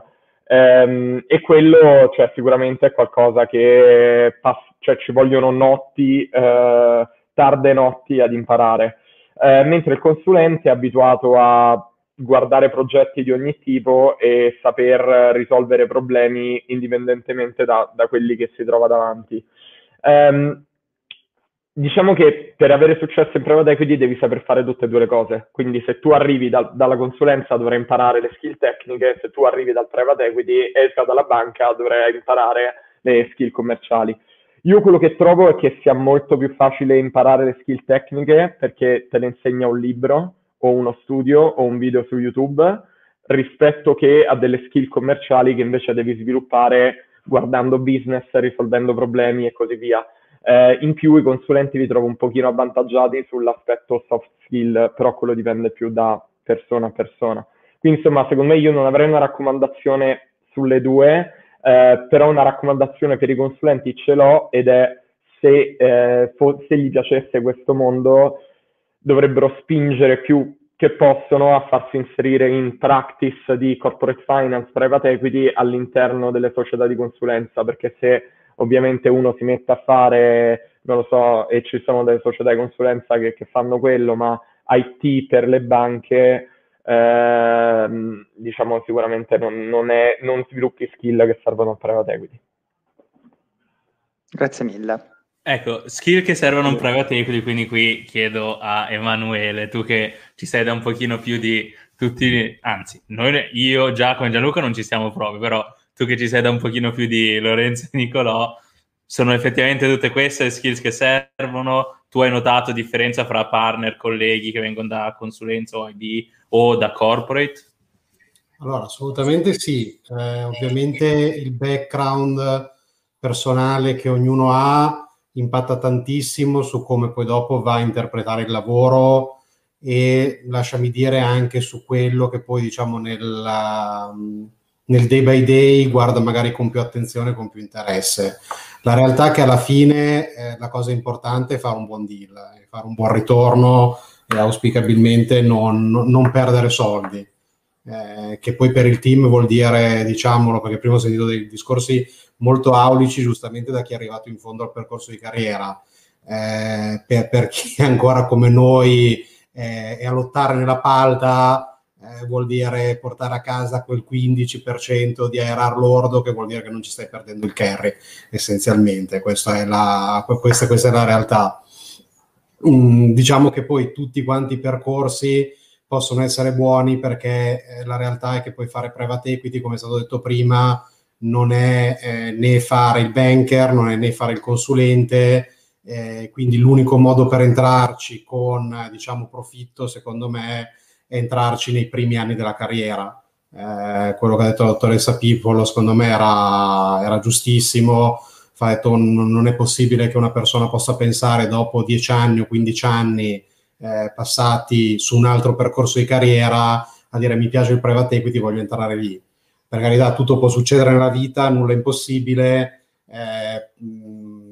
Ehm, e quello, cioè, sicuramente è qualcosa che pass- cioè, ci vogliono notti, eh, tarde notti ad imparare. Eh, mentre il consulente è abituato a guardare progetti di ogni tipo e saper risolvere problemi indipendentemente da, da quelli che si trova davanti. Um, diciamo che per avere successo in private equity devi saper fare tutte e due le cose, quindi se tu arrivi da, dalla consulenza dovrai imparare le skill tecniche, se tu arrivi dal private equity e dalla banca dovrai imparare le skill commerciali. Io quello che trovo è che sia molto più facile imparare le skill tecniche perché te le insegna un libro o uno studio o un video su YouTube, rispetto che a delle skill commerciali che invece devi sviluppare guardando business, risolvendo problemi e così via. Eh, in più i consulenti li trovo un pochino avvantaggiati sull'aspetto soft skill, però quello dipende più da persona a persona. Quindi insomma, secondo me io non avrei una raccomandazione sulle due, eh, però una raccomandazione per i consulenti ce l'ho, ed è se, eh, fo- se gli piacesse questo mondo, dovrebbero spingere più che possono a farsi inserire in practice di corporate finance, private equity all'interno delle società di consulenza, perché se ovviamente uno si mette a fare, non lo so, e ci sono delle società di consulenza che, che fanno quello, ma I T per le banche, ehm, diciamo sicuramente non, non, è, non sviluppi skill che servono al private equity. Grazie mille. Ecco, skill che servono in private equity, quindi qui chiedo a Emanuele, tu che ci sei da un pochino più di tutti, anzi, noi, io, Giacomo e Gianluca non ci siamo proprio, però tu che ci sei da un pochino più di Lorenzo e Nicolò, sono effettivamente tutte queste le skills che servono? Tu hai notato differenza fra partner, colleghi che vengono da consulenza o I B o da corporate? Allora, assolutamente sì. Eh, ovviamente il background personale che ognuno ha impatta tantissimo su come poi dopo va a interpretare il lavoro e, lasciami dire, anche su quello che poi, diciamo, nel, nel day by day guarda magari con più attenzione, con più interesse. La realtà è che alla fine eh, la cosa importante è fare un buon deal, è fare un buon ritorno e auspicabilmente non, non perdere soldi, eh, che poi per il team vuol dire, diciamolo, perché prima ho sentito dei discorsi molto aulici giustamente da chi è arrivato in fondo al percorso di carriera, eh, per, per chi ancora come noi eh, è a lottare nella palta, eh, vuol dire portare a casa quel quindici per cento di A R R lordo, che vuol dire che non ci stai perdendo il carry essenzialmente. Questa è la, questa, questa è la realtà. Mm, diciamo che poi tutti quanti i percorsi possono essere buoni, perché eh, la realtà è che puoi fare private equity, come è stato detto prima, non è eh, né fare il banker, non è né fare il consulente, eh, quindi l'unico modo per entrarci con, eh, diciamo, profitto, secondo me, è entrarci nei primi anni della carriera. Eh, quello che ha detto la dottoressa Pippolo, secondo me, era, era giustissimo. Ha detto non, non è possibile che una persona possa pensare dopo dieci anni o quindici anni eh, passati su un altro percorso di carriera a dire mi piace il private equity, voglio entrare lì. Per carità, tutto può succedere nella vita, nulla è impossibile, eh,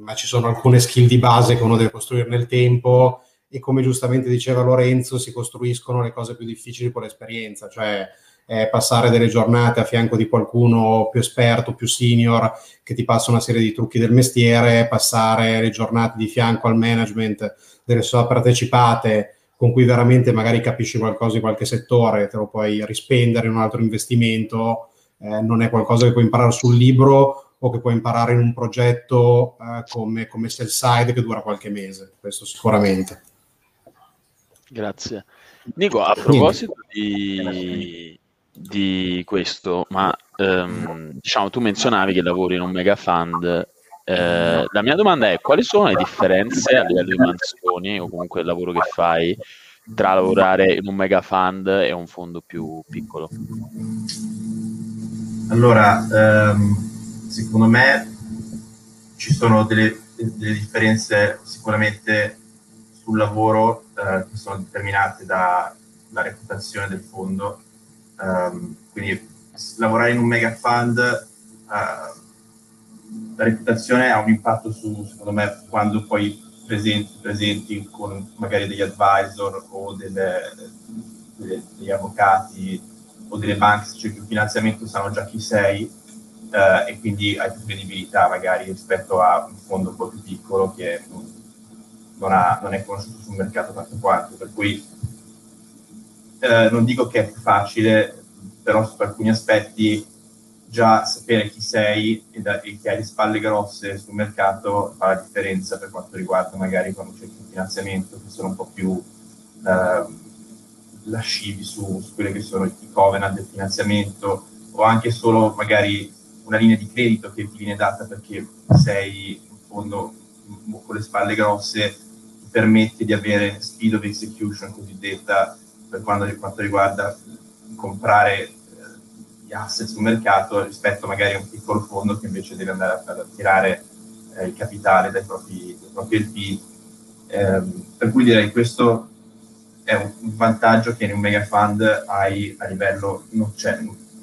ma ci sono alcune skill di base che uno deve costruire nel tempo, e come giustamente diceva Lorenzo, si costruiscono le cose più difficili con l'esperienza, cioè eh, passare delle giornate a fianco di qualcuno più esperto, più senior, che ti passa una serie di trucchi del mestiere, passare le giornate di fianco al management delle società partecipate, con cui veramente magari capisci qualcosa di qualche settore, te lo puoi rispendere in un altro investimento, eh, non è qualcosa che puoi imparare sul libro o che puoi imparare in un progetto eh, come, come sell side che dura qualche mese, questo sicuramente. Grazie. Nico, a proposito di, di questo, ma ehm, diciamo, tu menzionavi che lavori in un mega fund. Eh, la mia domanda è: quali sono le differenze a livello di mansioni o comunque il lavoro che fai tra lavorare in un mega fund e un fondo più piccolo? Allora, ehm, secondo me ci sono delle, delle differenze sicuramente sul lavoro eh, che sono determinate dalla reputazione del fondo. Um, quindi lavorare in un mega fund, uh, la reputazione ha un impatto su, secondo me, quando poi presenti, presenti con magari degli advisor o delle, delle, degli avvocati o delle banche, se cerchi un finanziamento sanno già chi sei, uh, e quindi hai più credibilità magari rispetto a un fondo un po' più piccolo che non, ha, non è conosciuto sul mercato tanto quanto, per cui eh, non dico che è più facile, però su alcuni aspetti già sapere chi sei e, da, e che hai le spalle grosse sul mercato fa la differenza per quanto riguarda magari quando cerchi un finanziamento, che sono un po' più eh, lascivi su, su quelle che sono i covenant del finanziamento, o anche solo magari una linea di credito che ti viene data perché sei in fondo con le spalle grosse, ti permette di avere speed of execution cosiddetta per quanto, quanto riguarda comprare eh, gli asset sul mercato, rispetto magari a un piccolo fondo che invece deve andare ad attirare eh, il capitale dai propri, dai propri L P. Eh, per cui direi questo è un, un vantaggio che in un mega fund hai a livello, non c'è,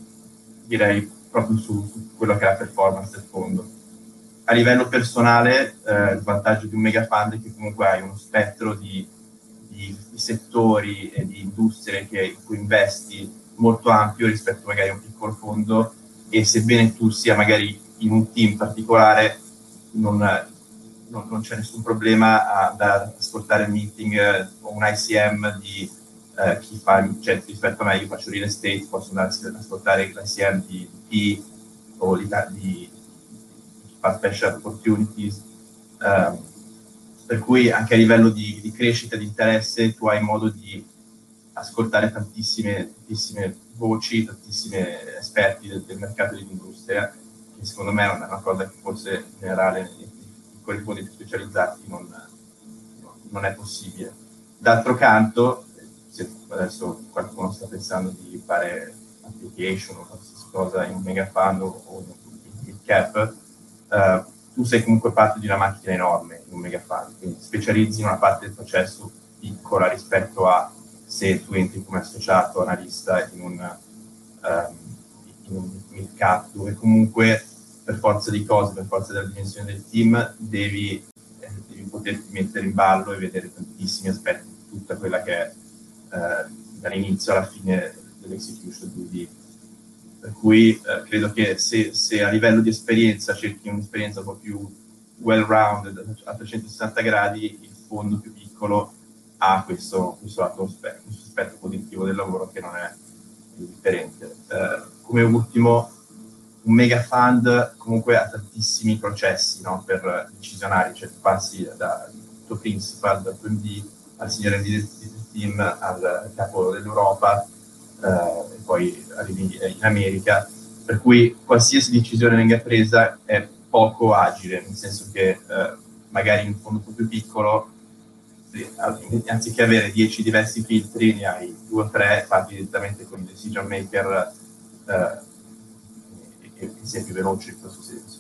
direi proprio su, su quello che è la performance del fondo. A livello personale, eh, il vantaggio di un mega fund è che comunque hai uno spettro di, di, di settori e di industrie che, in cui investi molto ampio rispetto magari a un piccolo fondo, e sebbene tu sia magari in un team particolare, non, non, non c'è nessun problema ad ascoltare il meeting eh, o un I C M di eh, chi fa, cioè rispetto a me, io faccio real estate, posso andare ad ascoltare l'I C M di P o di, di fa special opportunities, um, per cui anche a livello di, di crescita di interesse tu hai modo di ascoltare tantissime, tantissime voci, tantissimi esperti del, del mercato dell'industria, che secondo me è una, una cosa che forse in generale nei piccoli fondi più specializzati non, non è possibile. D'altro canto, se adesso qualcuno sta pensando di fare application o qualsiasi cosa in un mega fund o in un cap, Uh, tu sei comunque parte di una macchina enorme in un mega fund, quindi specializzi in una parte del processo piccola rispetto a se tu entri come associato analista in un, um, in un mid cap, dove comunque per forza di cose, per forza della dimensione del team, devi, eh, devi poterti mettere in ballo e vedere tantissimi aspetti di tutta quella che è uh, dall'inizio alla fine dell'execution due. Per cui eh, credo che se, se a livello di esperienza cerchi un'esperienza un po' più well-rounded a trecentosessanta gradi, il fondo più piccolo ha questo, questo lato aspetto, questo aspetto positivo del lavoro che non è differente. Eh, come ultimo, un mega fund comunque ha tantissimi processi, no, per decisionari, cioè passi dal tuo principal, dal tuo M D al signor M D del, del team, al capo dell'Europa, Uh, e poi arrivi in America, per cui qualsiasi decisione venga presa è poco agile, nel senso che uh, magari in un fondo un po' più piccolo, anziché avere dieci diversi filtri, ne hai due o tre, parti direttamente con il decision maker uh, e, e sei più veloce in questo senso.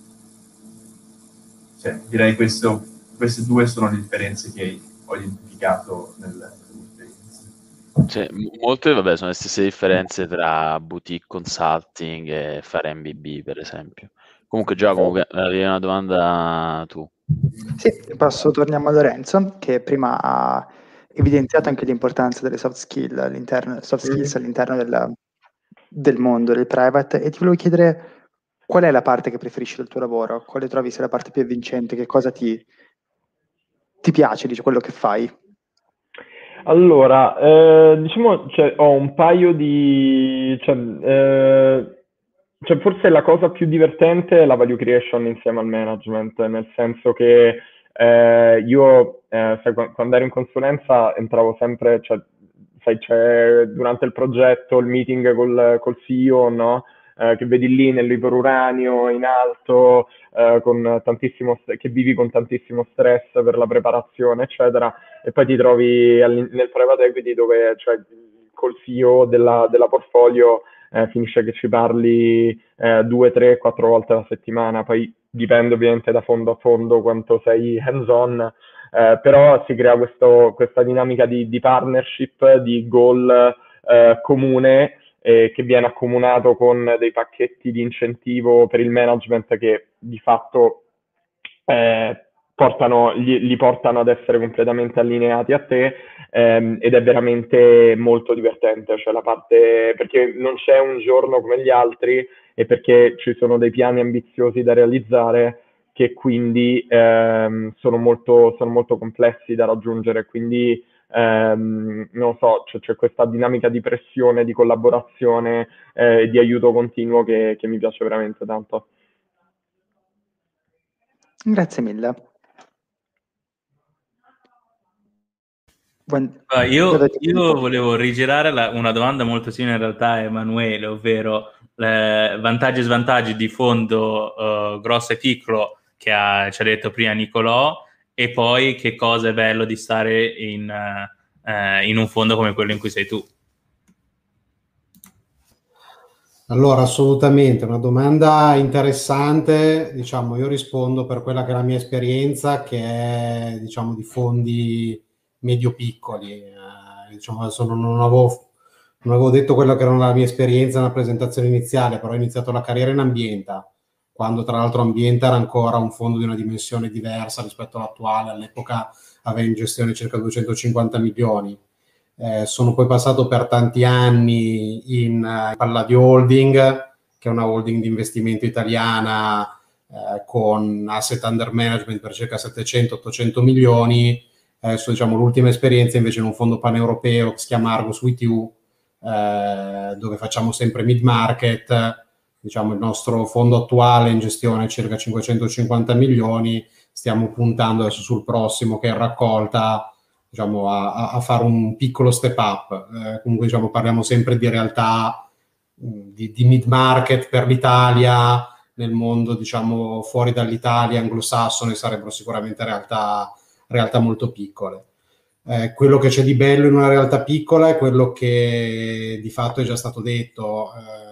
Cioè, direi questo, queste due sono le differenze che ho identificato nel Cioè, molte vabbè, sono le stesse differenze tra boutique consulting e fare M B B, per esempio. Comunque, Giacomo, avevi una domanda tu. Sì, passo, torniamo a Lorenzo, che prima ha evidenziato anche l'importanza delle soft skill all'interno, soft skills all'interno del, del mondo del private, e ti volevo chiedere qual è la parte che preferisci del tuo lavoro, quale trovi sia la parte più avvincente, che cosa ti, ti piace, dice, quello che fai. Allora, eh, diciamo, cioè, ho un paio di... Cioè, eh, cioè, forse la cosa più divertente è la value creation insieme al management, nel senso che eh, io, eh, sai, quando ero in consulenza entravo sempre, cioè, sai, c'è durante il progetto il meeting col, col C E O, no? Eh, che vedi lì nell'iperuranio in alto, eh, con tantissimo, che vivi con tantissimo stress per la preparazione, eccetera, e poi ti trovi nel private equity dove, cioè, col C E O della, della portfolio eh, finisce che ci parli eh, due, tre, quattro volte alla settimana, poi dipende ovviamente da fondo a fondo quanto sei hands-on, eh, però si crea questo, questa dinamica di, di partnership, di goal eh, comune, eh, che viene accomunato con dei pacchetti di incentivo per il management che di fatto eh, portano, li, li portano ad essere completamente allineati a te, ehm, ed è veramente molto divertente, cioè la parte, perché non c'è un giorno come gli altri e perché ci sono dei piani ambiziosi da realizzare che quindi ehm, sono, molto, sono molto complessi da raggiungere, quindi ehm, non so, c'è, c'è questa dinamica di pressione, di collaborazione e eh, di aiuto continuo che, che mi piace veramente tanto. Grazie mille. Uh, io, io volevo rigirare la, una domanda molto simile in realtà a Emanuele, ovvero eh, vantaggi e svantaggi di fondo uh, grosso e piccolo che ha, ci ha detto prima Nicolò, e poi che cosa è bello di stare in, uh, uh, in un fondo come quello in cui sei tu. Allora, assolutamente, una domanda interessante. Diciamo, io rispondo per quella che è la mia esperienza, che è, diciamo, di fondi medio-piccoli. Eh, diciamo, adesso non, non, avevo, non avevo detto quella che era la mia esperienza nella presentazione iniziale, però ho iniziato la carriera in Ambienta, quando tra l'altro Ambienta era ancora un fondo di una dimensione diversa rispetto all'attuale. All'epoca aveva in gestione circa duecentocinquanta milioni. Eh, sono poi passato per tanti anni in uh, Palladio Holding, che è una holding di investimento italiana eh, con asset under management per circa settecento ottocento milioni. Adesso, diciamo, l'ultima esperienza invece in un fondo paneuropeo che si chiama Argus With You, eh, dove facciamo sempre mid-market. Diciamo, il nostro fondo attuale in gestione è circa cinquecentocinquanta milioni, stiamo puntando adesso sul prossimo che è in raccolta, diciamo, a, a fare un piccolo step up. Eh, comunque, diciamo, parliamo sempre di realtà di, di mid-market per l'Italia. Nel mondo, diciamo, fuori dall'Italia, anglosassone, sarebbero sicuramente realtà, realtà molto piccole. Eh, quello che c'è di bello in una realtà piccola è quello che di fatto è già stato detto. Eh,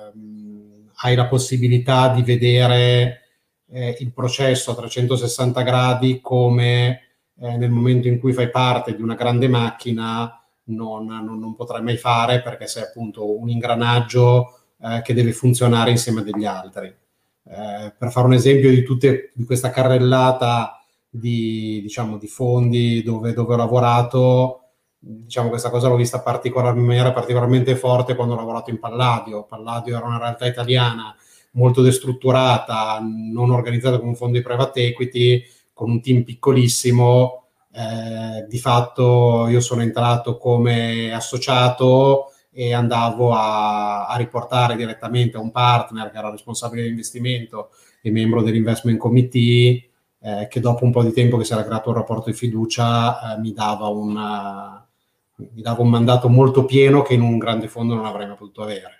hai la possibilità di vedere eh, il processo a trecentosessanta gradi, come eh, nel momento in cui fai parte di una grande macchina non, non, non potrai mai fare, perché sei appunto un ingranaggio eh, che deve funzionare insieme a degli altri. Eh, per fare un esempio di, tutte, di questa carrellata di, diciamo, di fondi dove, dove ho lavorato, diciamo, questa cosa l'ho vista particolar- in maniera particolarmente forte quando ho lavorato in Palladio. Palladio era una realtà italiana molto destrutturata, non organizzata come un fondo di private equity, con un team piccolissimo. Eh, di fatto io sono entrato come associato e andavo a, a riportare direttamente a un partner che era responsabile dell'investimento e membro dell'investment committee, eh, che dopo un po' di tempo che si era creato un rapporto di fiducia eh, mi dava una mi dava un mandato molto pieno che in un grande fondo non avrei mai potuto avere.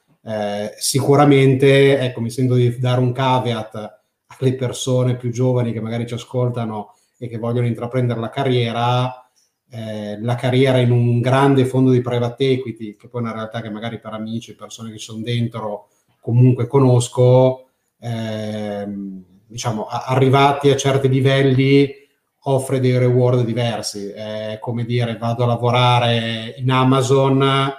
Eh, sicuramente, ecco, mi sento di dare un caveat alle persone più giovani che magari ci ascoltano e che vogliono intraprendere la carriera. Eh, la carriera in un grande fondo di private equity, che poi è una realtà che magari per amici, persone che sono dentro, comunque conosco, eh, diciamo, arrivati a certi livelli, offre dei reward diversi. È come dire, vado a lavorare in Amazon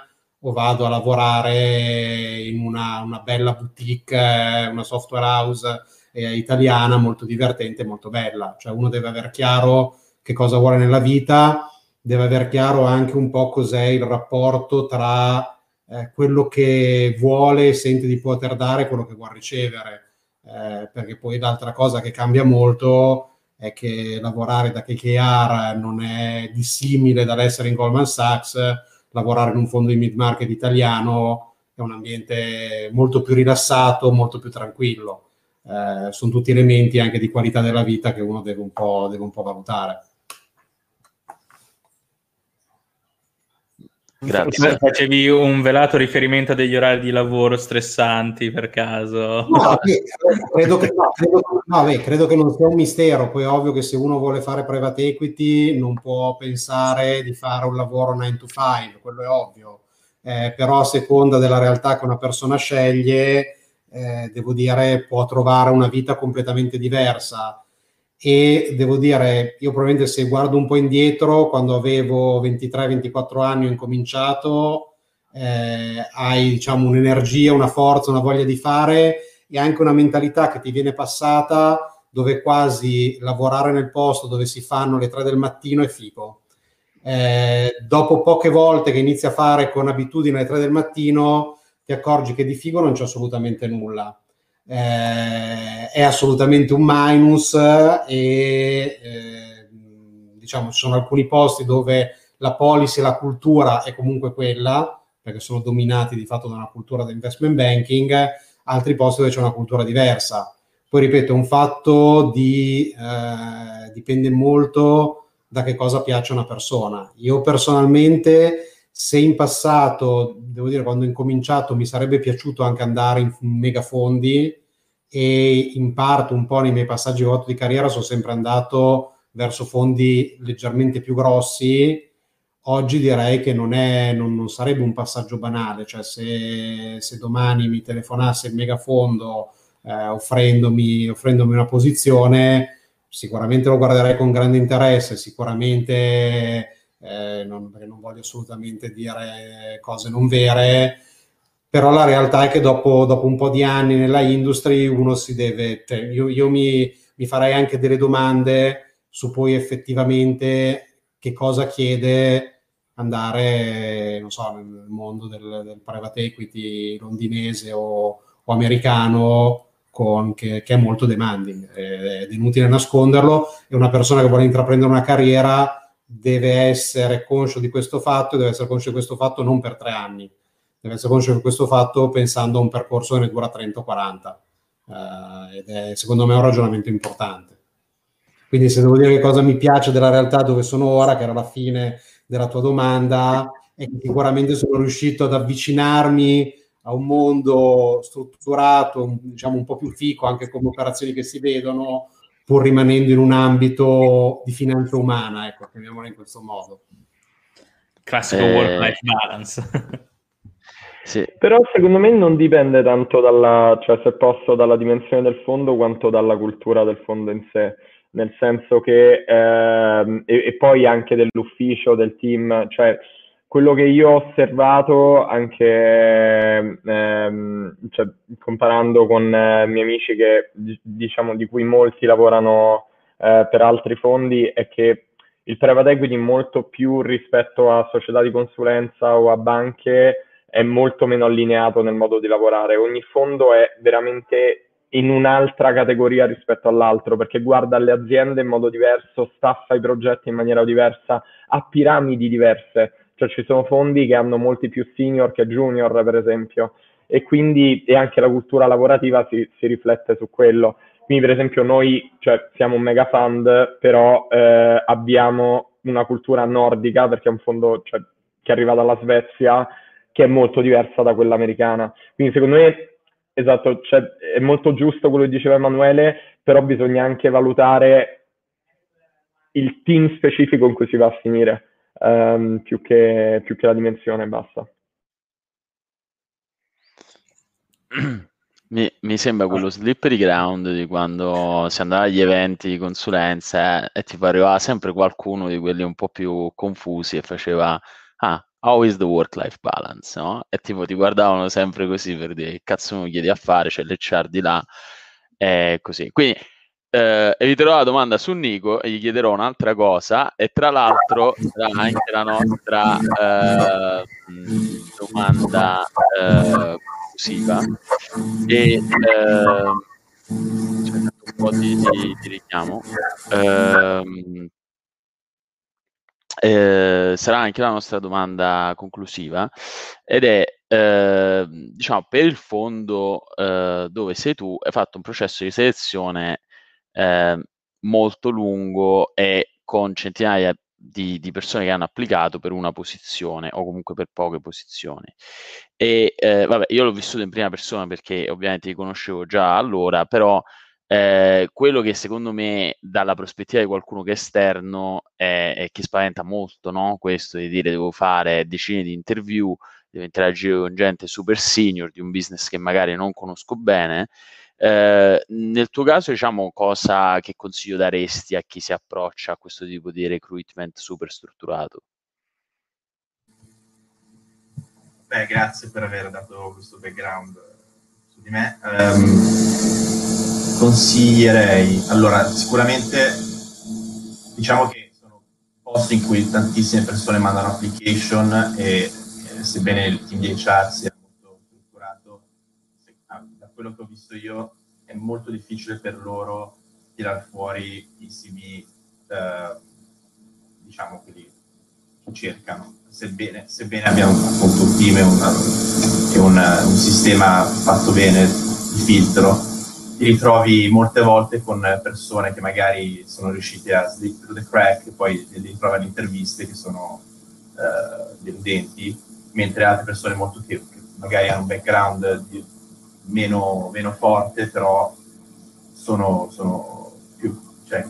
o vado a lavorare in una, una bella boutique, una software house eh, italiana, molto divertente e molto bella. Cioè uno deve aver chiaro che cosa vuole nella vita, deve aver chiaro anche un po' cos'è il rapporto tra eh, quello che vuole e sente di poter dare e quello che vuole ricevere. Eh, perché poi l'altra cosa che cambia molto è che lavorare da K K R non è dissimile dall'essere in Goldman Sachs, lavorare in un fondo di mid-market italiano è un ambiente molto più rilassato, molto più tranquillo. Eh, sono tutti elementi anche di qualità della vita che uno deve un po', deve un po' valutare. Grazie. Facevi un velato riferimento a degli orari di lavoro stressanti per caso? No, beh, credo, che, no, credo, no beh, credo che non sia un mistero. Poi è ovvio che se uno vuole fare private equity non può pensare di fare un lavoro nine to five, quello è ovvio. Eh, però a seconda della realtà che una persona sceglie, eh, devo dire, può trovare una vita completamente diversa. E devo dire, io probabilmente se guardo un po' indietro, quando avevo ventitré ventiquattro anni ho incominciato, eh, hai diciamo un'energia, una forza, una voglia di fare e anche una mentalità che ti viene passata dove quasi lavorare nel posto dove si fanno le tre del mattino è figo. Eh, dopo poche volte che inizi a fare con abitudine alle tre del mattino ti accorgi che di figo non c'è assolutamente nulla. Eh, è assolutamente un minus e eh, diciamo ci sono alcuni posti dove la policy e la cultura è comunque quella, perché sono dominati di fatto da una cultura di investment banking, altri posti dove c'è una cultura diversa. Poi ripeto, è un fatto di eh, dipende molto da che cosa piace a una persona. Io personalmente, se in passato, devo dire, quando ho incominciato mi sarebbe piaciuto anche andare in megafondi e in parte un po' nei miei passaggi di carriera sono sempre andato verso fondi leggermente più grossi, oggi direi che non, è, non, non sarebbe un passaggio banale. Cioè se, se domani mi telefonasse il megafondo eh, offrendomi, offrendomi una posizione, sicuramente lo guarderei con grande interesse, sicuramente... Eh, non, perché non voglio assolutamente dire cose non vere, però la realtà è che dopo, dopo un po' di anni nella industry uno si deve, cioè io, io mi, mi farei anche delle domande su poi effettivamente che cosa chiede andare, non so, nel mondo del, del private equity londinese o, o americano, con, che, che è molto demanding, ed è inutile nasconderlo. È una persona che vuole intraprendere una carriera deve essere conscio di questo fatto e deve essere conscio di questo fatto non per tre anni, deve essere conscio di questo fatto pensando a un percorso che ne dura trenta o quaranta, uh, ed è secondo me un ragionamento importante. Quindi se devo dire che cosa mi piace della realtà dove sono ora, che era la fine della tua domanda, è che sicuramente sono riuscito ad avvicinarmi a un mondo strutturato, diciamo un po' più fico anche come operazioni che si vedono, pur rimanendo in un ambito di finanza umana, ecco, chiamiamola in questo modo. Classico eh... work-life balance. Sì. Però secondo me non dipende tanto dalla, cioè se posso, dalla dimensione del fondo quanto dalla cultura del fondo in sé, nel senso che ehm, e, e poi anche dell'ufficio, del team, cioè quello che io ho osservato anche ehm, cioè, comparando con eh, miei amici che diciamo di cui molti lavorano eh, per altri fondi, è che il private equity molto più rispetto a società di consulenza o a banche è molto meno allineato nel modo di lavorare. Ogni fondo è veramente in un'altra categoria rispetto all'altro, perché guarda le aziende in modo diverso, staffa i progetti in maniera diversa, ha piramidi diverse. Cioè ci sono fondi che hanno molti più senior che junior, per esempio, e quindi e anche la cultura lavorativa si, si riflette su quello. Quindi per esempio noi cioè, siamo un mega fund, però eh, abbiamo una cultura nordica, perché è un fondo cioè, che arriva dalla Svezia, che è molto diversa da quella americana. Quindi secondo me, esatto, cioè, è molto giusto quello che diceva Emanuele, però bisogna anche valutare il team specifico in cui si va a finire. Um, più, che, più che la dimensione, basta. Mi, mi sembra quello slippery ground di quando si andava agli eventi di consulenza eh, e tipo arrivava sempre qualcuno di quelli un po' più confusi e faceva ah, how is the work-life balance, no? E tipo ti guardavano sempre così per dire che cazzo mi chiedi a fare, c'è l'H R di là. è così. Quindi eh, eviterò la domanda su Nico e gli chiederò un'altra cosa, e tra l'altro sarà anche la nostra eh, domanda eh, conclusiva. E eh, un po' di, di, di richiamo. Ehm, Eh, sarà anche la nostra domanda conclusiva, ed è eh, diciamo, per il fondo eh, dove sei tu hai fatto un processo di selezione eh, molto lungo e con centinaia di, di persone che hanno applicato per una posizione o comunque per poche posizioni. E eh, vabbè, io l'ho vissuto in prima persona perché ovviamente li conoscevo già allora, però Eh, quello che secondo me dalla prospettiva di qualcuno che è esterno è, è che spaventa molto, no? Questo di dire devo fare decine di interview, devo interagire con gente super senior di un business che magari non conosco bene. Eh, nel tuo caso, diciamo, cosa, che consiglio daresti a chi si approccia a questo tipo di recruitment super strutturato? Beh, grazie per aver dato questo background su di me. Um, consiglierei, allora, sicuramente diciamo che sono posti in cui tantissime persone mandano application e eh, sebbene il team di H R sia molto strutturato, se, ah, da quello che ho visto io è molto difficile per loro tirare fuori i C V, eh, diciamo, quelli che cercano. Sebbene, sebbene abbiamo appunto un team e, una, e una, un sistema fatto bene di filtro, ti ritrovi molte volte con persone che magari sono riuscite a slip through the crack e poi li ritrovi alle interviste che sono uh, deludenti, mentre altre persone molto che, che magari hanno un background di, meno, meno forte, però sono, sono più, cioè,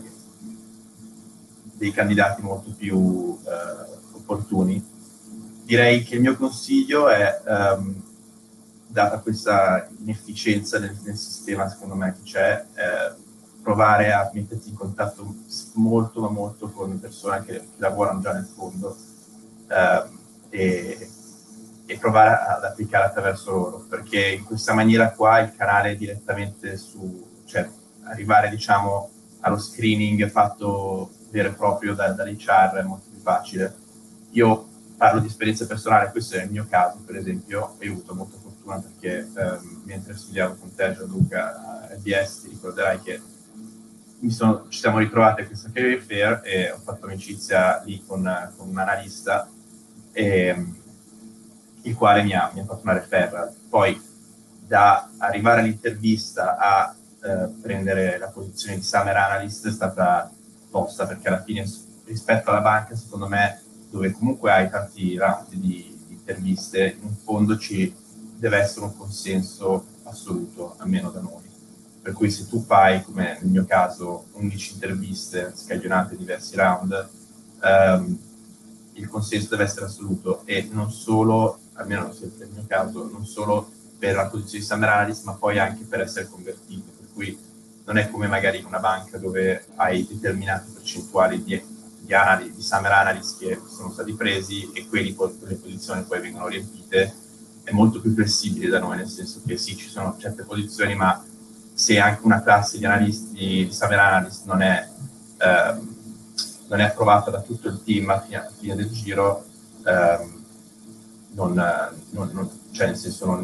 dei candidati molto più uh, opportuni. Direi che il mio consiglio è, um, data questa inefficienza nel, nel sistema, secondo me, che c'è, eh, provare a metterti in contatto molto, ma molto con persone che, che lavorano già nel fondo eh, e, e provare ad applicare attraverso loro, perché in questa maniera qua il canale direttamente su, cioè arrivare, diciamo, allo screening fatto vero e proprio da, dall'H R è molto più facile. Io parlo di esperienza personale, questo è il mio caso, per esempio, e ho avuto molta fortuna perché ehm, mentre studiavo con te, Gianluca, a D S, ti ricorderai che mi sono, ci siamo ritrovati a questa career fair e ho fatto amicizia lì con, con un analista, e, il quale mi ha, mi ha fatto una referral. Poi, da arrivare all'intervista a eh, prendere la posizione di Summer Analyst è stata tosta, perché alla fine, rispetto alla banca, secondo me, dove comunque hai tanti round di, di interviste, in fondo ci deve essere un consenso assoluto, almeno da noi. Per cui se tu fai, come nel mio caso, undici interviste scaglionate in diversi round, ehm, il consenso deve essere assoluto, e non solo, almeno nel mio caso, non solo per la posizione di Summer Analyst, ma poi anche per essere convertito. Per cui non è come magari in una banca dove hai determinate percentuali di di, analisi, di Summer Analyst che sono stati presi e quelli, quelle posizioni poi vengono riempite. È molto più flessibile da noi, nel senso che sì, ci sono certe posizioni, ma se anche una classe di analisti, di Summer Analyst non è, ehm, non è approvata da tutto il team a fine, a fine del giro, ehm, non, non, non, cioè nel senso non,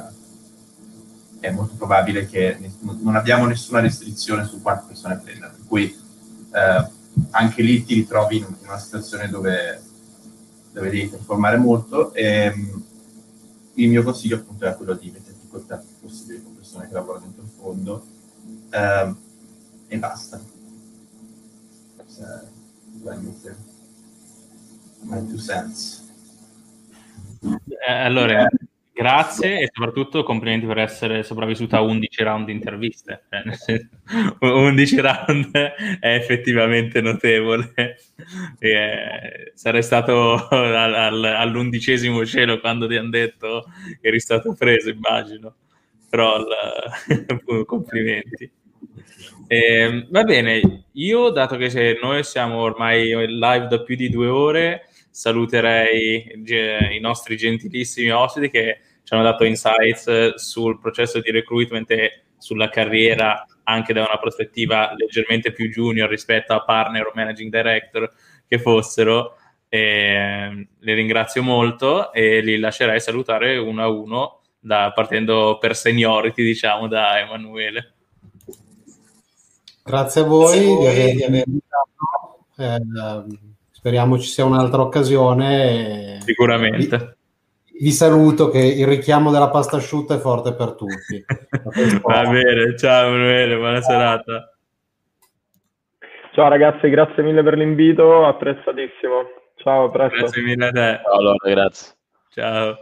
è molto probabile che non abbiamo nessuna restrizione su quante persone prendere, per cui eh, anche lì ti ritrovi in una situazione dove, dove devi performare molto, e um, il mio consiglio appunto è quello di metterti in contatto possibile con persone che lavorano dentro il fondo, um, e basta. My two cents. Eh, allora, grazie e soprattutto complimenti per essere sopravvissuta a undici round di interviste. Eh, nel senso, undici round è effettivamente notevole. E, eh, sarei stato al, al, all'undicesimo cielo quando ti hanno detto che eri stato preso, immagino. Però il, complimenti. Eh, va bene, io, dato che se noi siamo ormai live da più di due ore, saluterei ge- i nostri gentilissimi ospiti che ci hanno dato insights sul processo di recruitment e sulla carriera anche da una prospettiva leggermente più junior rispetto a partner o managing director che fossero. E li ringrazio molto e li lascerei salutare uno a uno, da, partendo per seniority, diciamo, da Emanuele. Grazie a voi, Grazie a voi di avermi invitato. Eh, speriamo ci sia un'altra occasione. Sicuramente. Vi, vi saluto, che il richiamo della pasta asciutta è forte per tutti. Va bene, ciao Emanuele, buona ciao. serata. Ciao ragazzi, grazie mille per l'invito, apprezzatissimo. Ciao, a presto. Grazie mille a te. Ciao, allora, grazie. Ciao.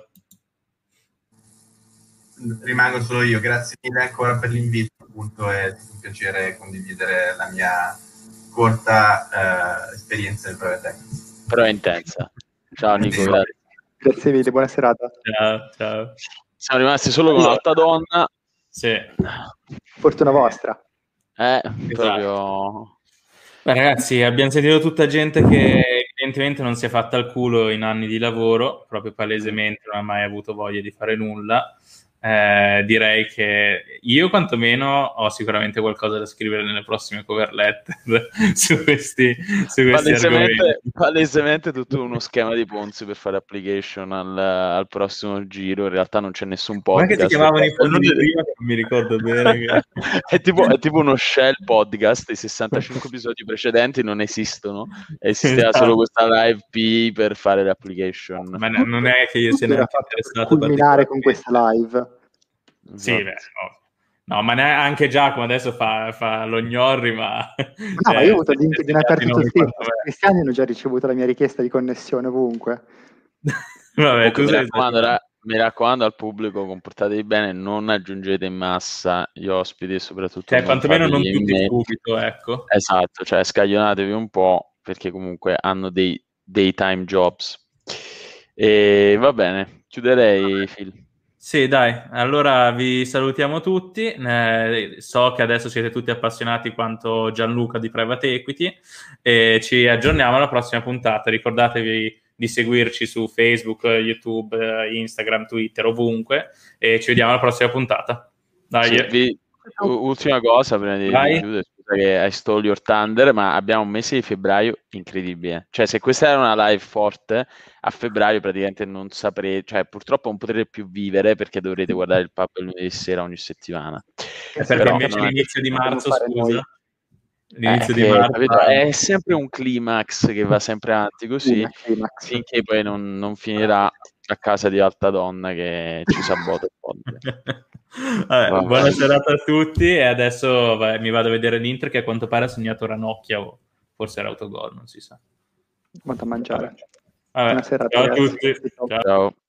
Rimango solo io, grazie mille ancora per l'invito, appunto è un piacere condividere la mia corta uh, esperienza del private equity. Però è intensa. Ciao Nico, grazie. Grazie mille, buona serata. Ciao, ciao. Siamo rimasti solo con un'altra donna. Sì. Fortuna vostra. Eh, esatto. proprio... Beh, ragazzi, abbiamo sentito tutta gente che evidentemente non si è fatta il culo in anni di lavoro, proprio palesemente non ha mai avuto voglia di fare nulla. Eh, direi che io quantomeno ho sicuramente qualcosa da scrivere nelle prossime cover letter su questi, su questi palesemente, argomenti. Palesemente tutto uno schema di Ponzi per fare application al, al prossimo giro. In realtà non c'è nessun podcast. Ma che ti chiamavano i podcast prima, che non mi ricordo bene. Che... è, tipo, è tipo uno shell podcast. I sessantacinque episodi precedenti non esistono. Esisteva solo questa live P per fare l'application. Ma no, non è che io sia neanche interessato culminare con questa live. Sì, beh, no. no, ma anche Giacomo adesso fa, fa lo gnorri, ma... No, ma io ho avuto link di aperto tutto il tempo. I cristiani hanno già ricevuto la mia richiesta di connessione ovunque. Vabbè, tu mi, sei raccomando, ra- mi raccomando al pubblico, comportatevi bene, non aggiungete in massa gli ospiti, soprattutto... Cioè, quantomeno non tutti subito, ecco. Esatto, cioè scagionatevi un po', perché comunque hanno dei daytime jobs. E va bene, chiuderei, Phil. Sì, dai, allora vi salutiamo tutti. Eh, so che adesso siete tutti appassionati quanto Gianluca di Private Equity e ci aggiorniamo alla prossima puntata. Ricordatevi di seguirci su Facebook, YouTube, Instagram, Twitter, ovunque, e ci vediamo alla prossima puntata. Dai. Sì, vi... Ultima cosa prima di chiudere, scusa che I stole your thunder, ma abbiamo un mese di febbraio incredibile. Cioè, se questa era una live forte, a febbraio praticamente non saprete, cioè purtroppo non potrete più vivere perché dovrete guardare il pub il lunedì sera ogni settimana. È perché Però, invece l'inizio è... di marzo, scusa. L'inizio Eh, di che, marzo capito? È sempre un climax che va sempre avanti così finché poi non, non finirà a casa di alta donna che ci sabota il podcast. Vabbè, wow. Buona serata a tutti e adesso vai, mi vado a vedere l'Inter che a quanto pare ha segnato Ranocchia o forse era autogol, non si sa. Molto a mangiare. Vabbè, buona serata, ciao a ragazzi. tutti. Ciao. Ciao.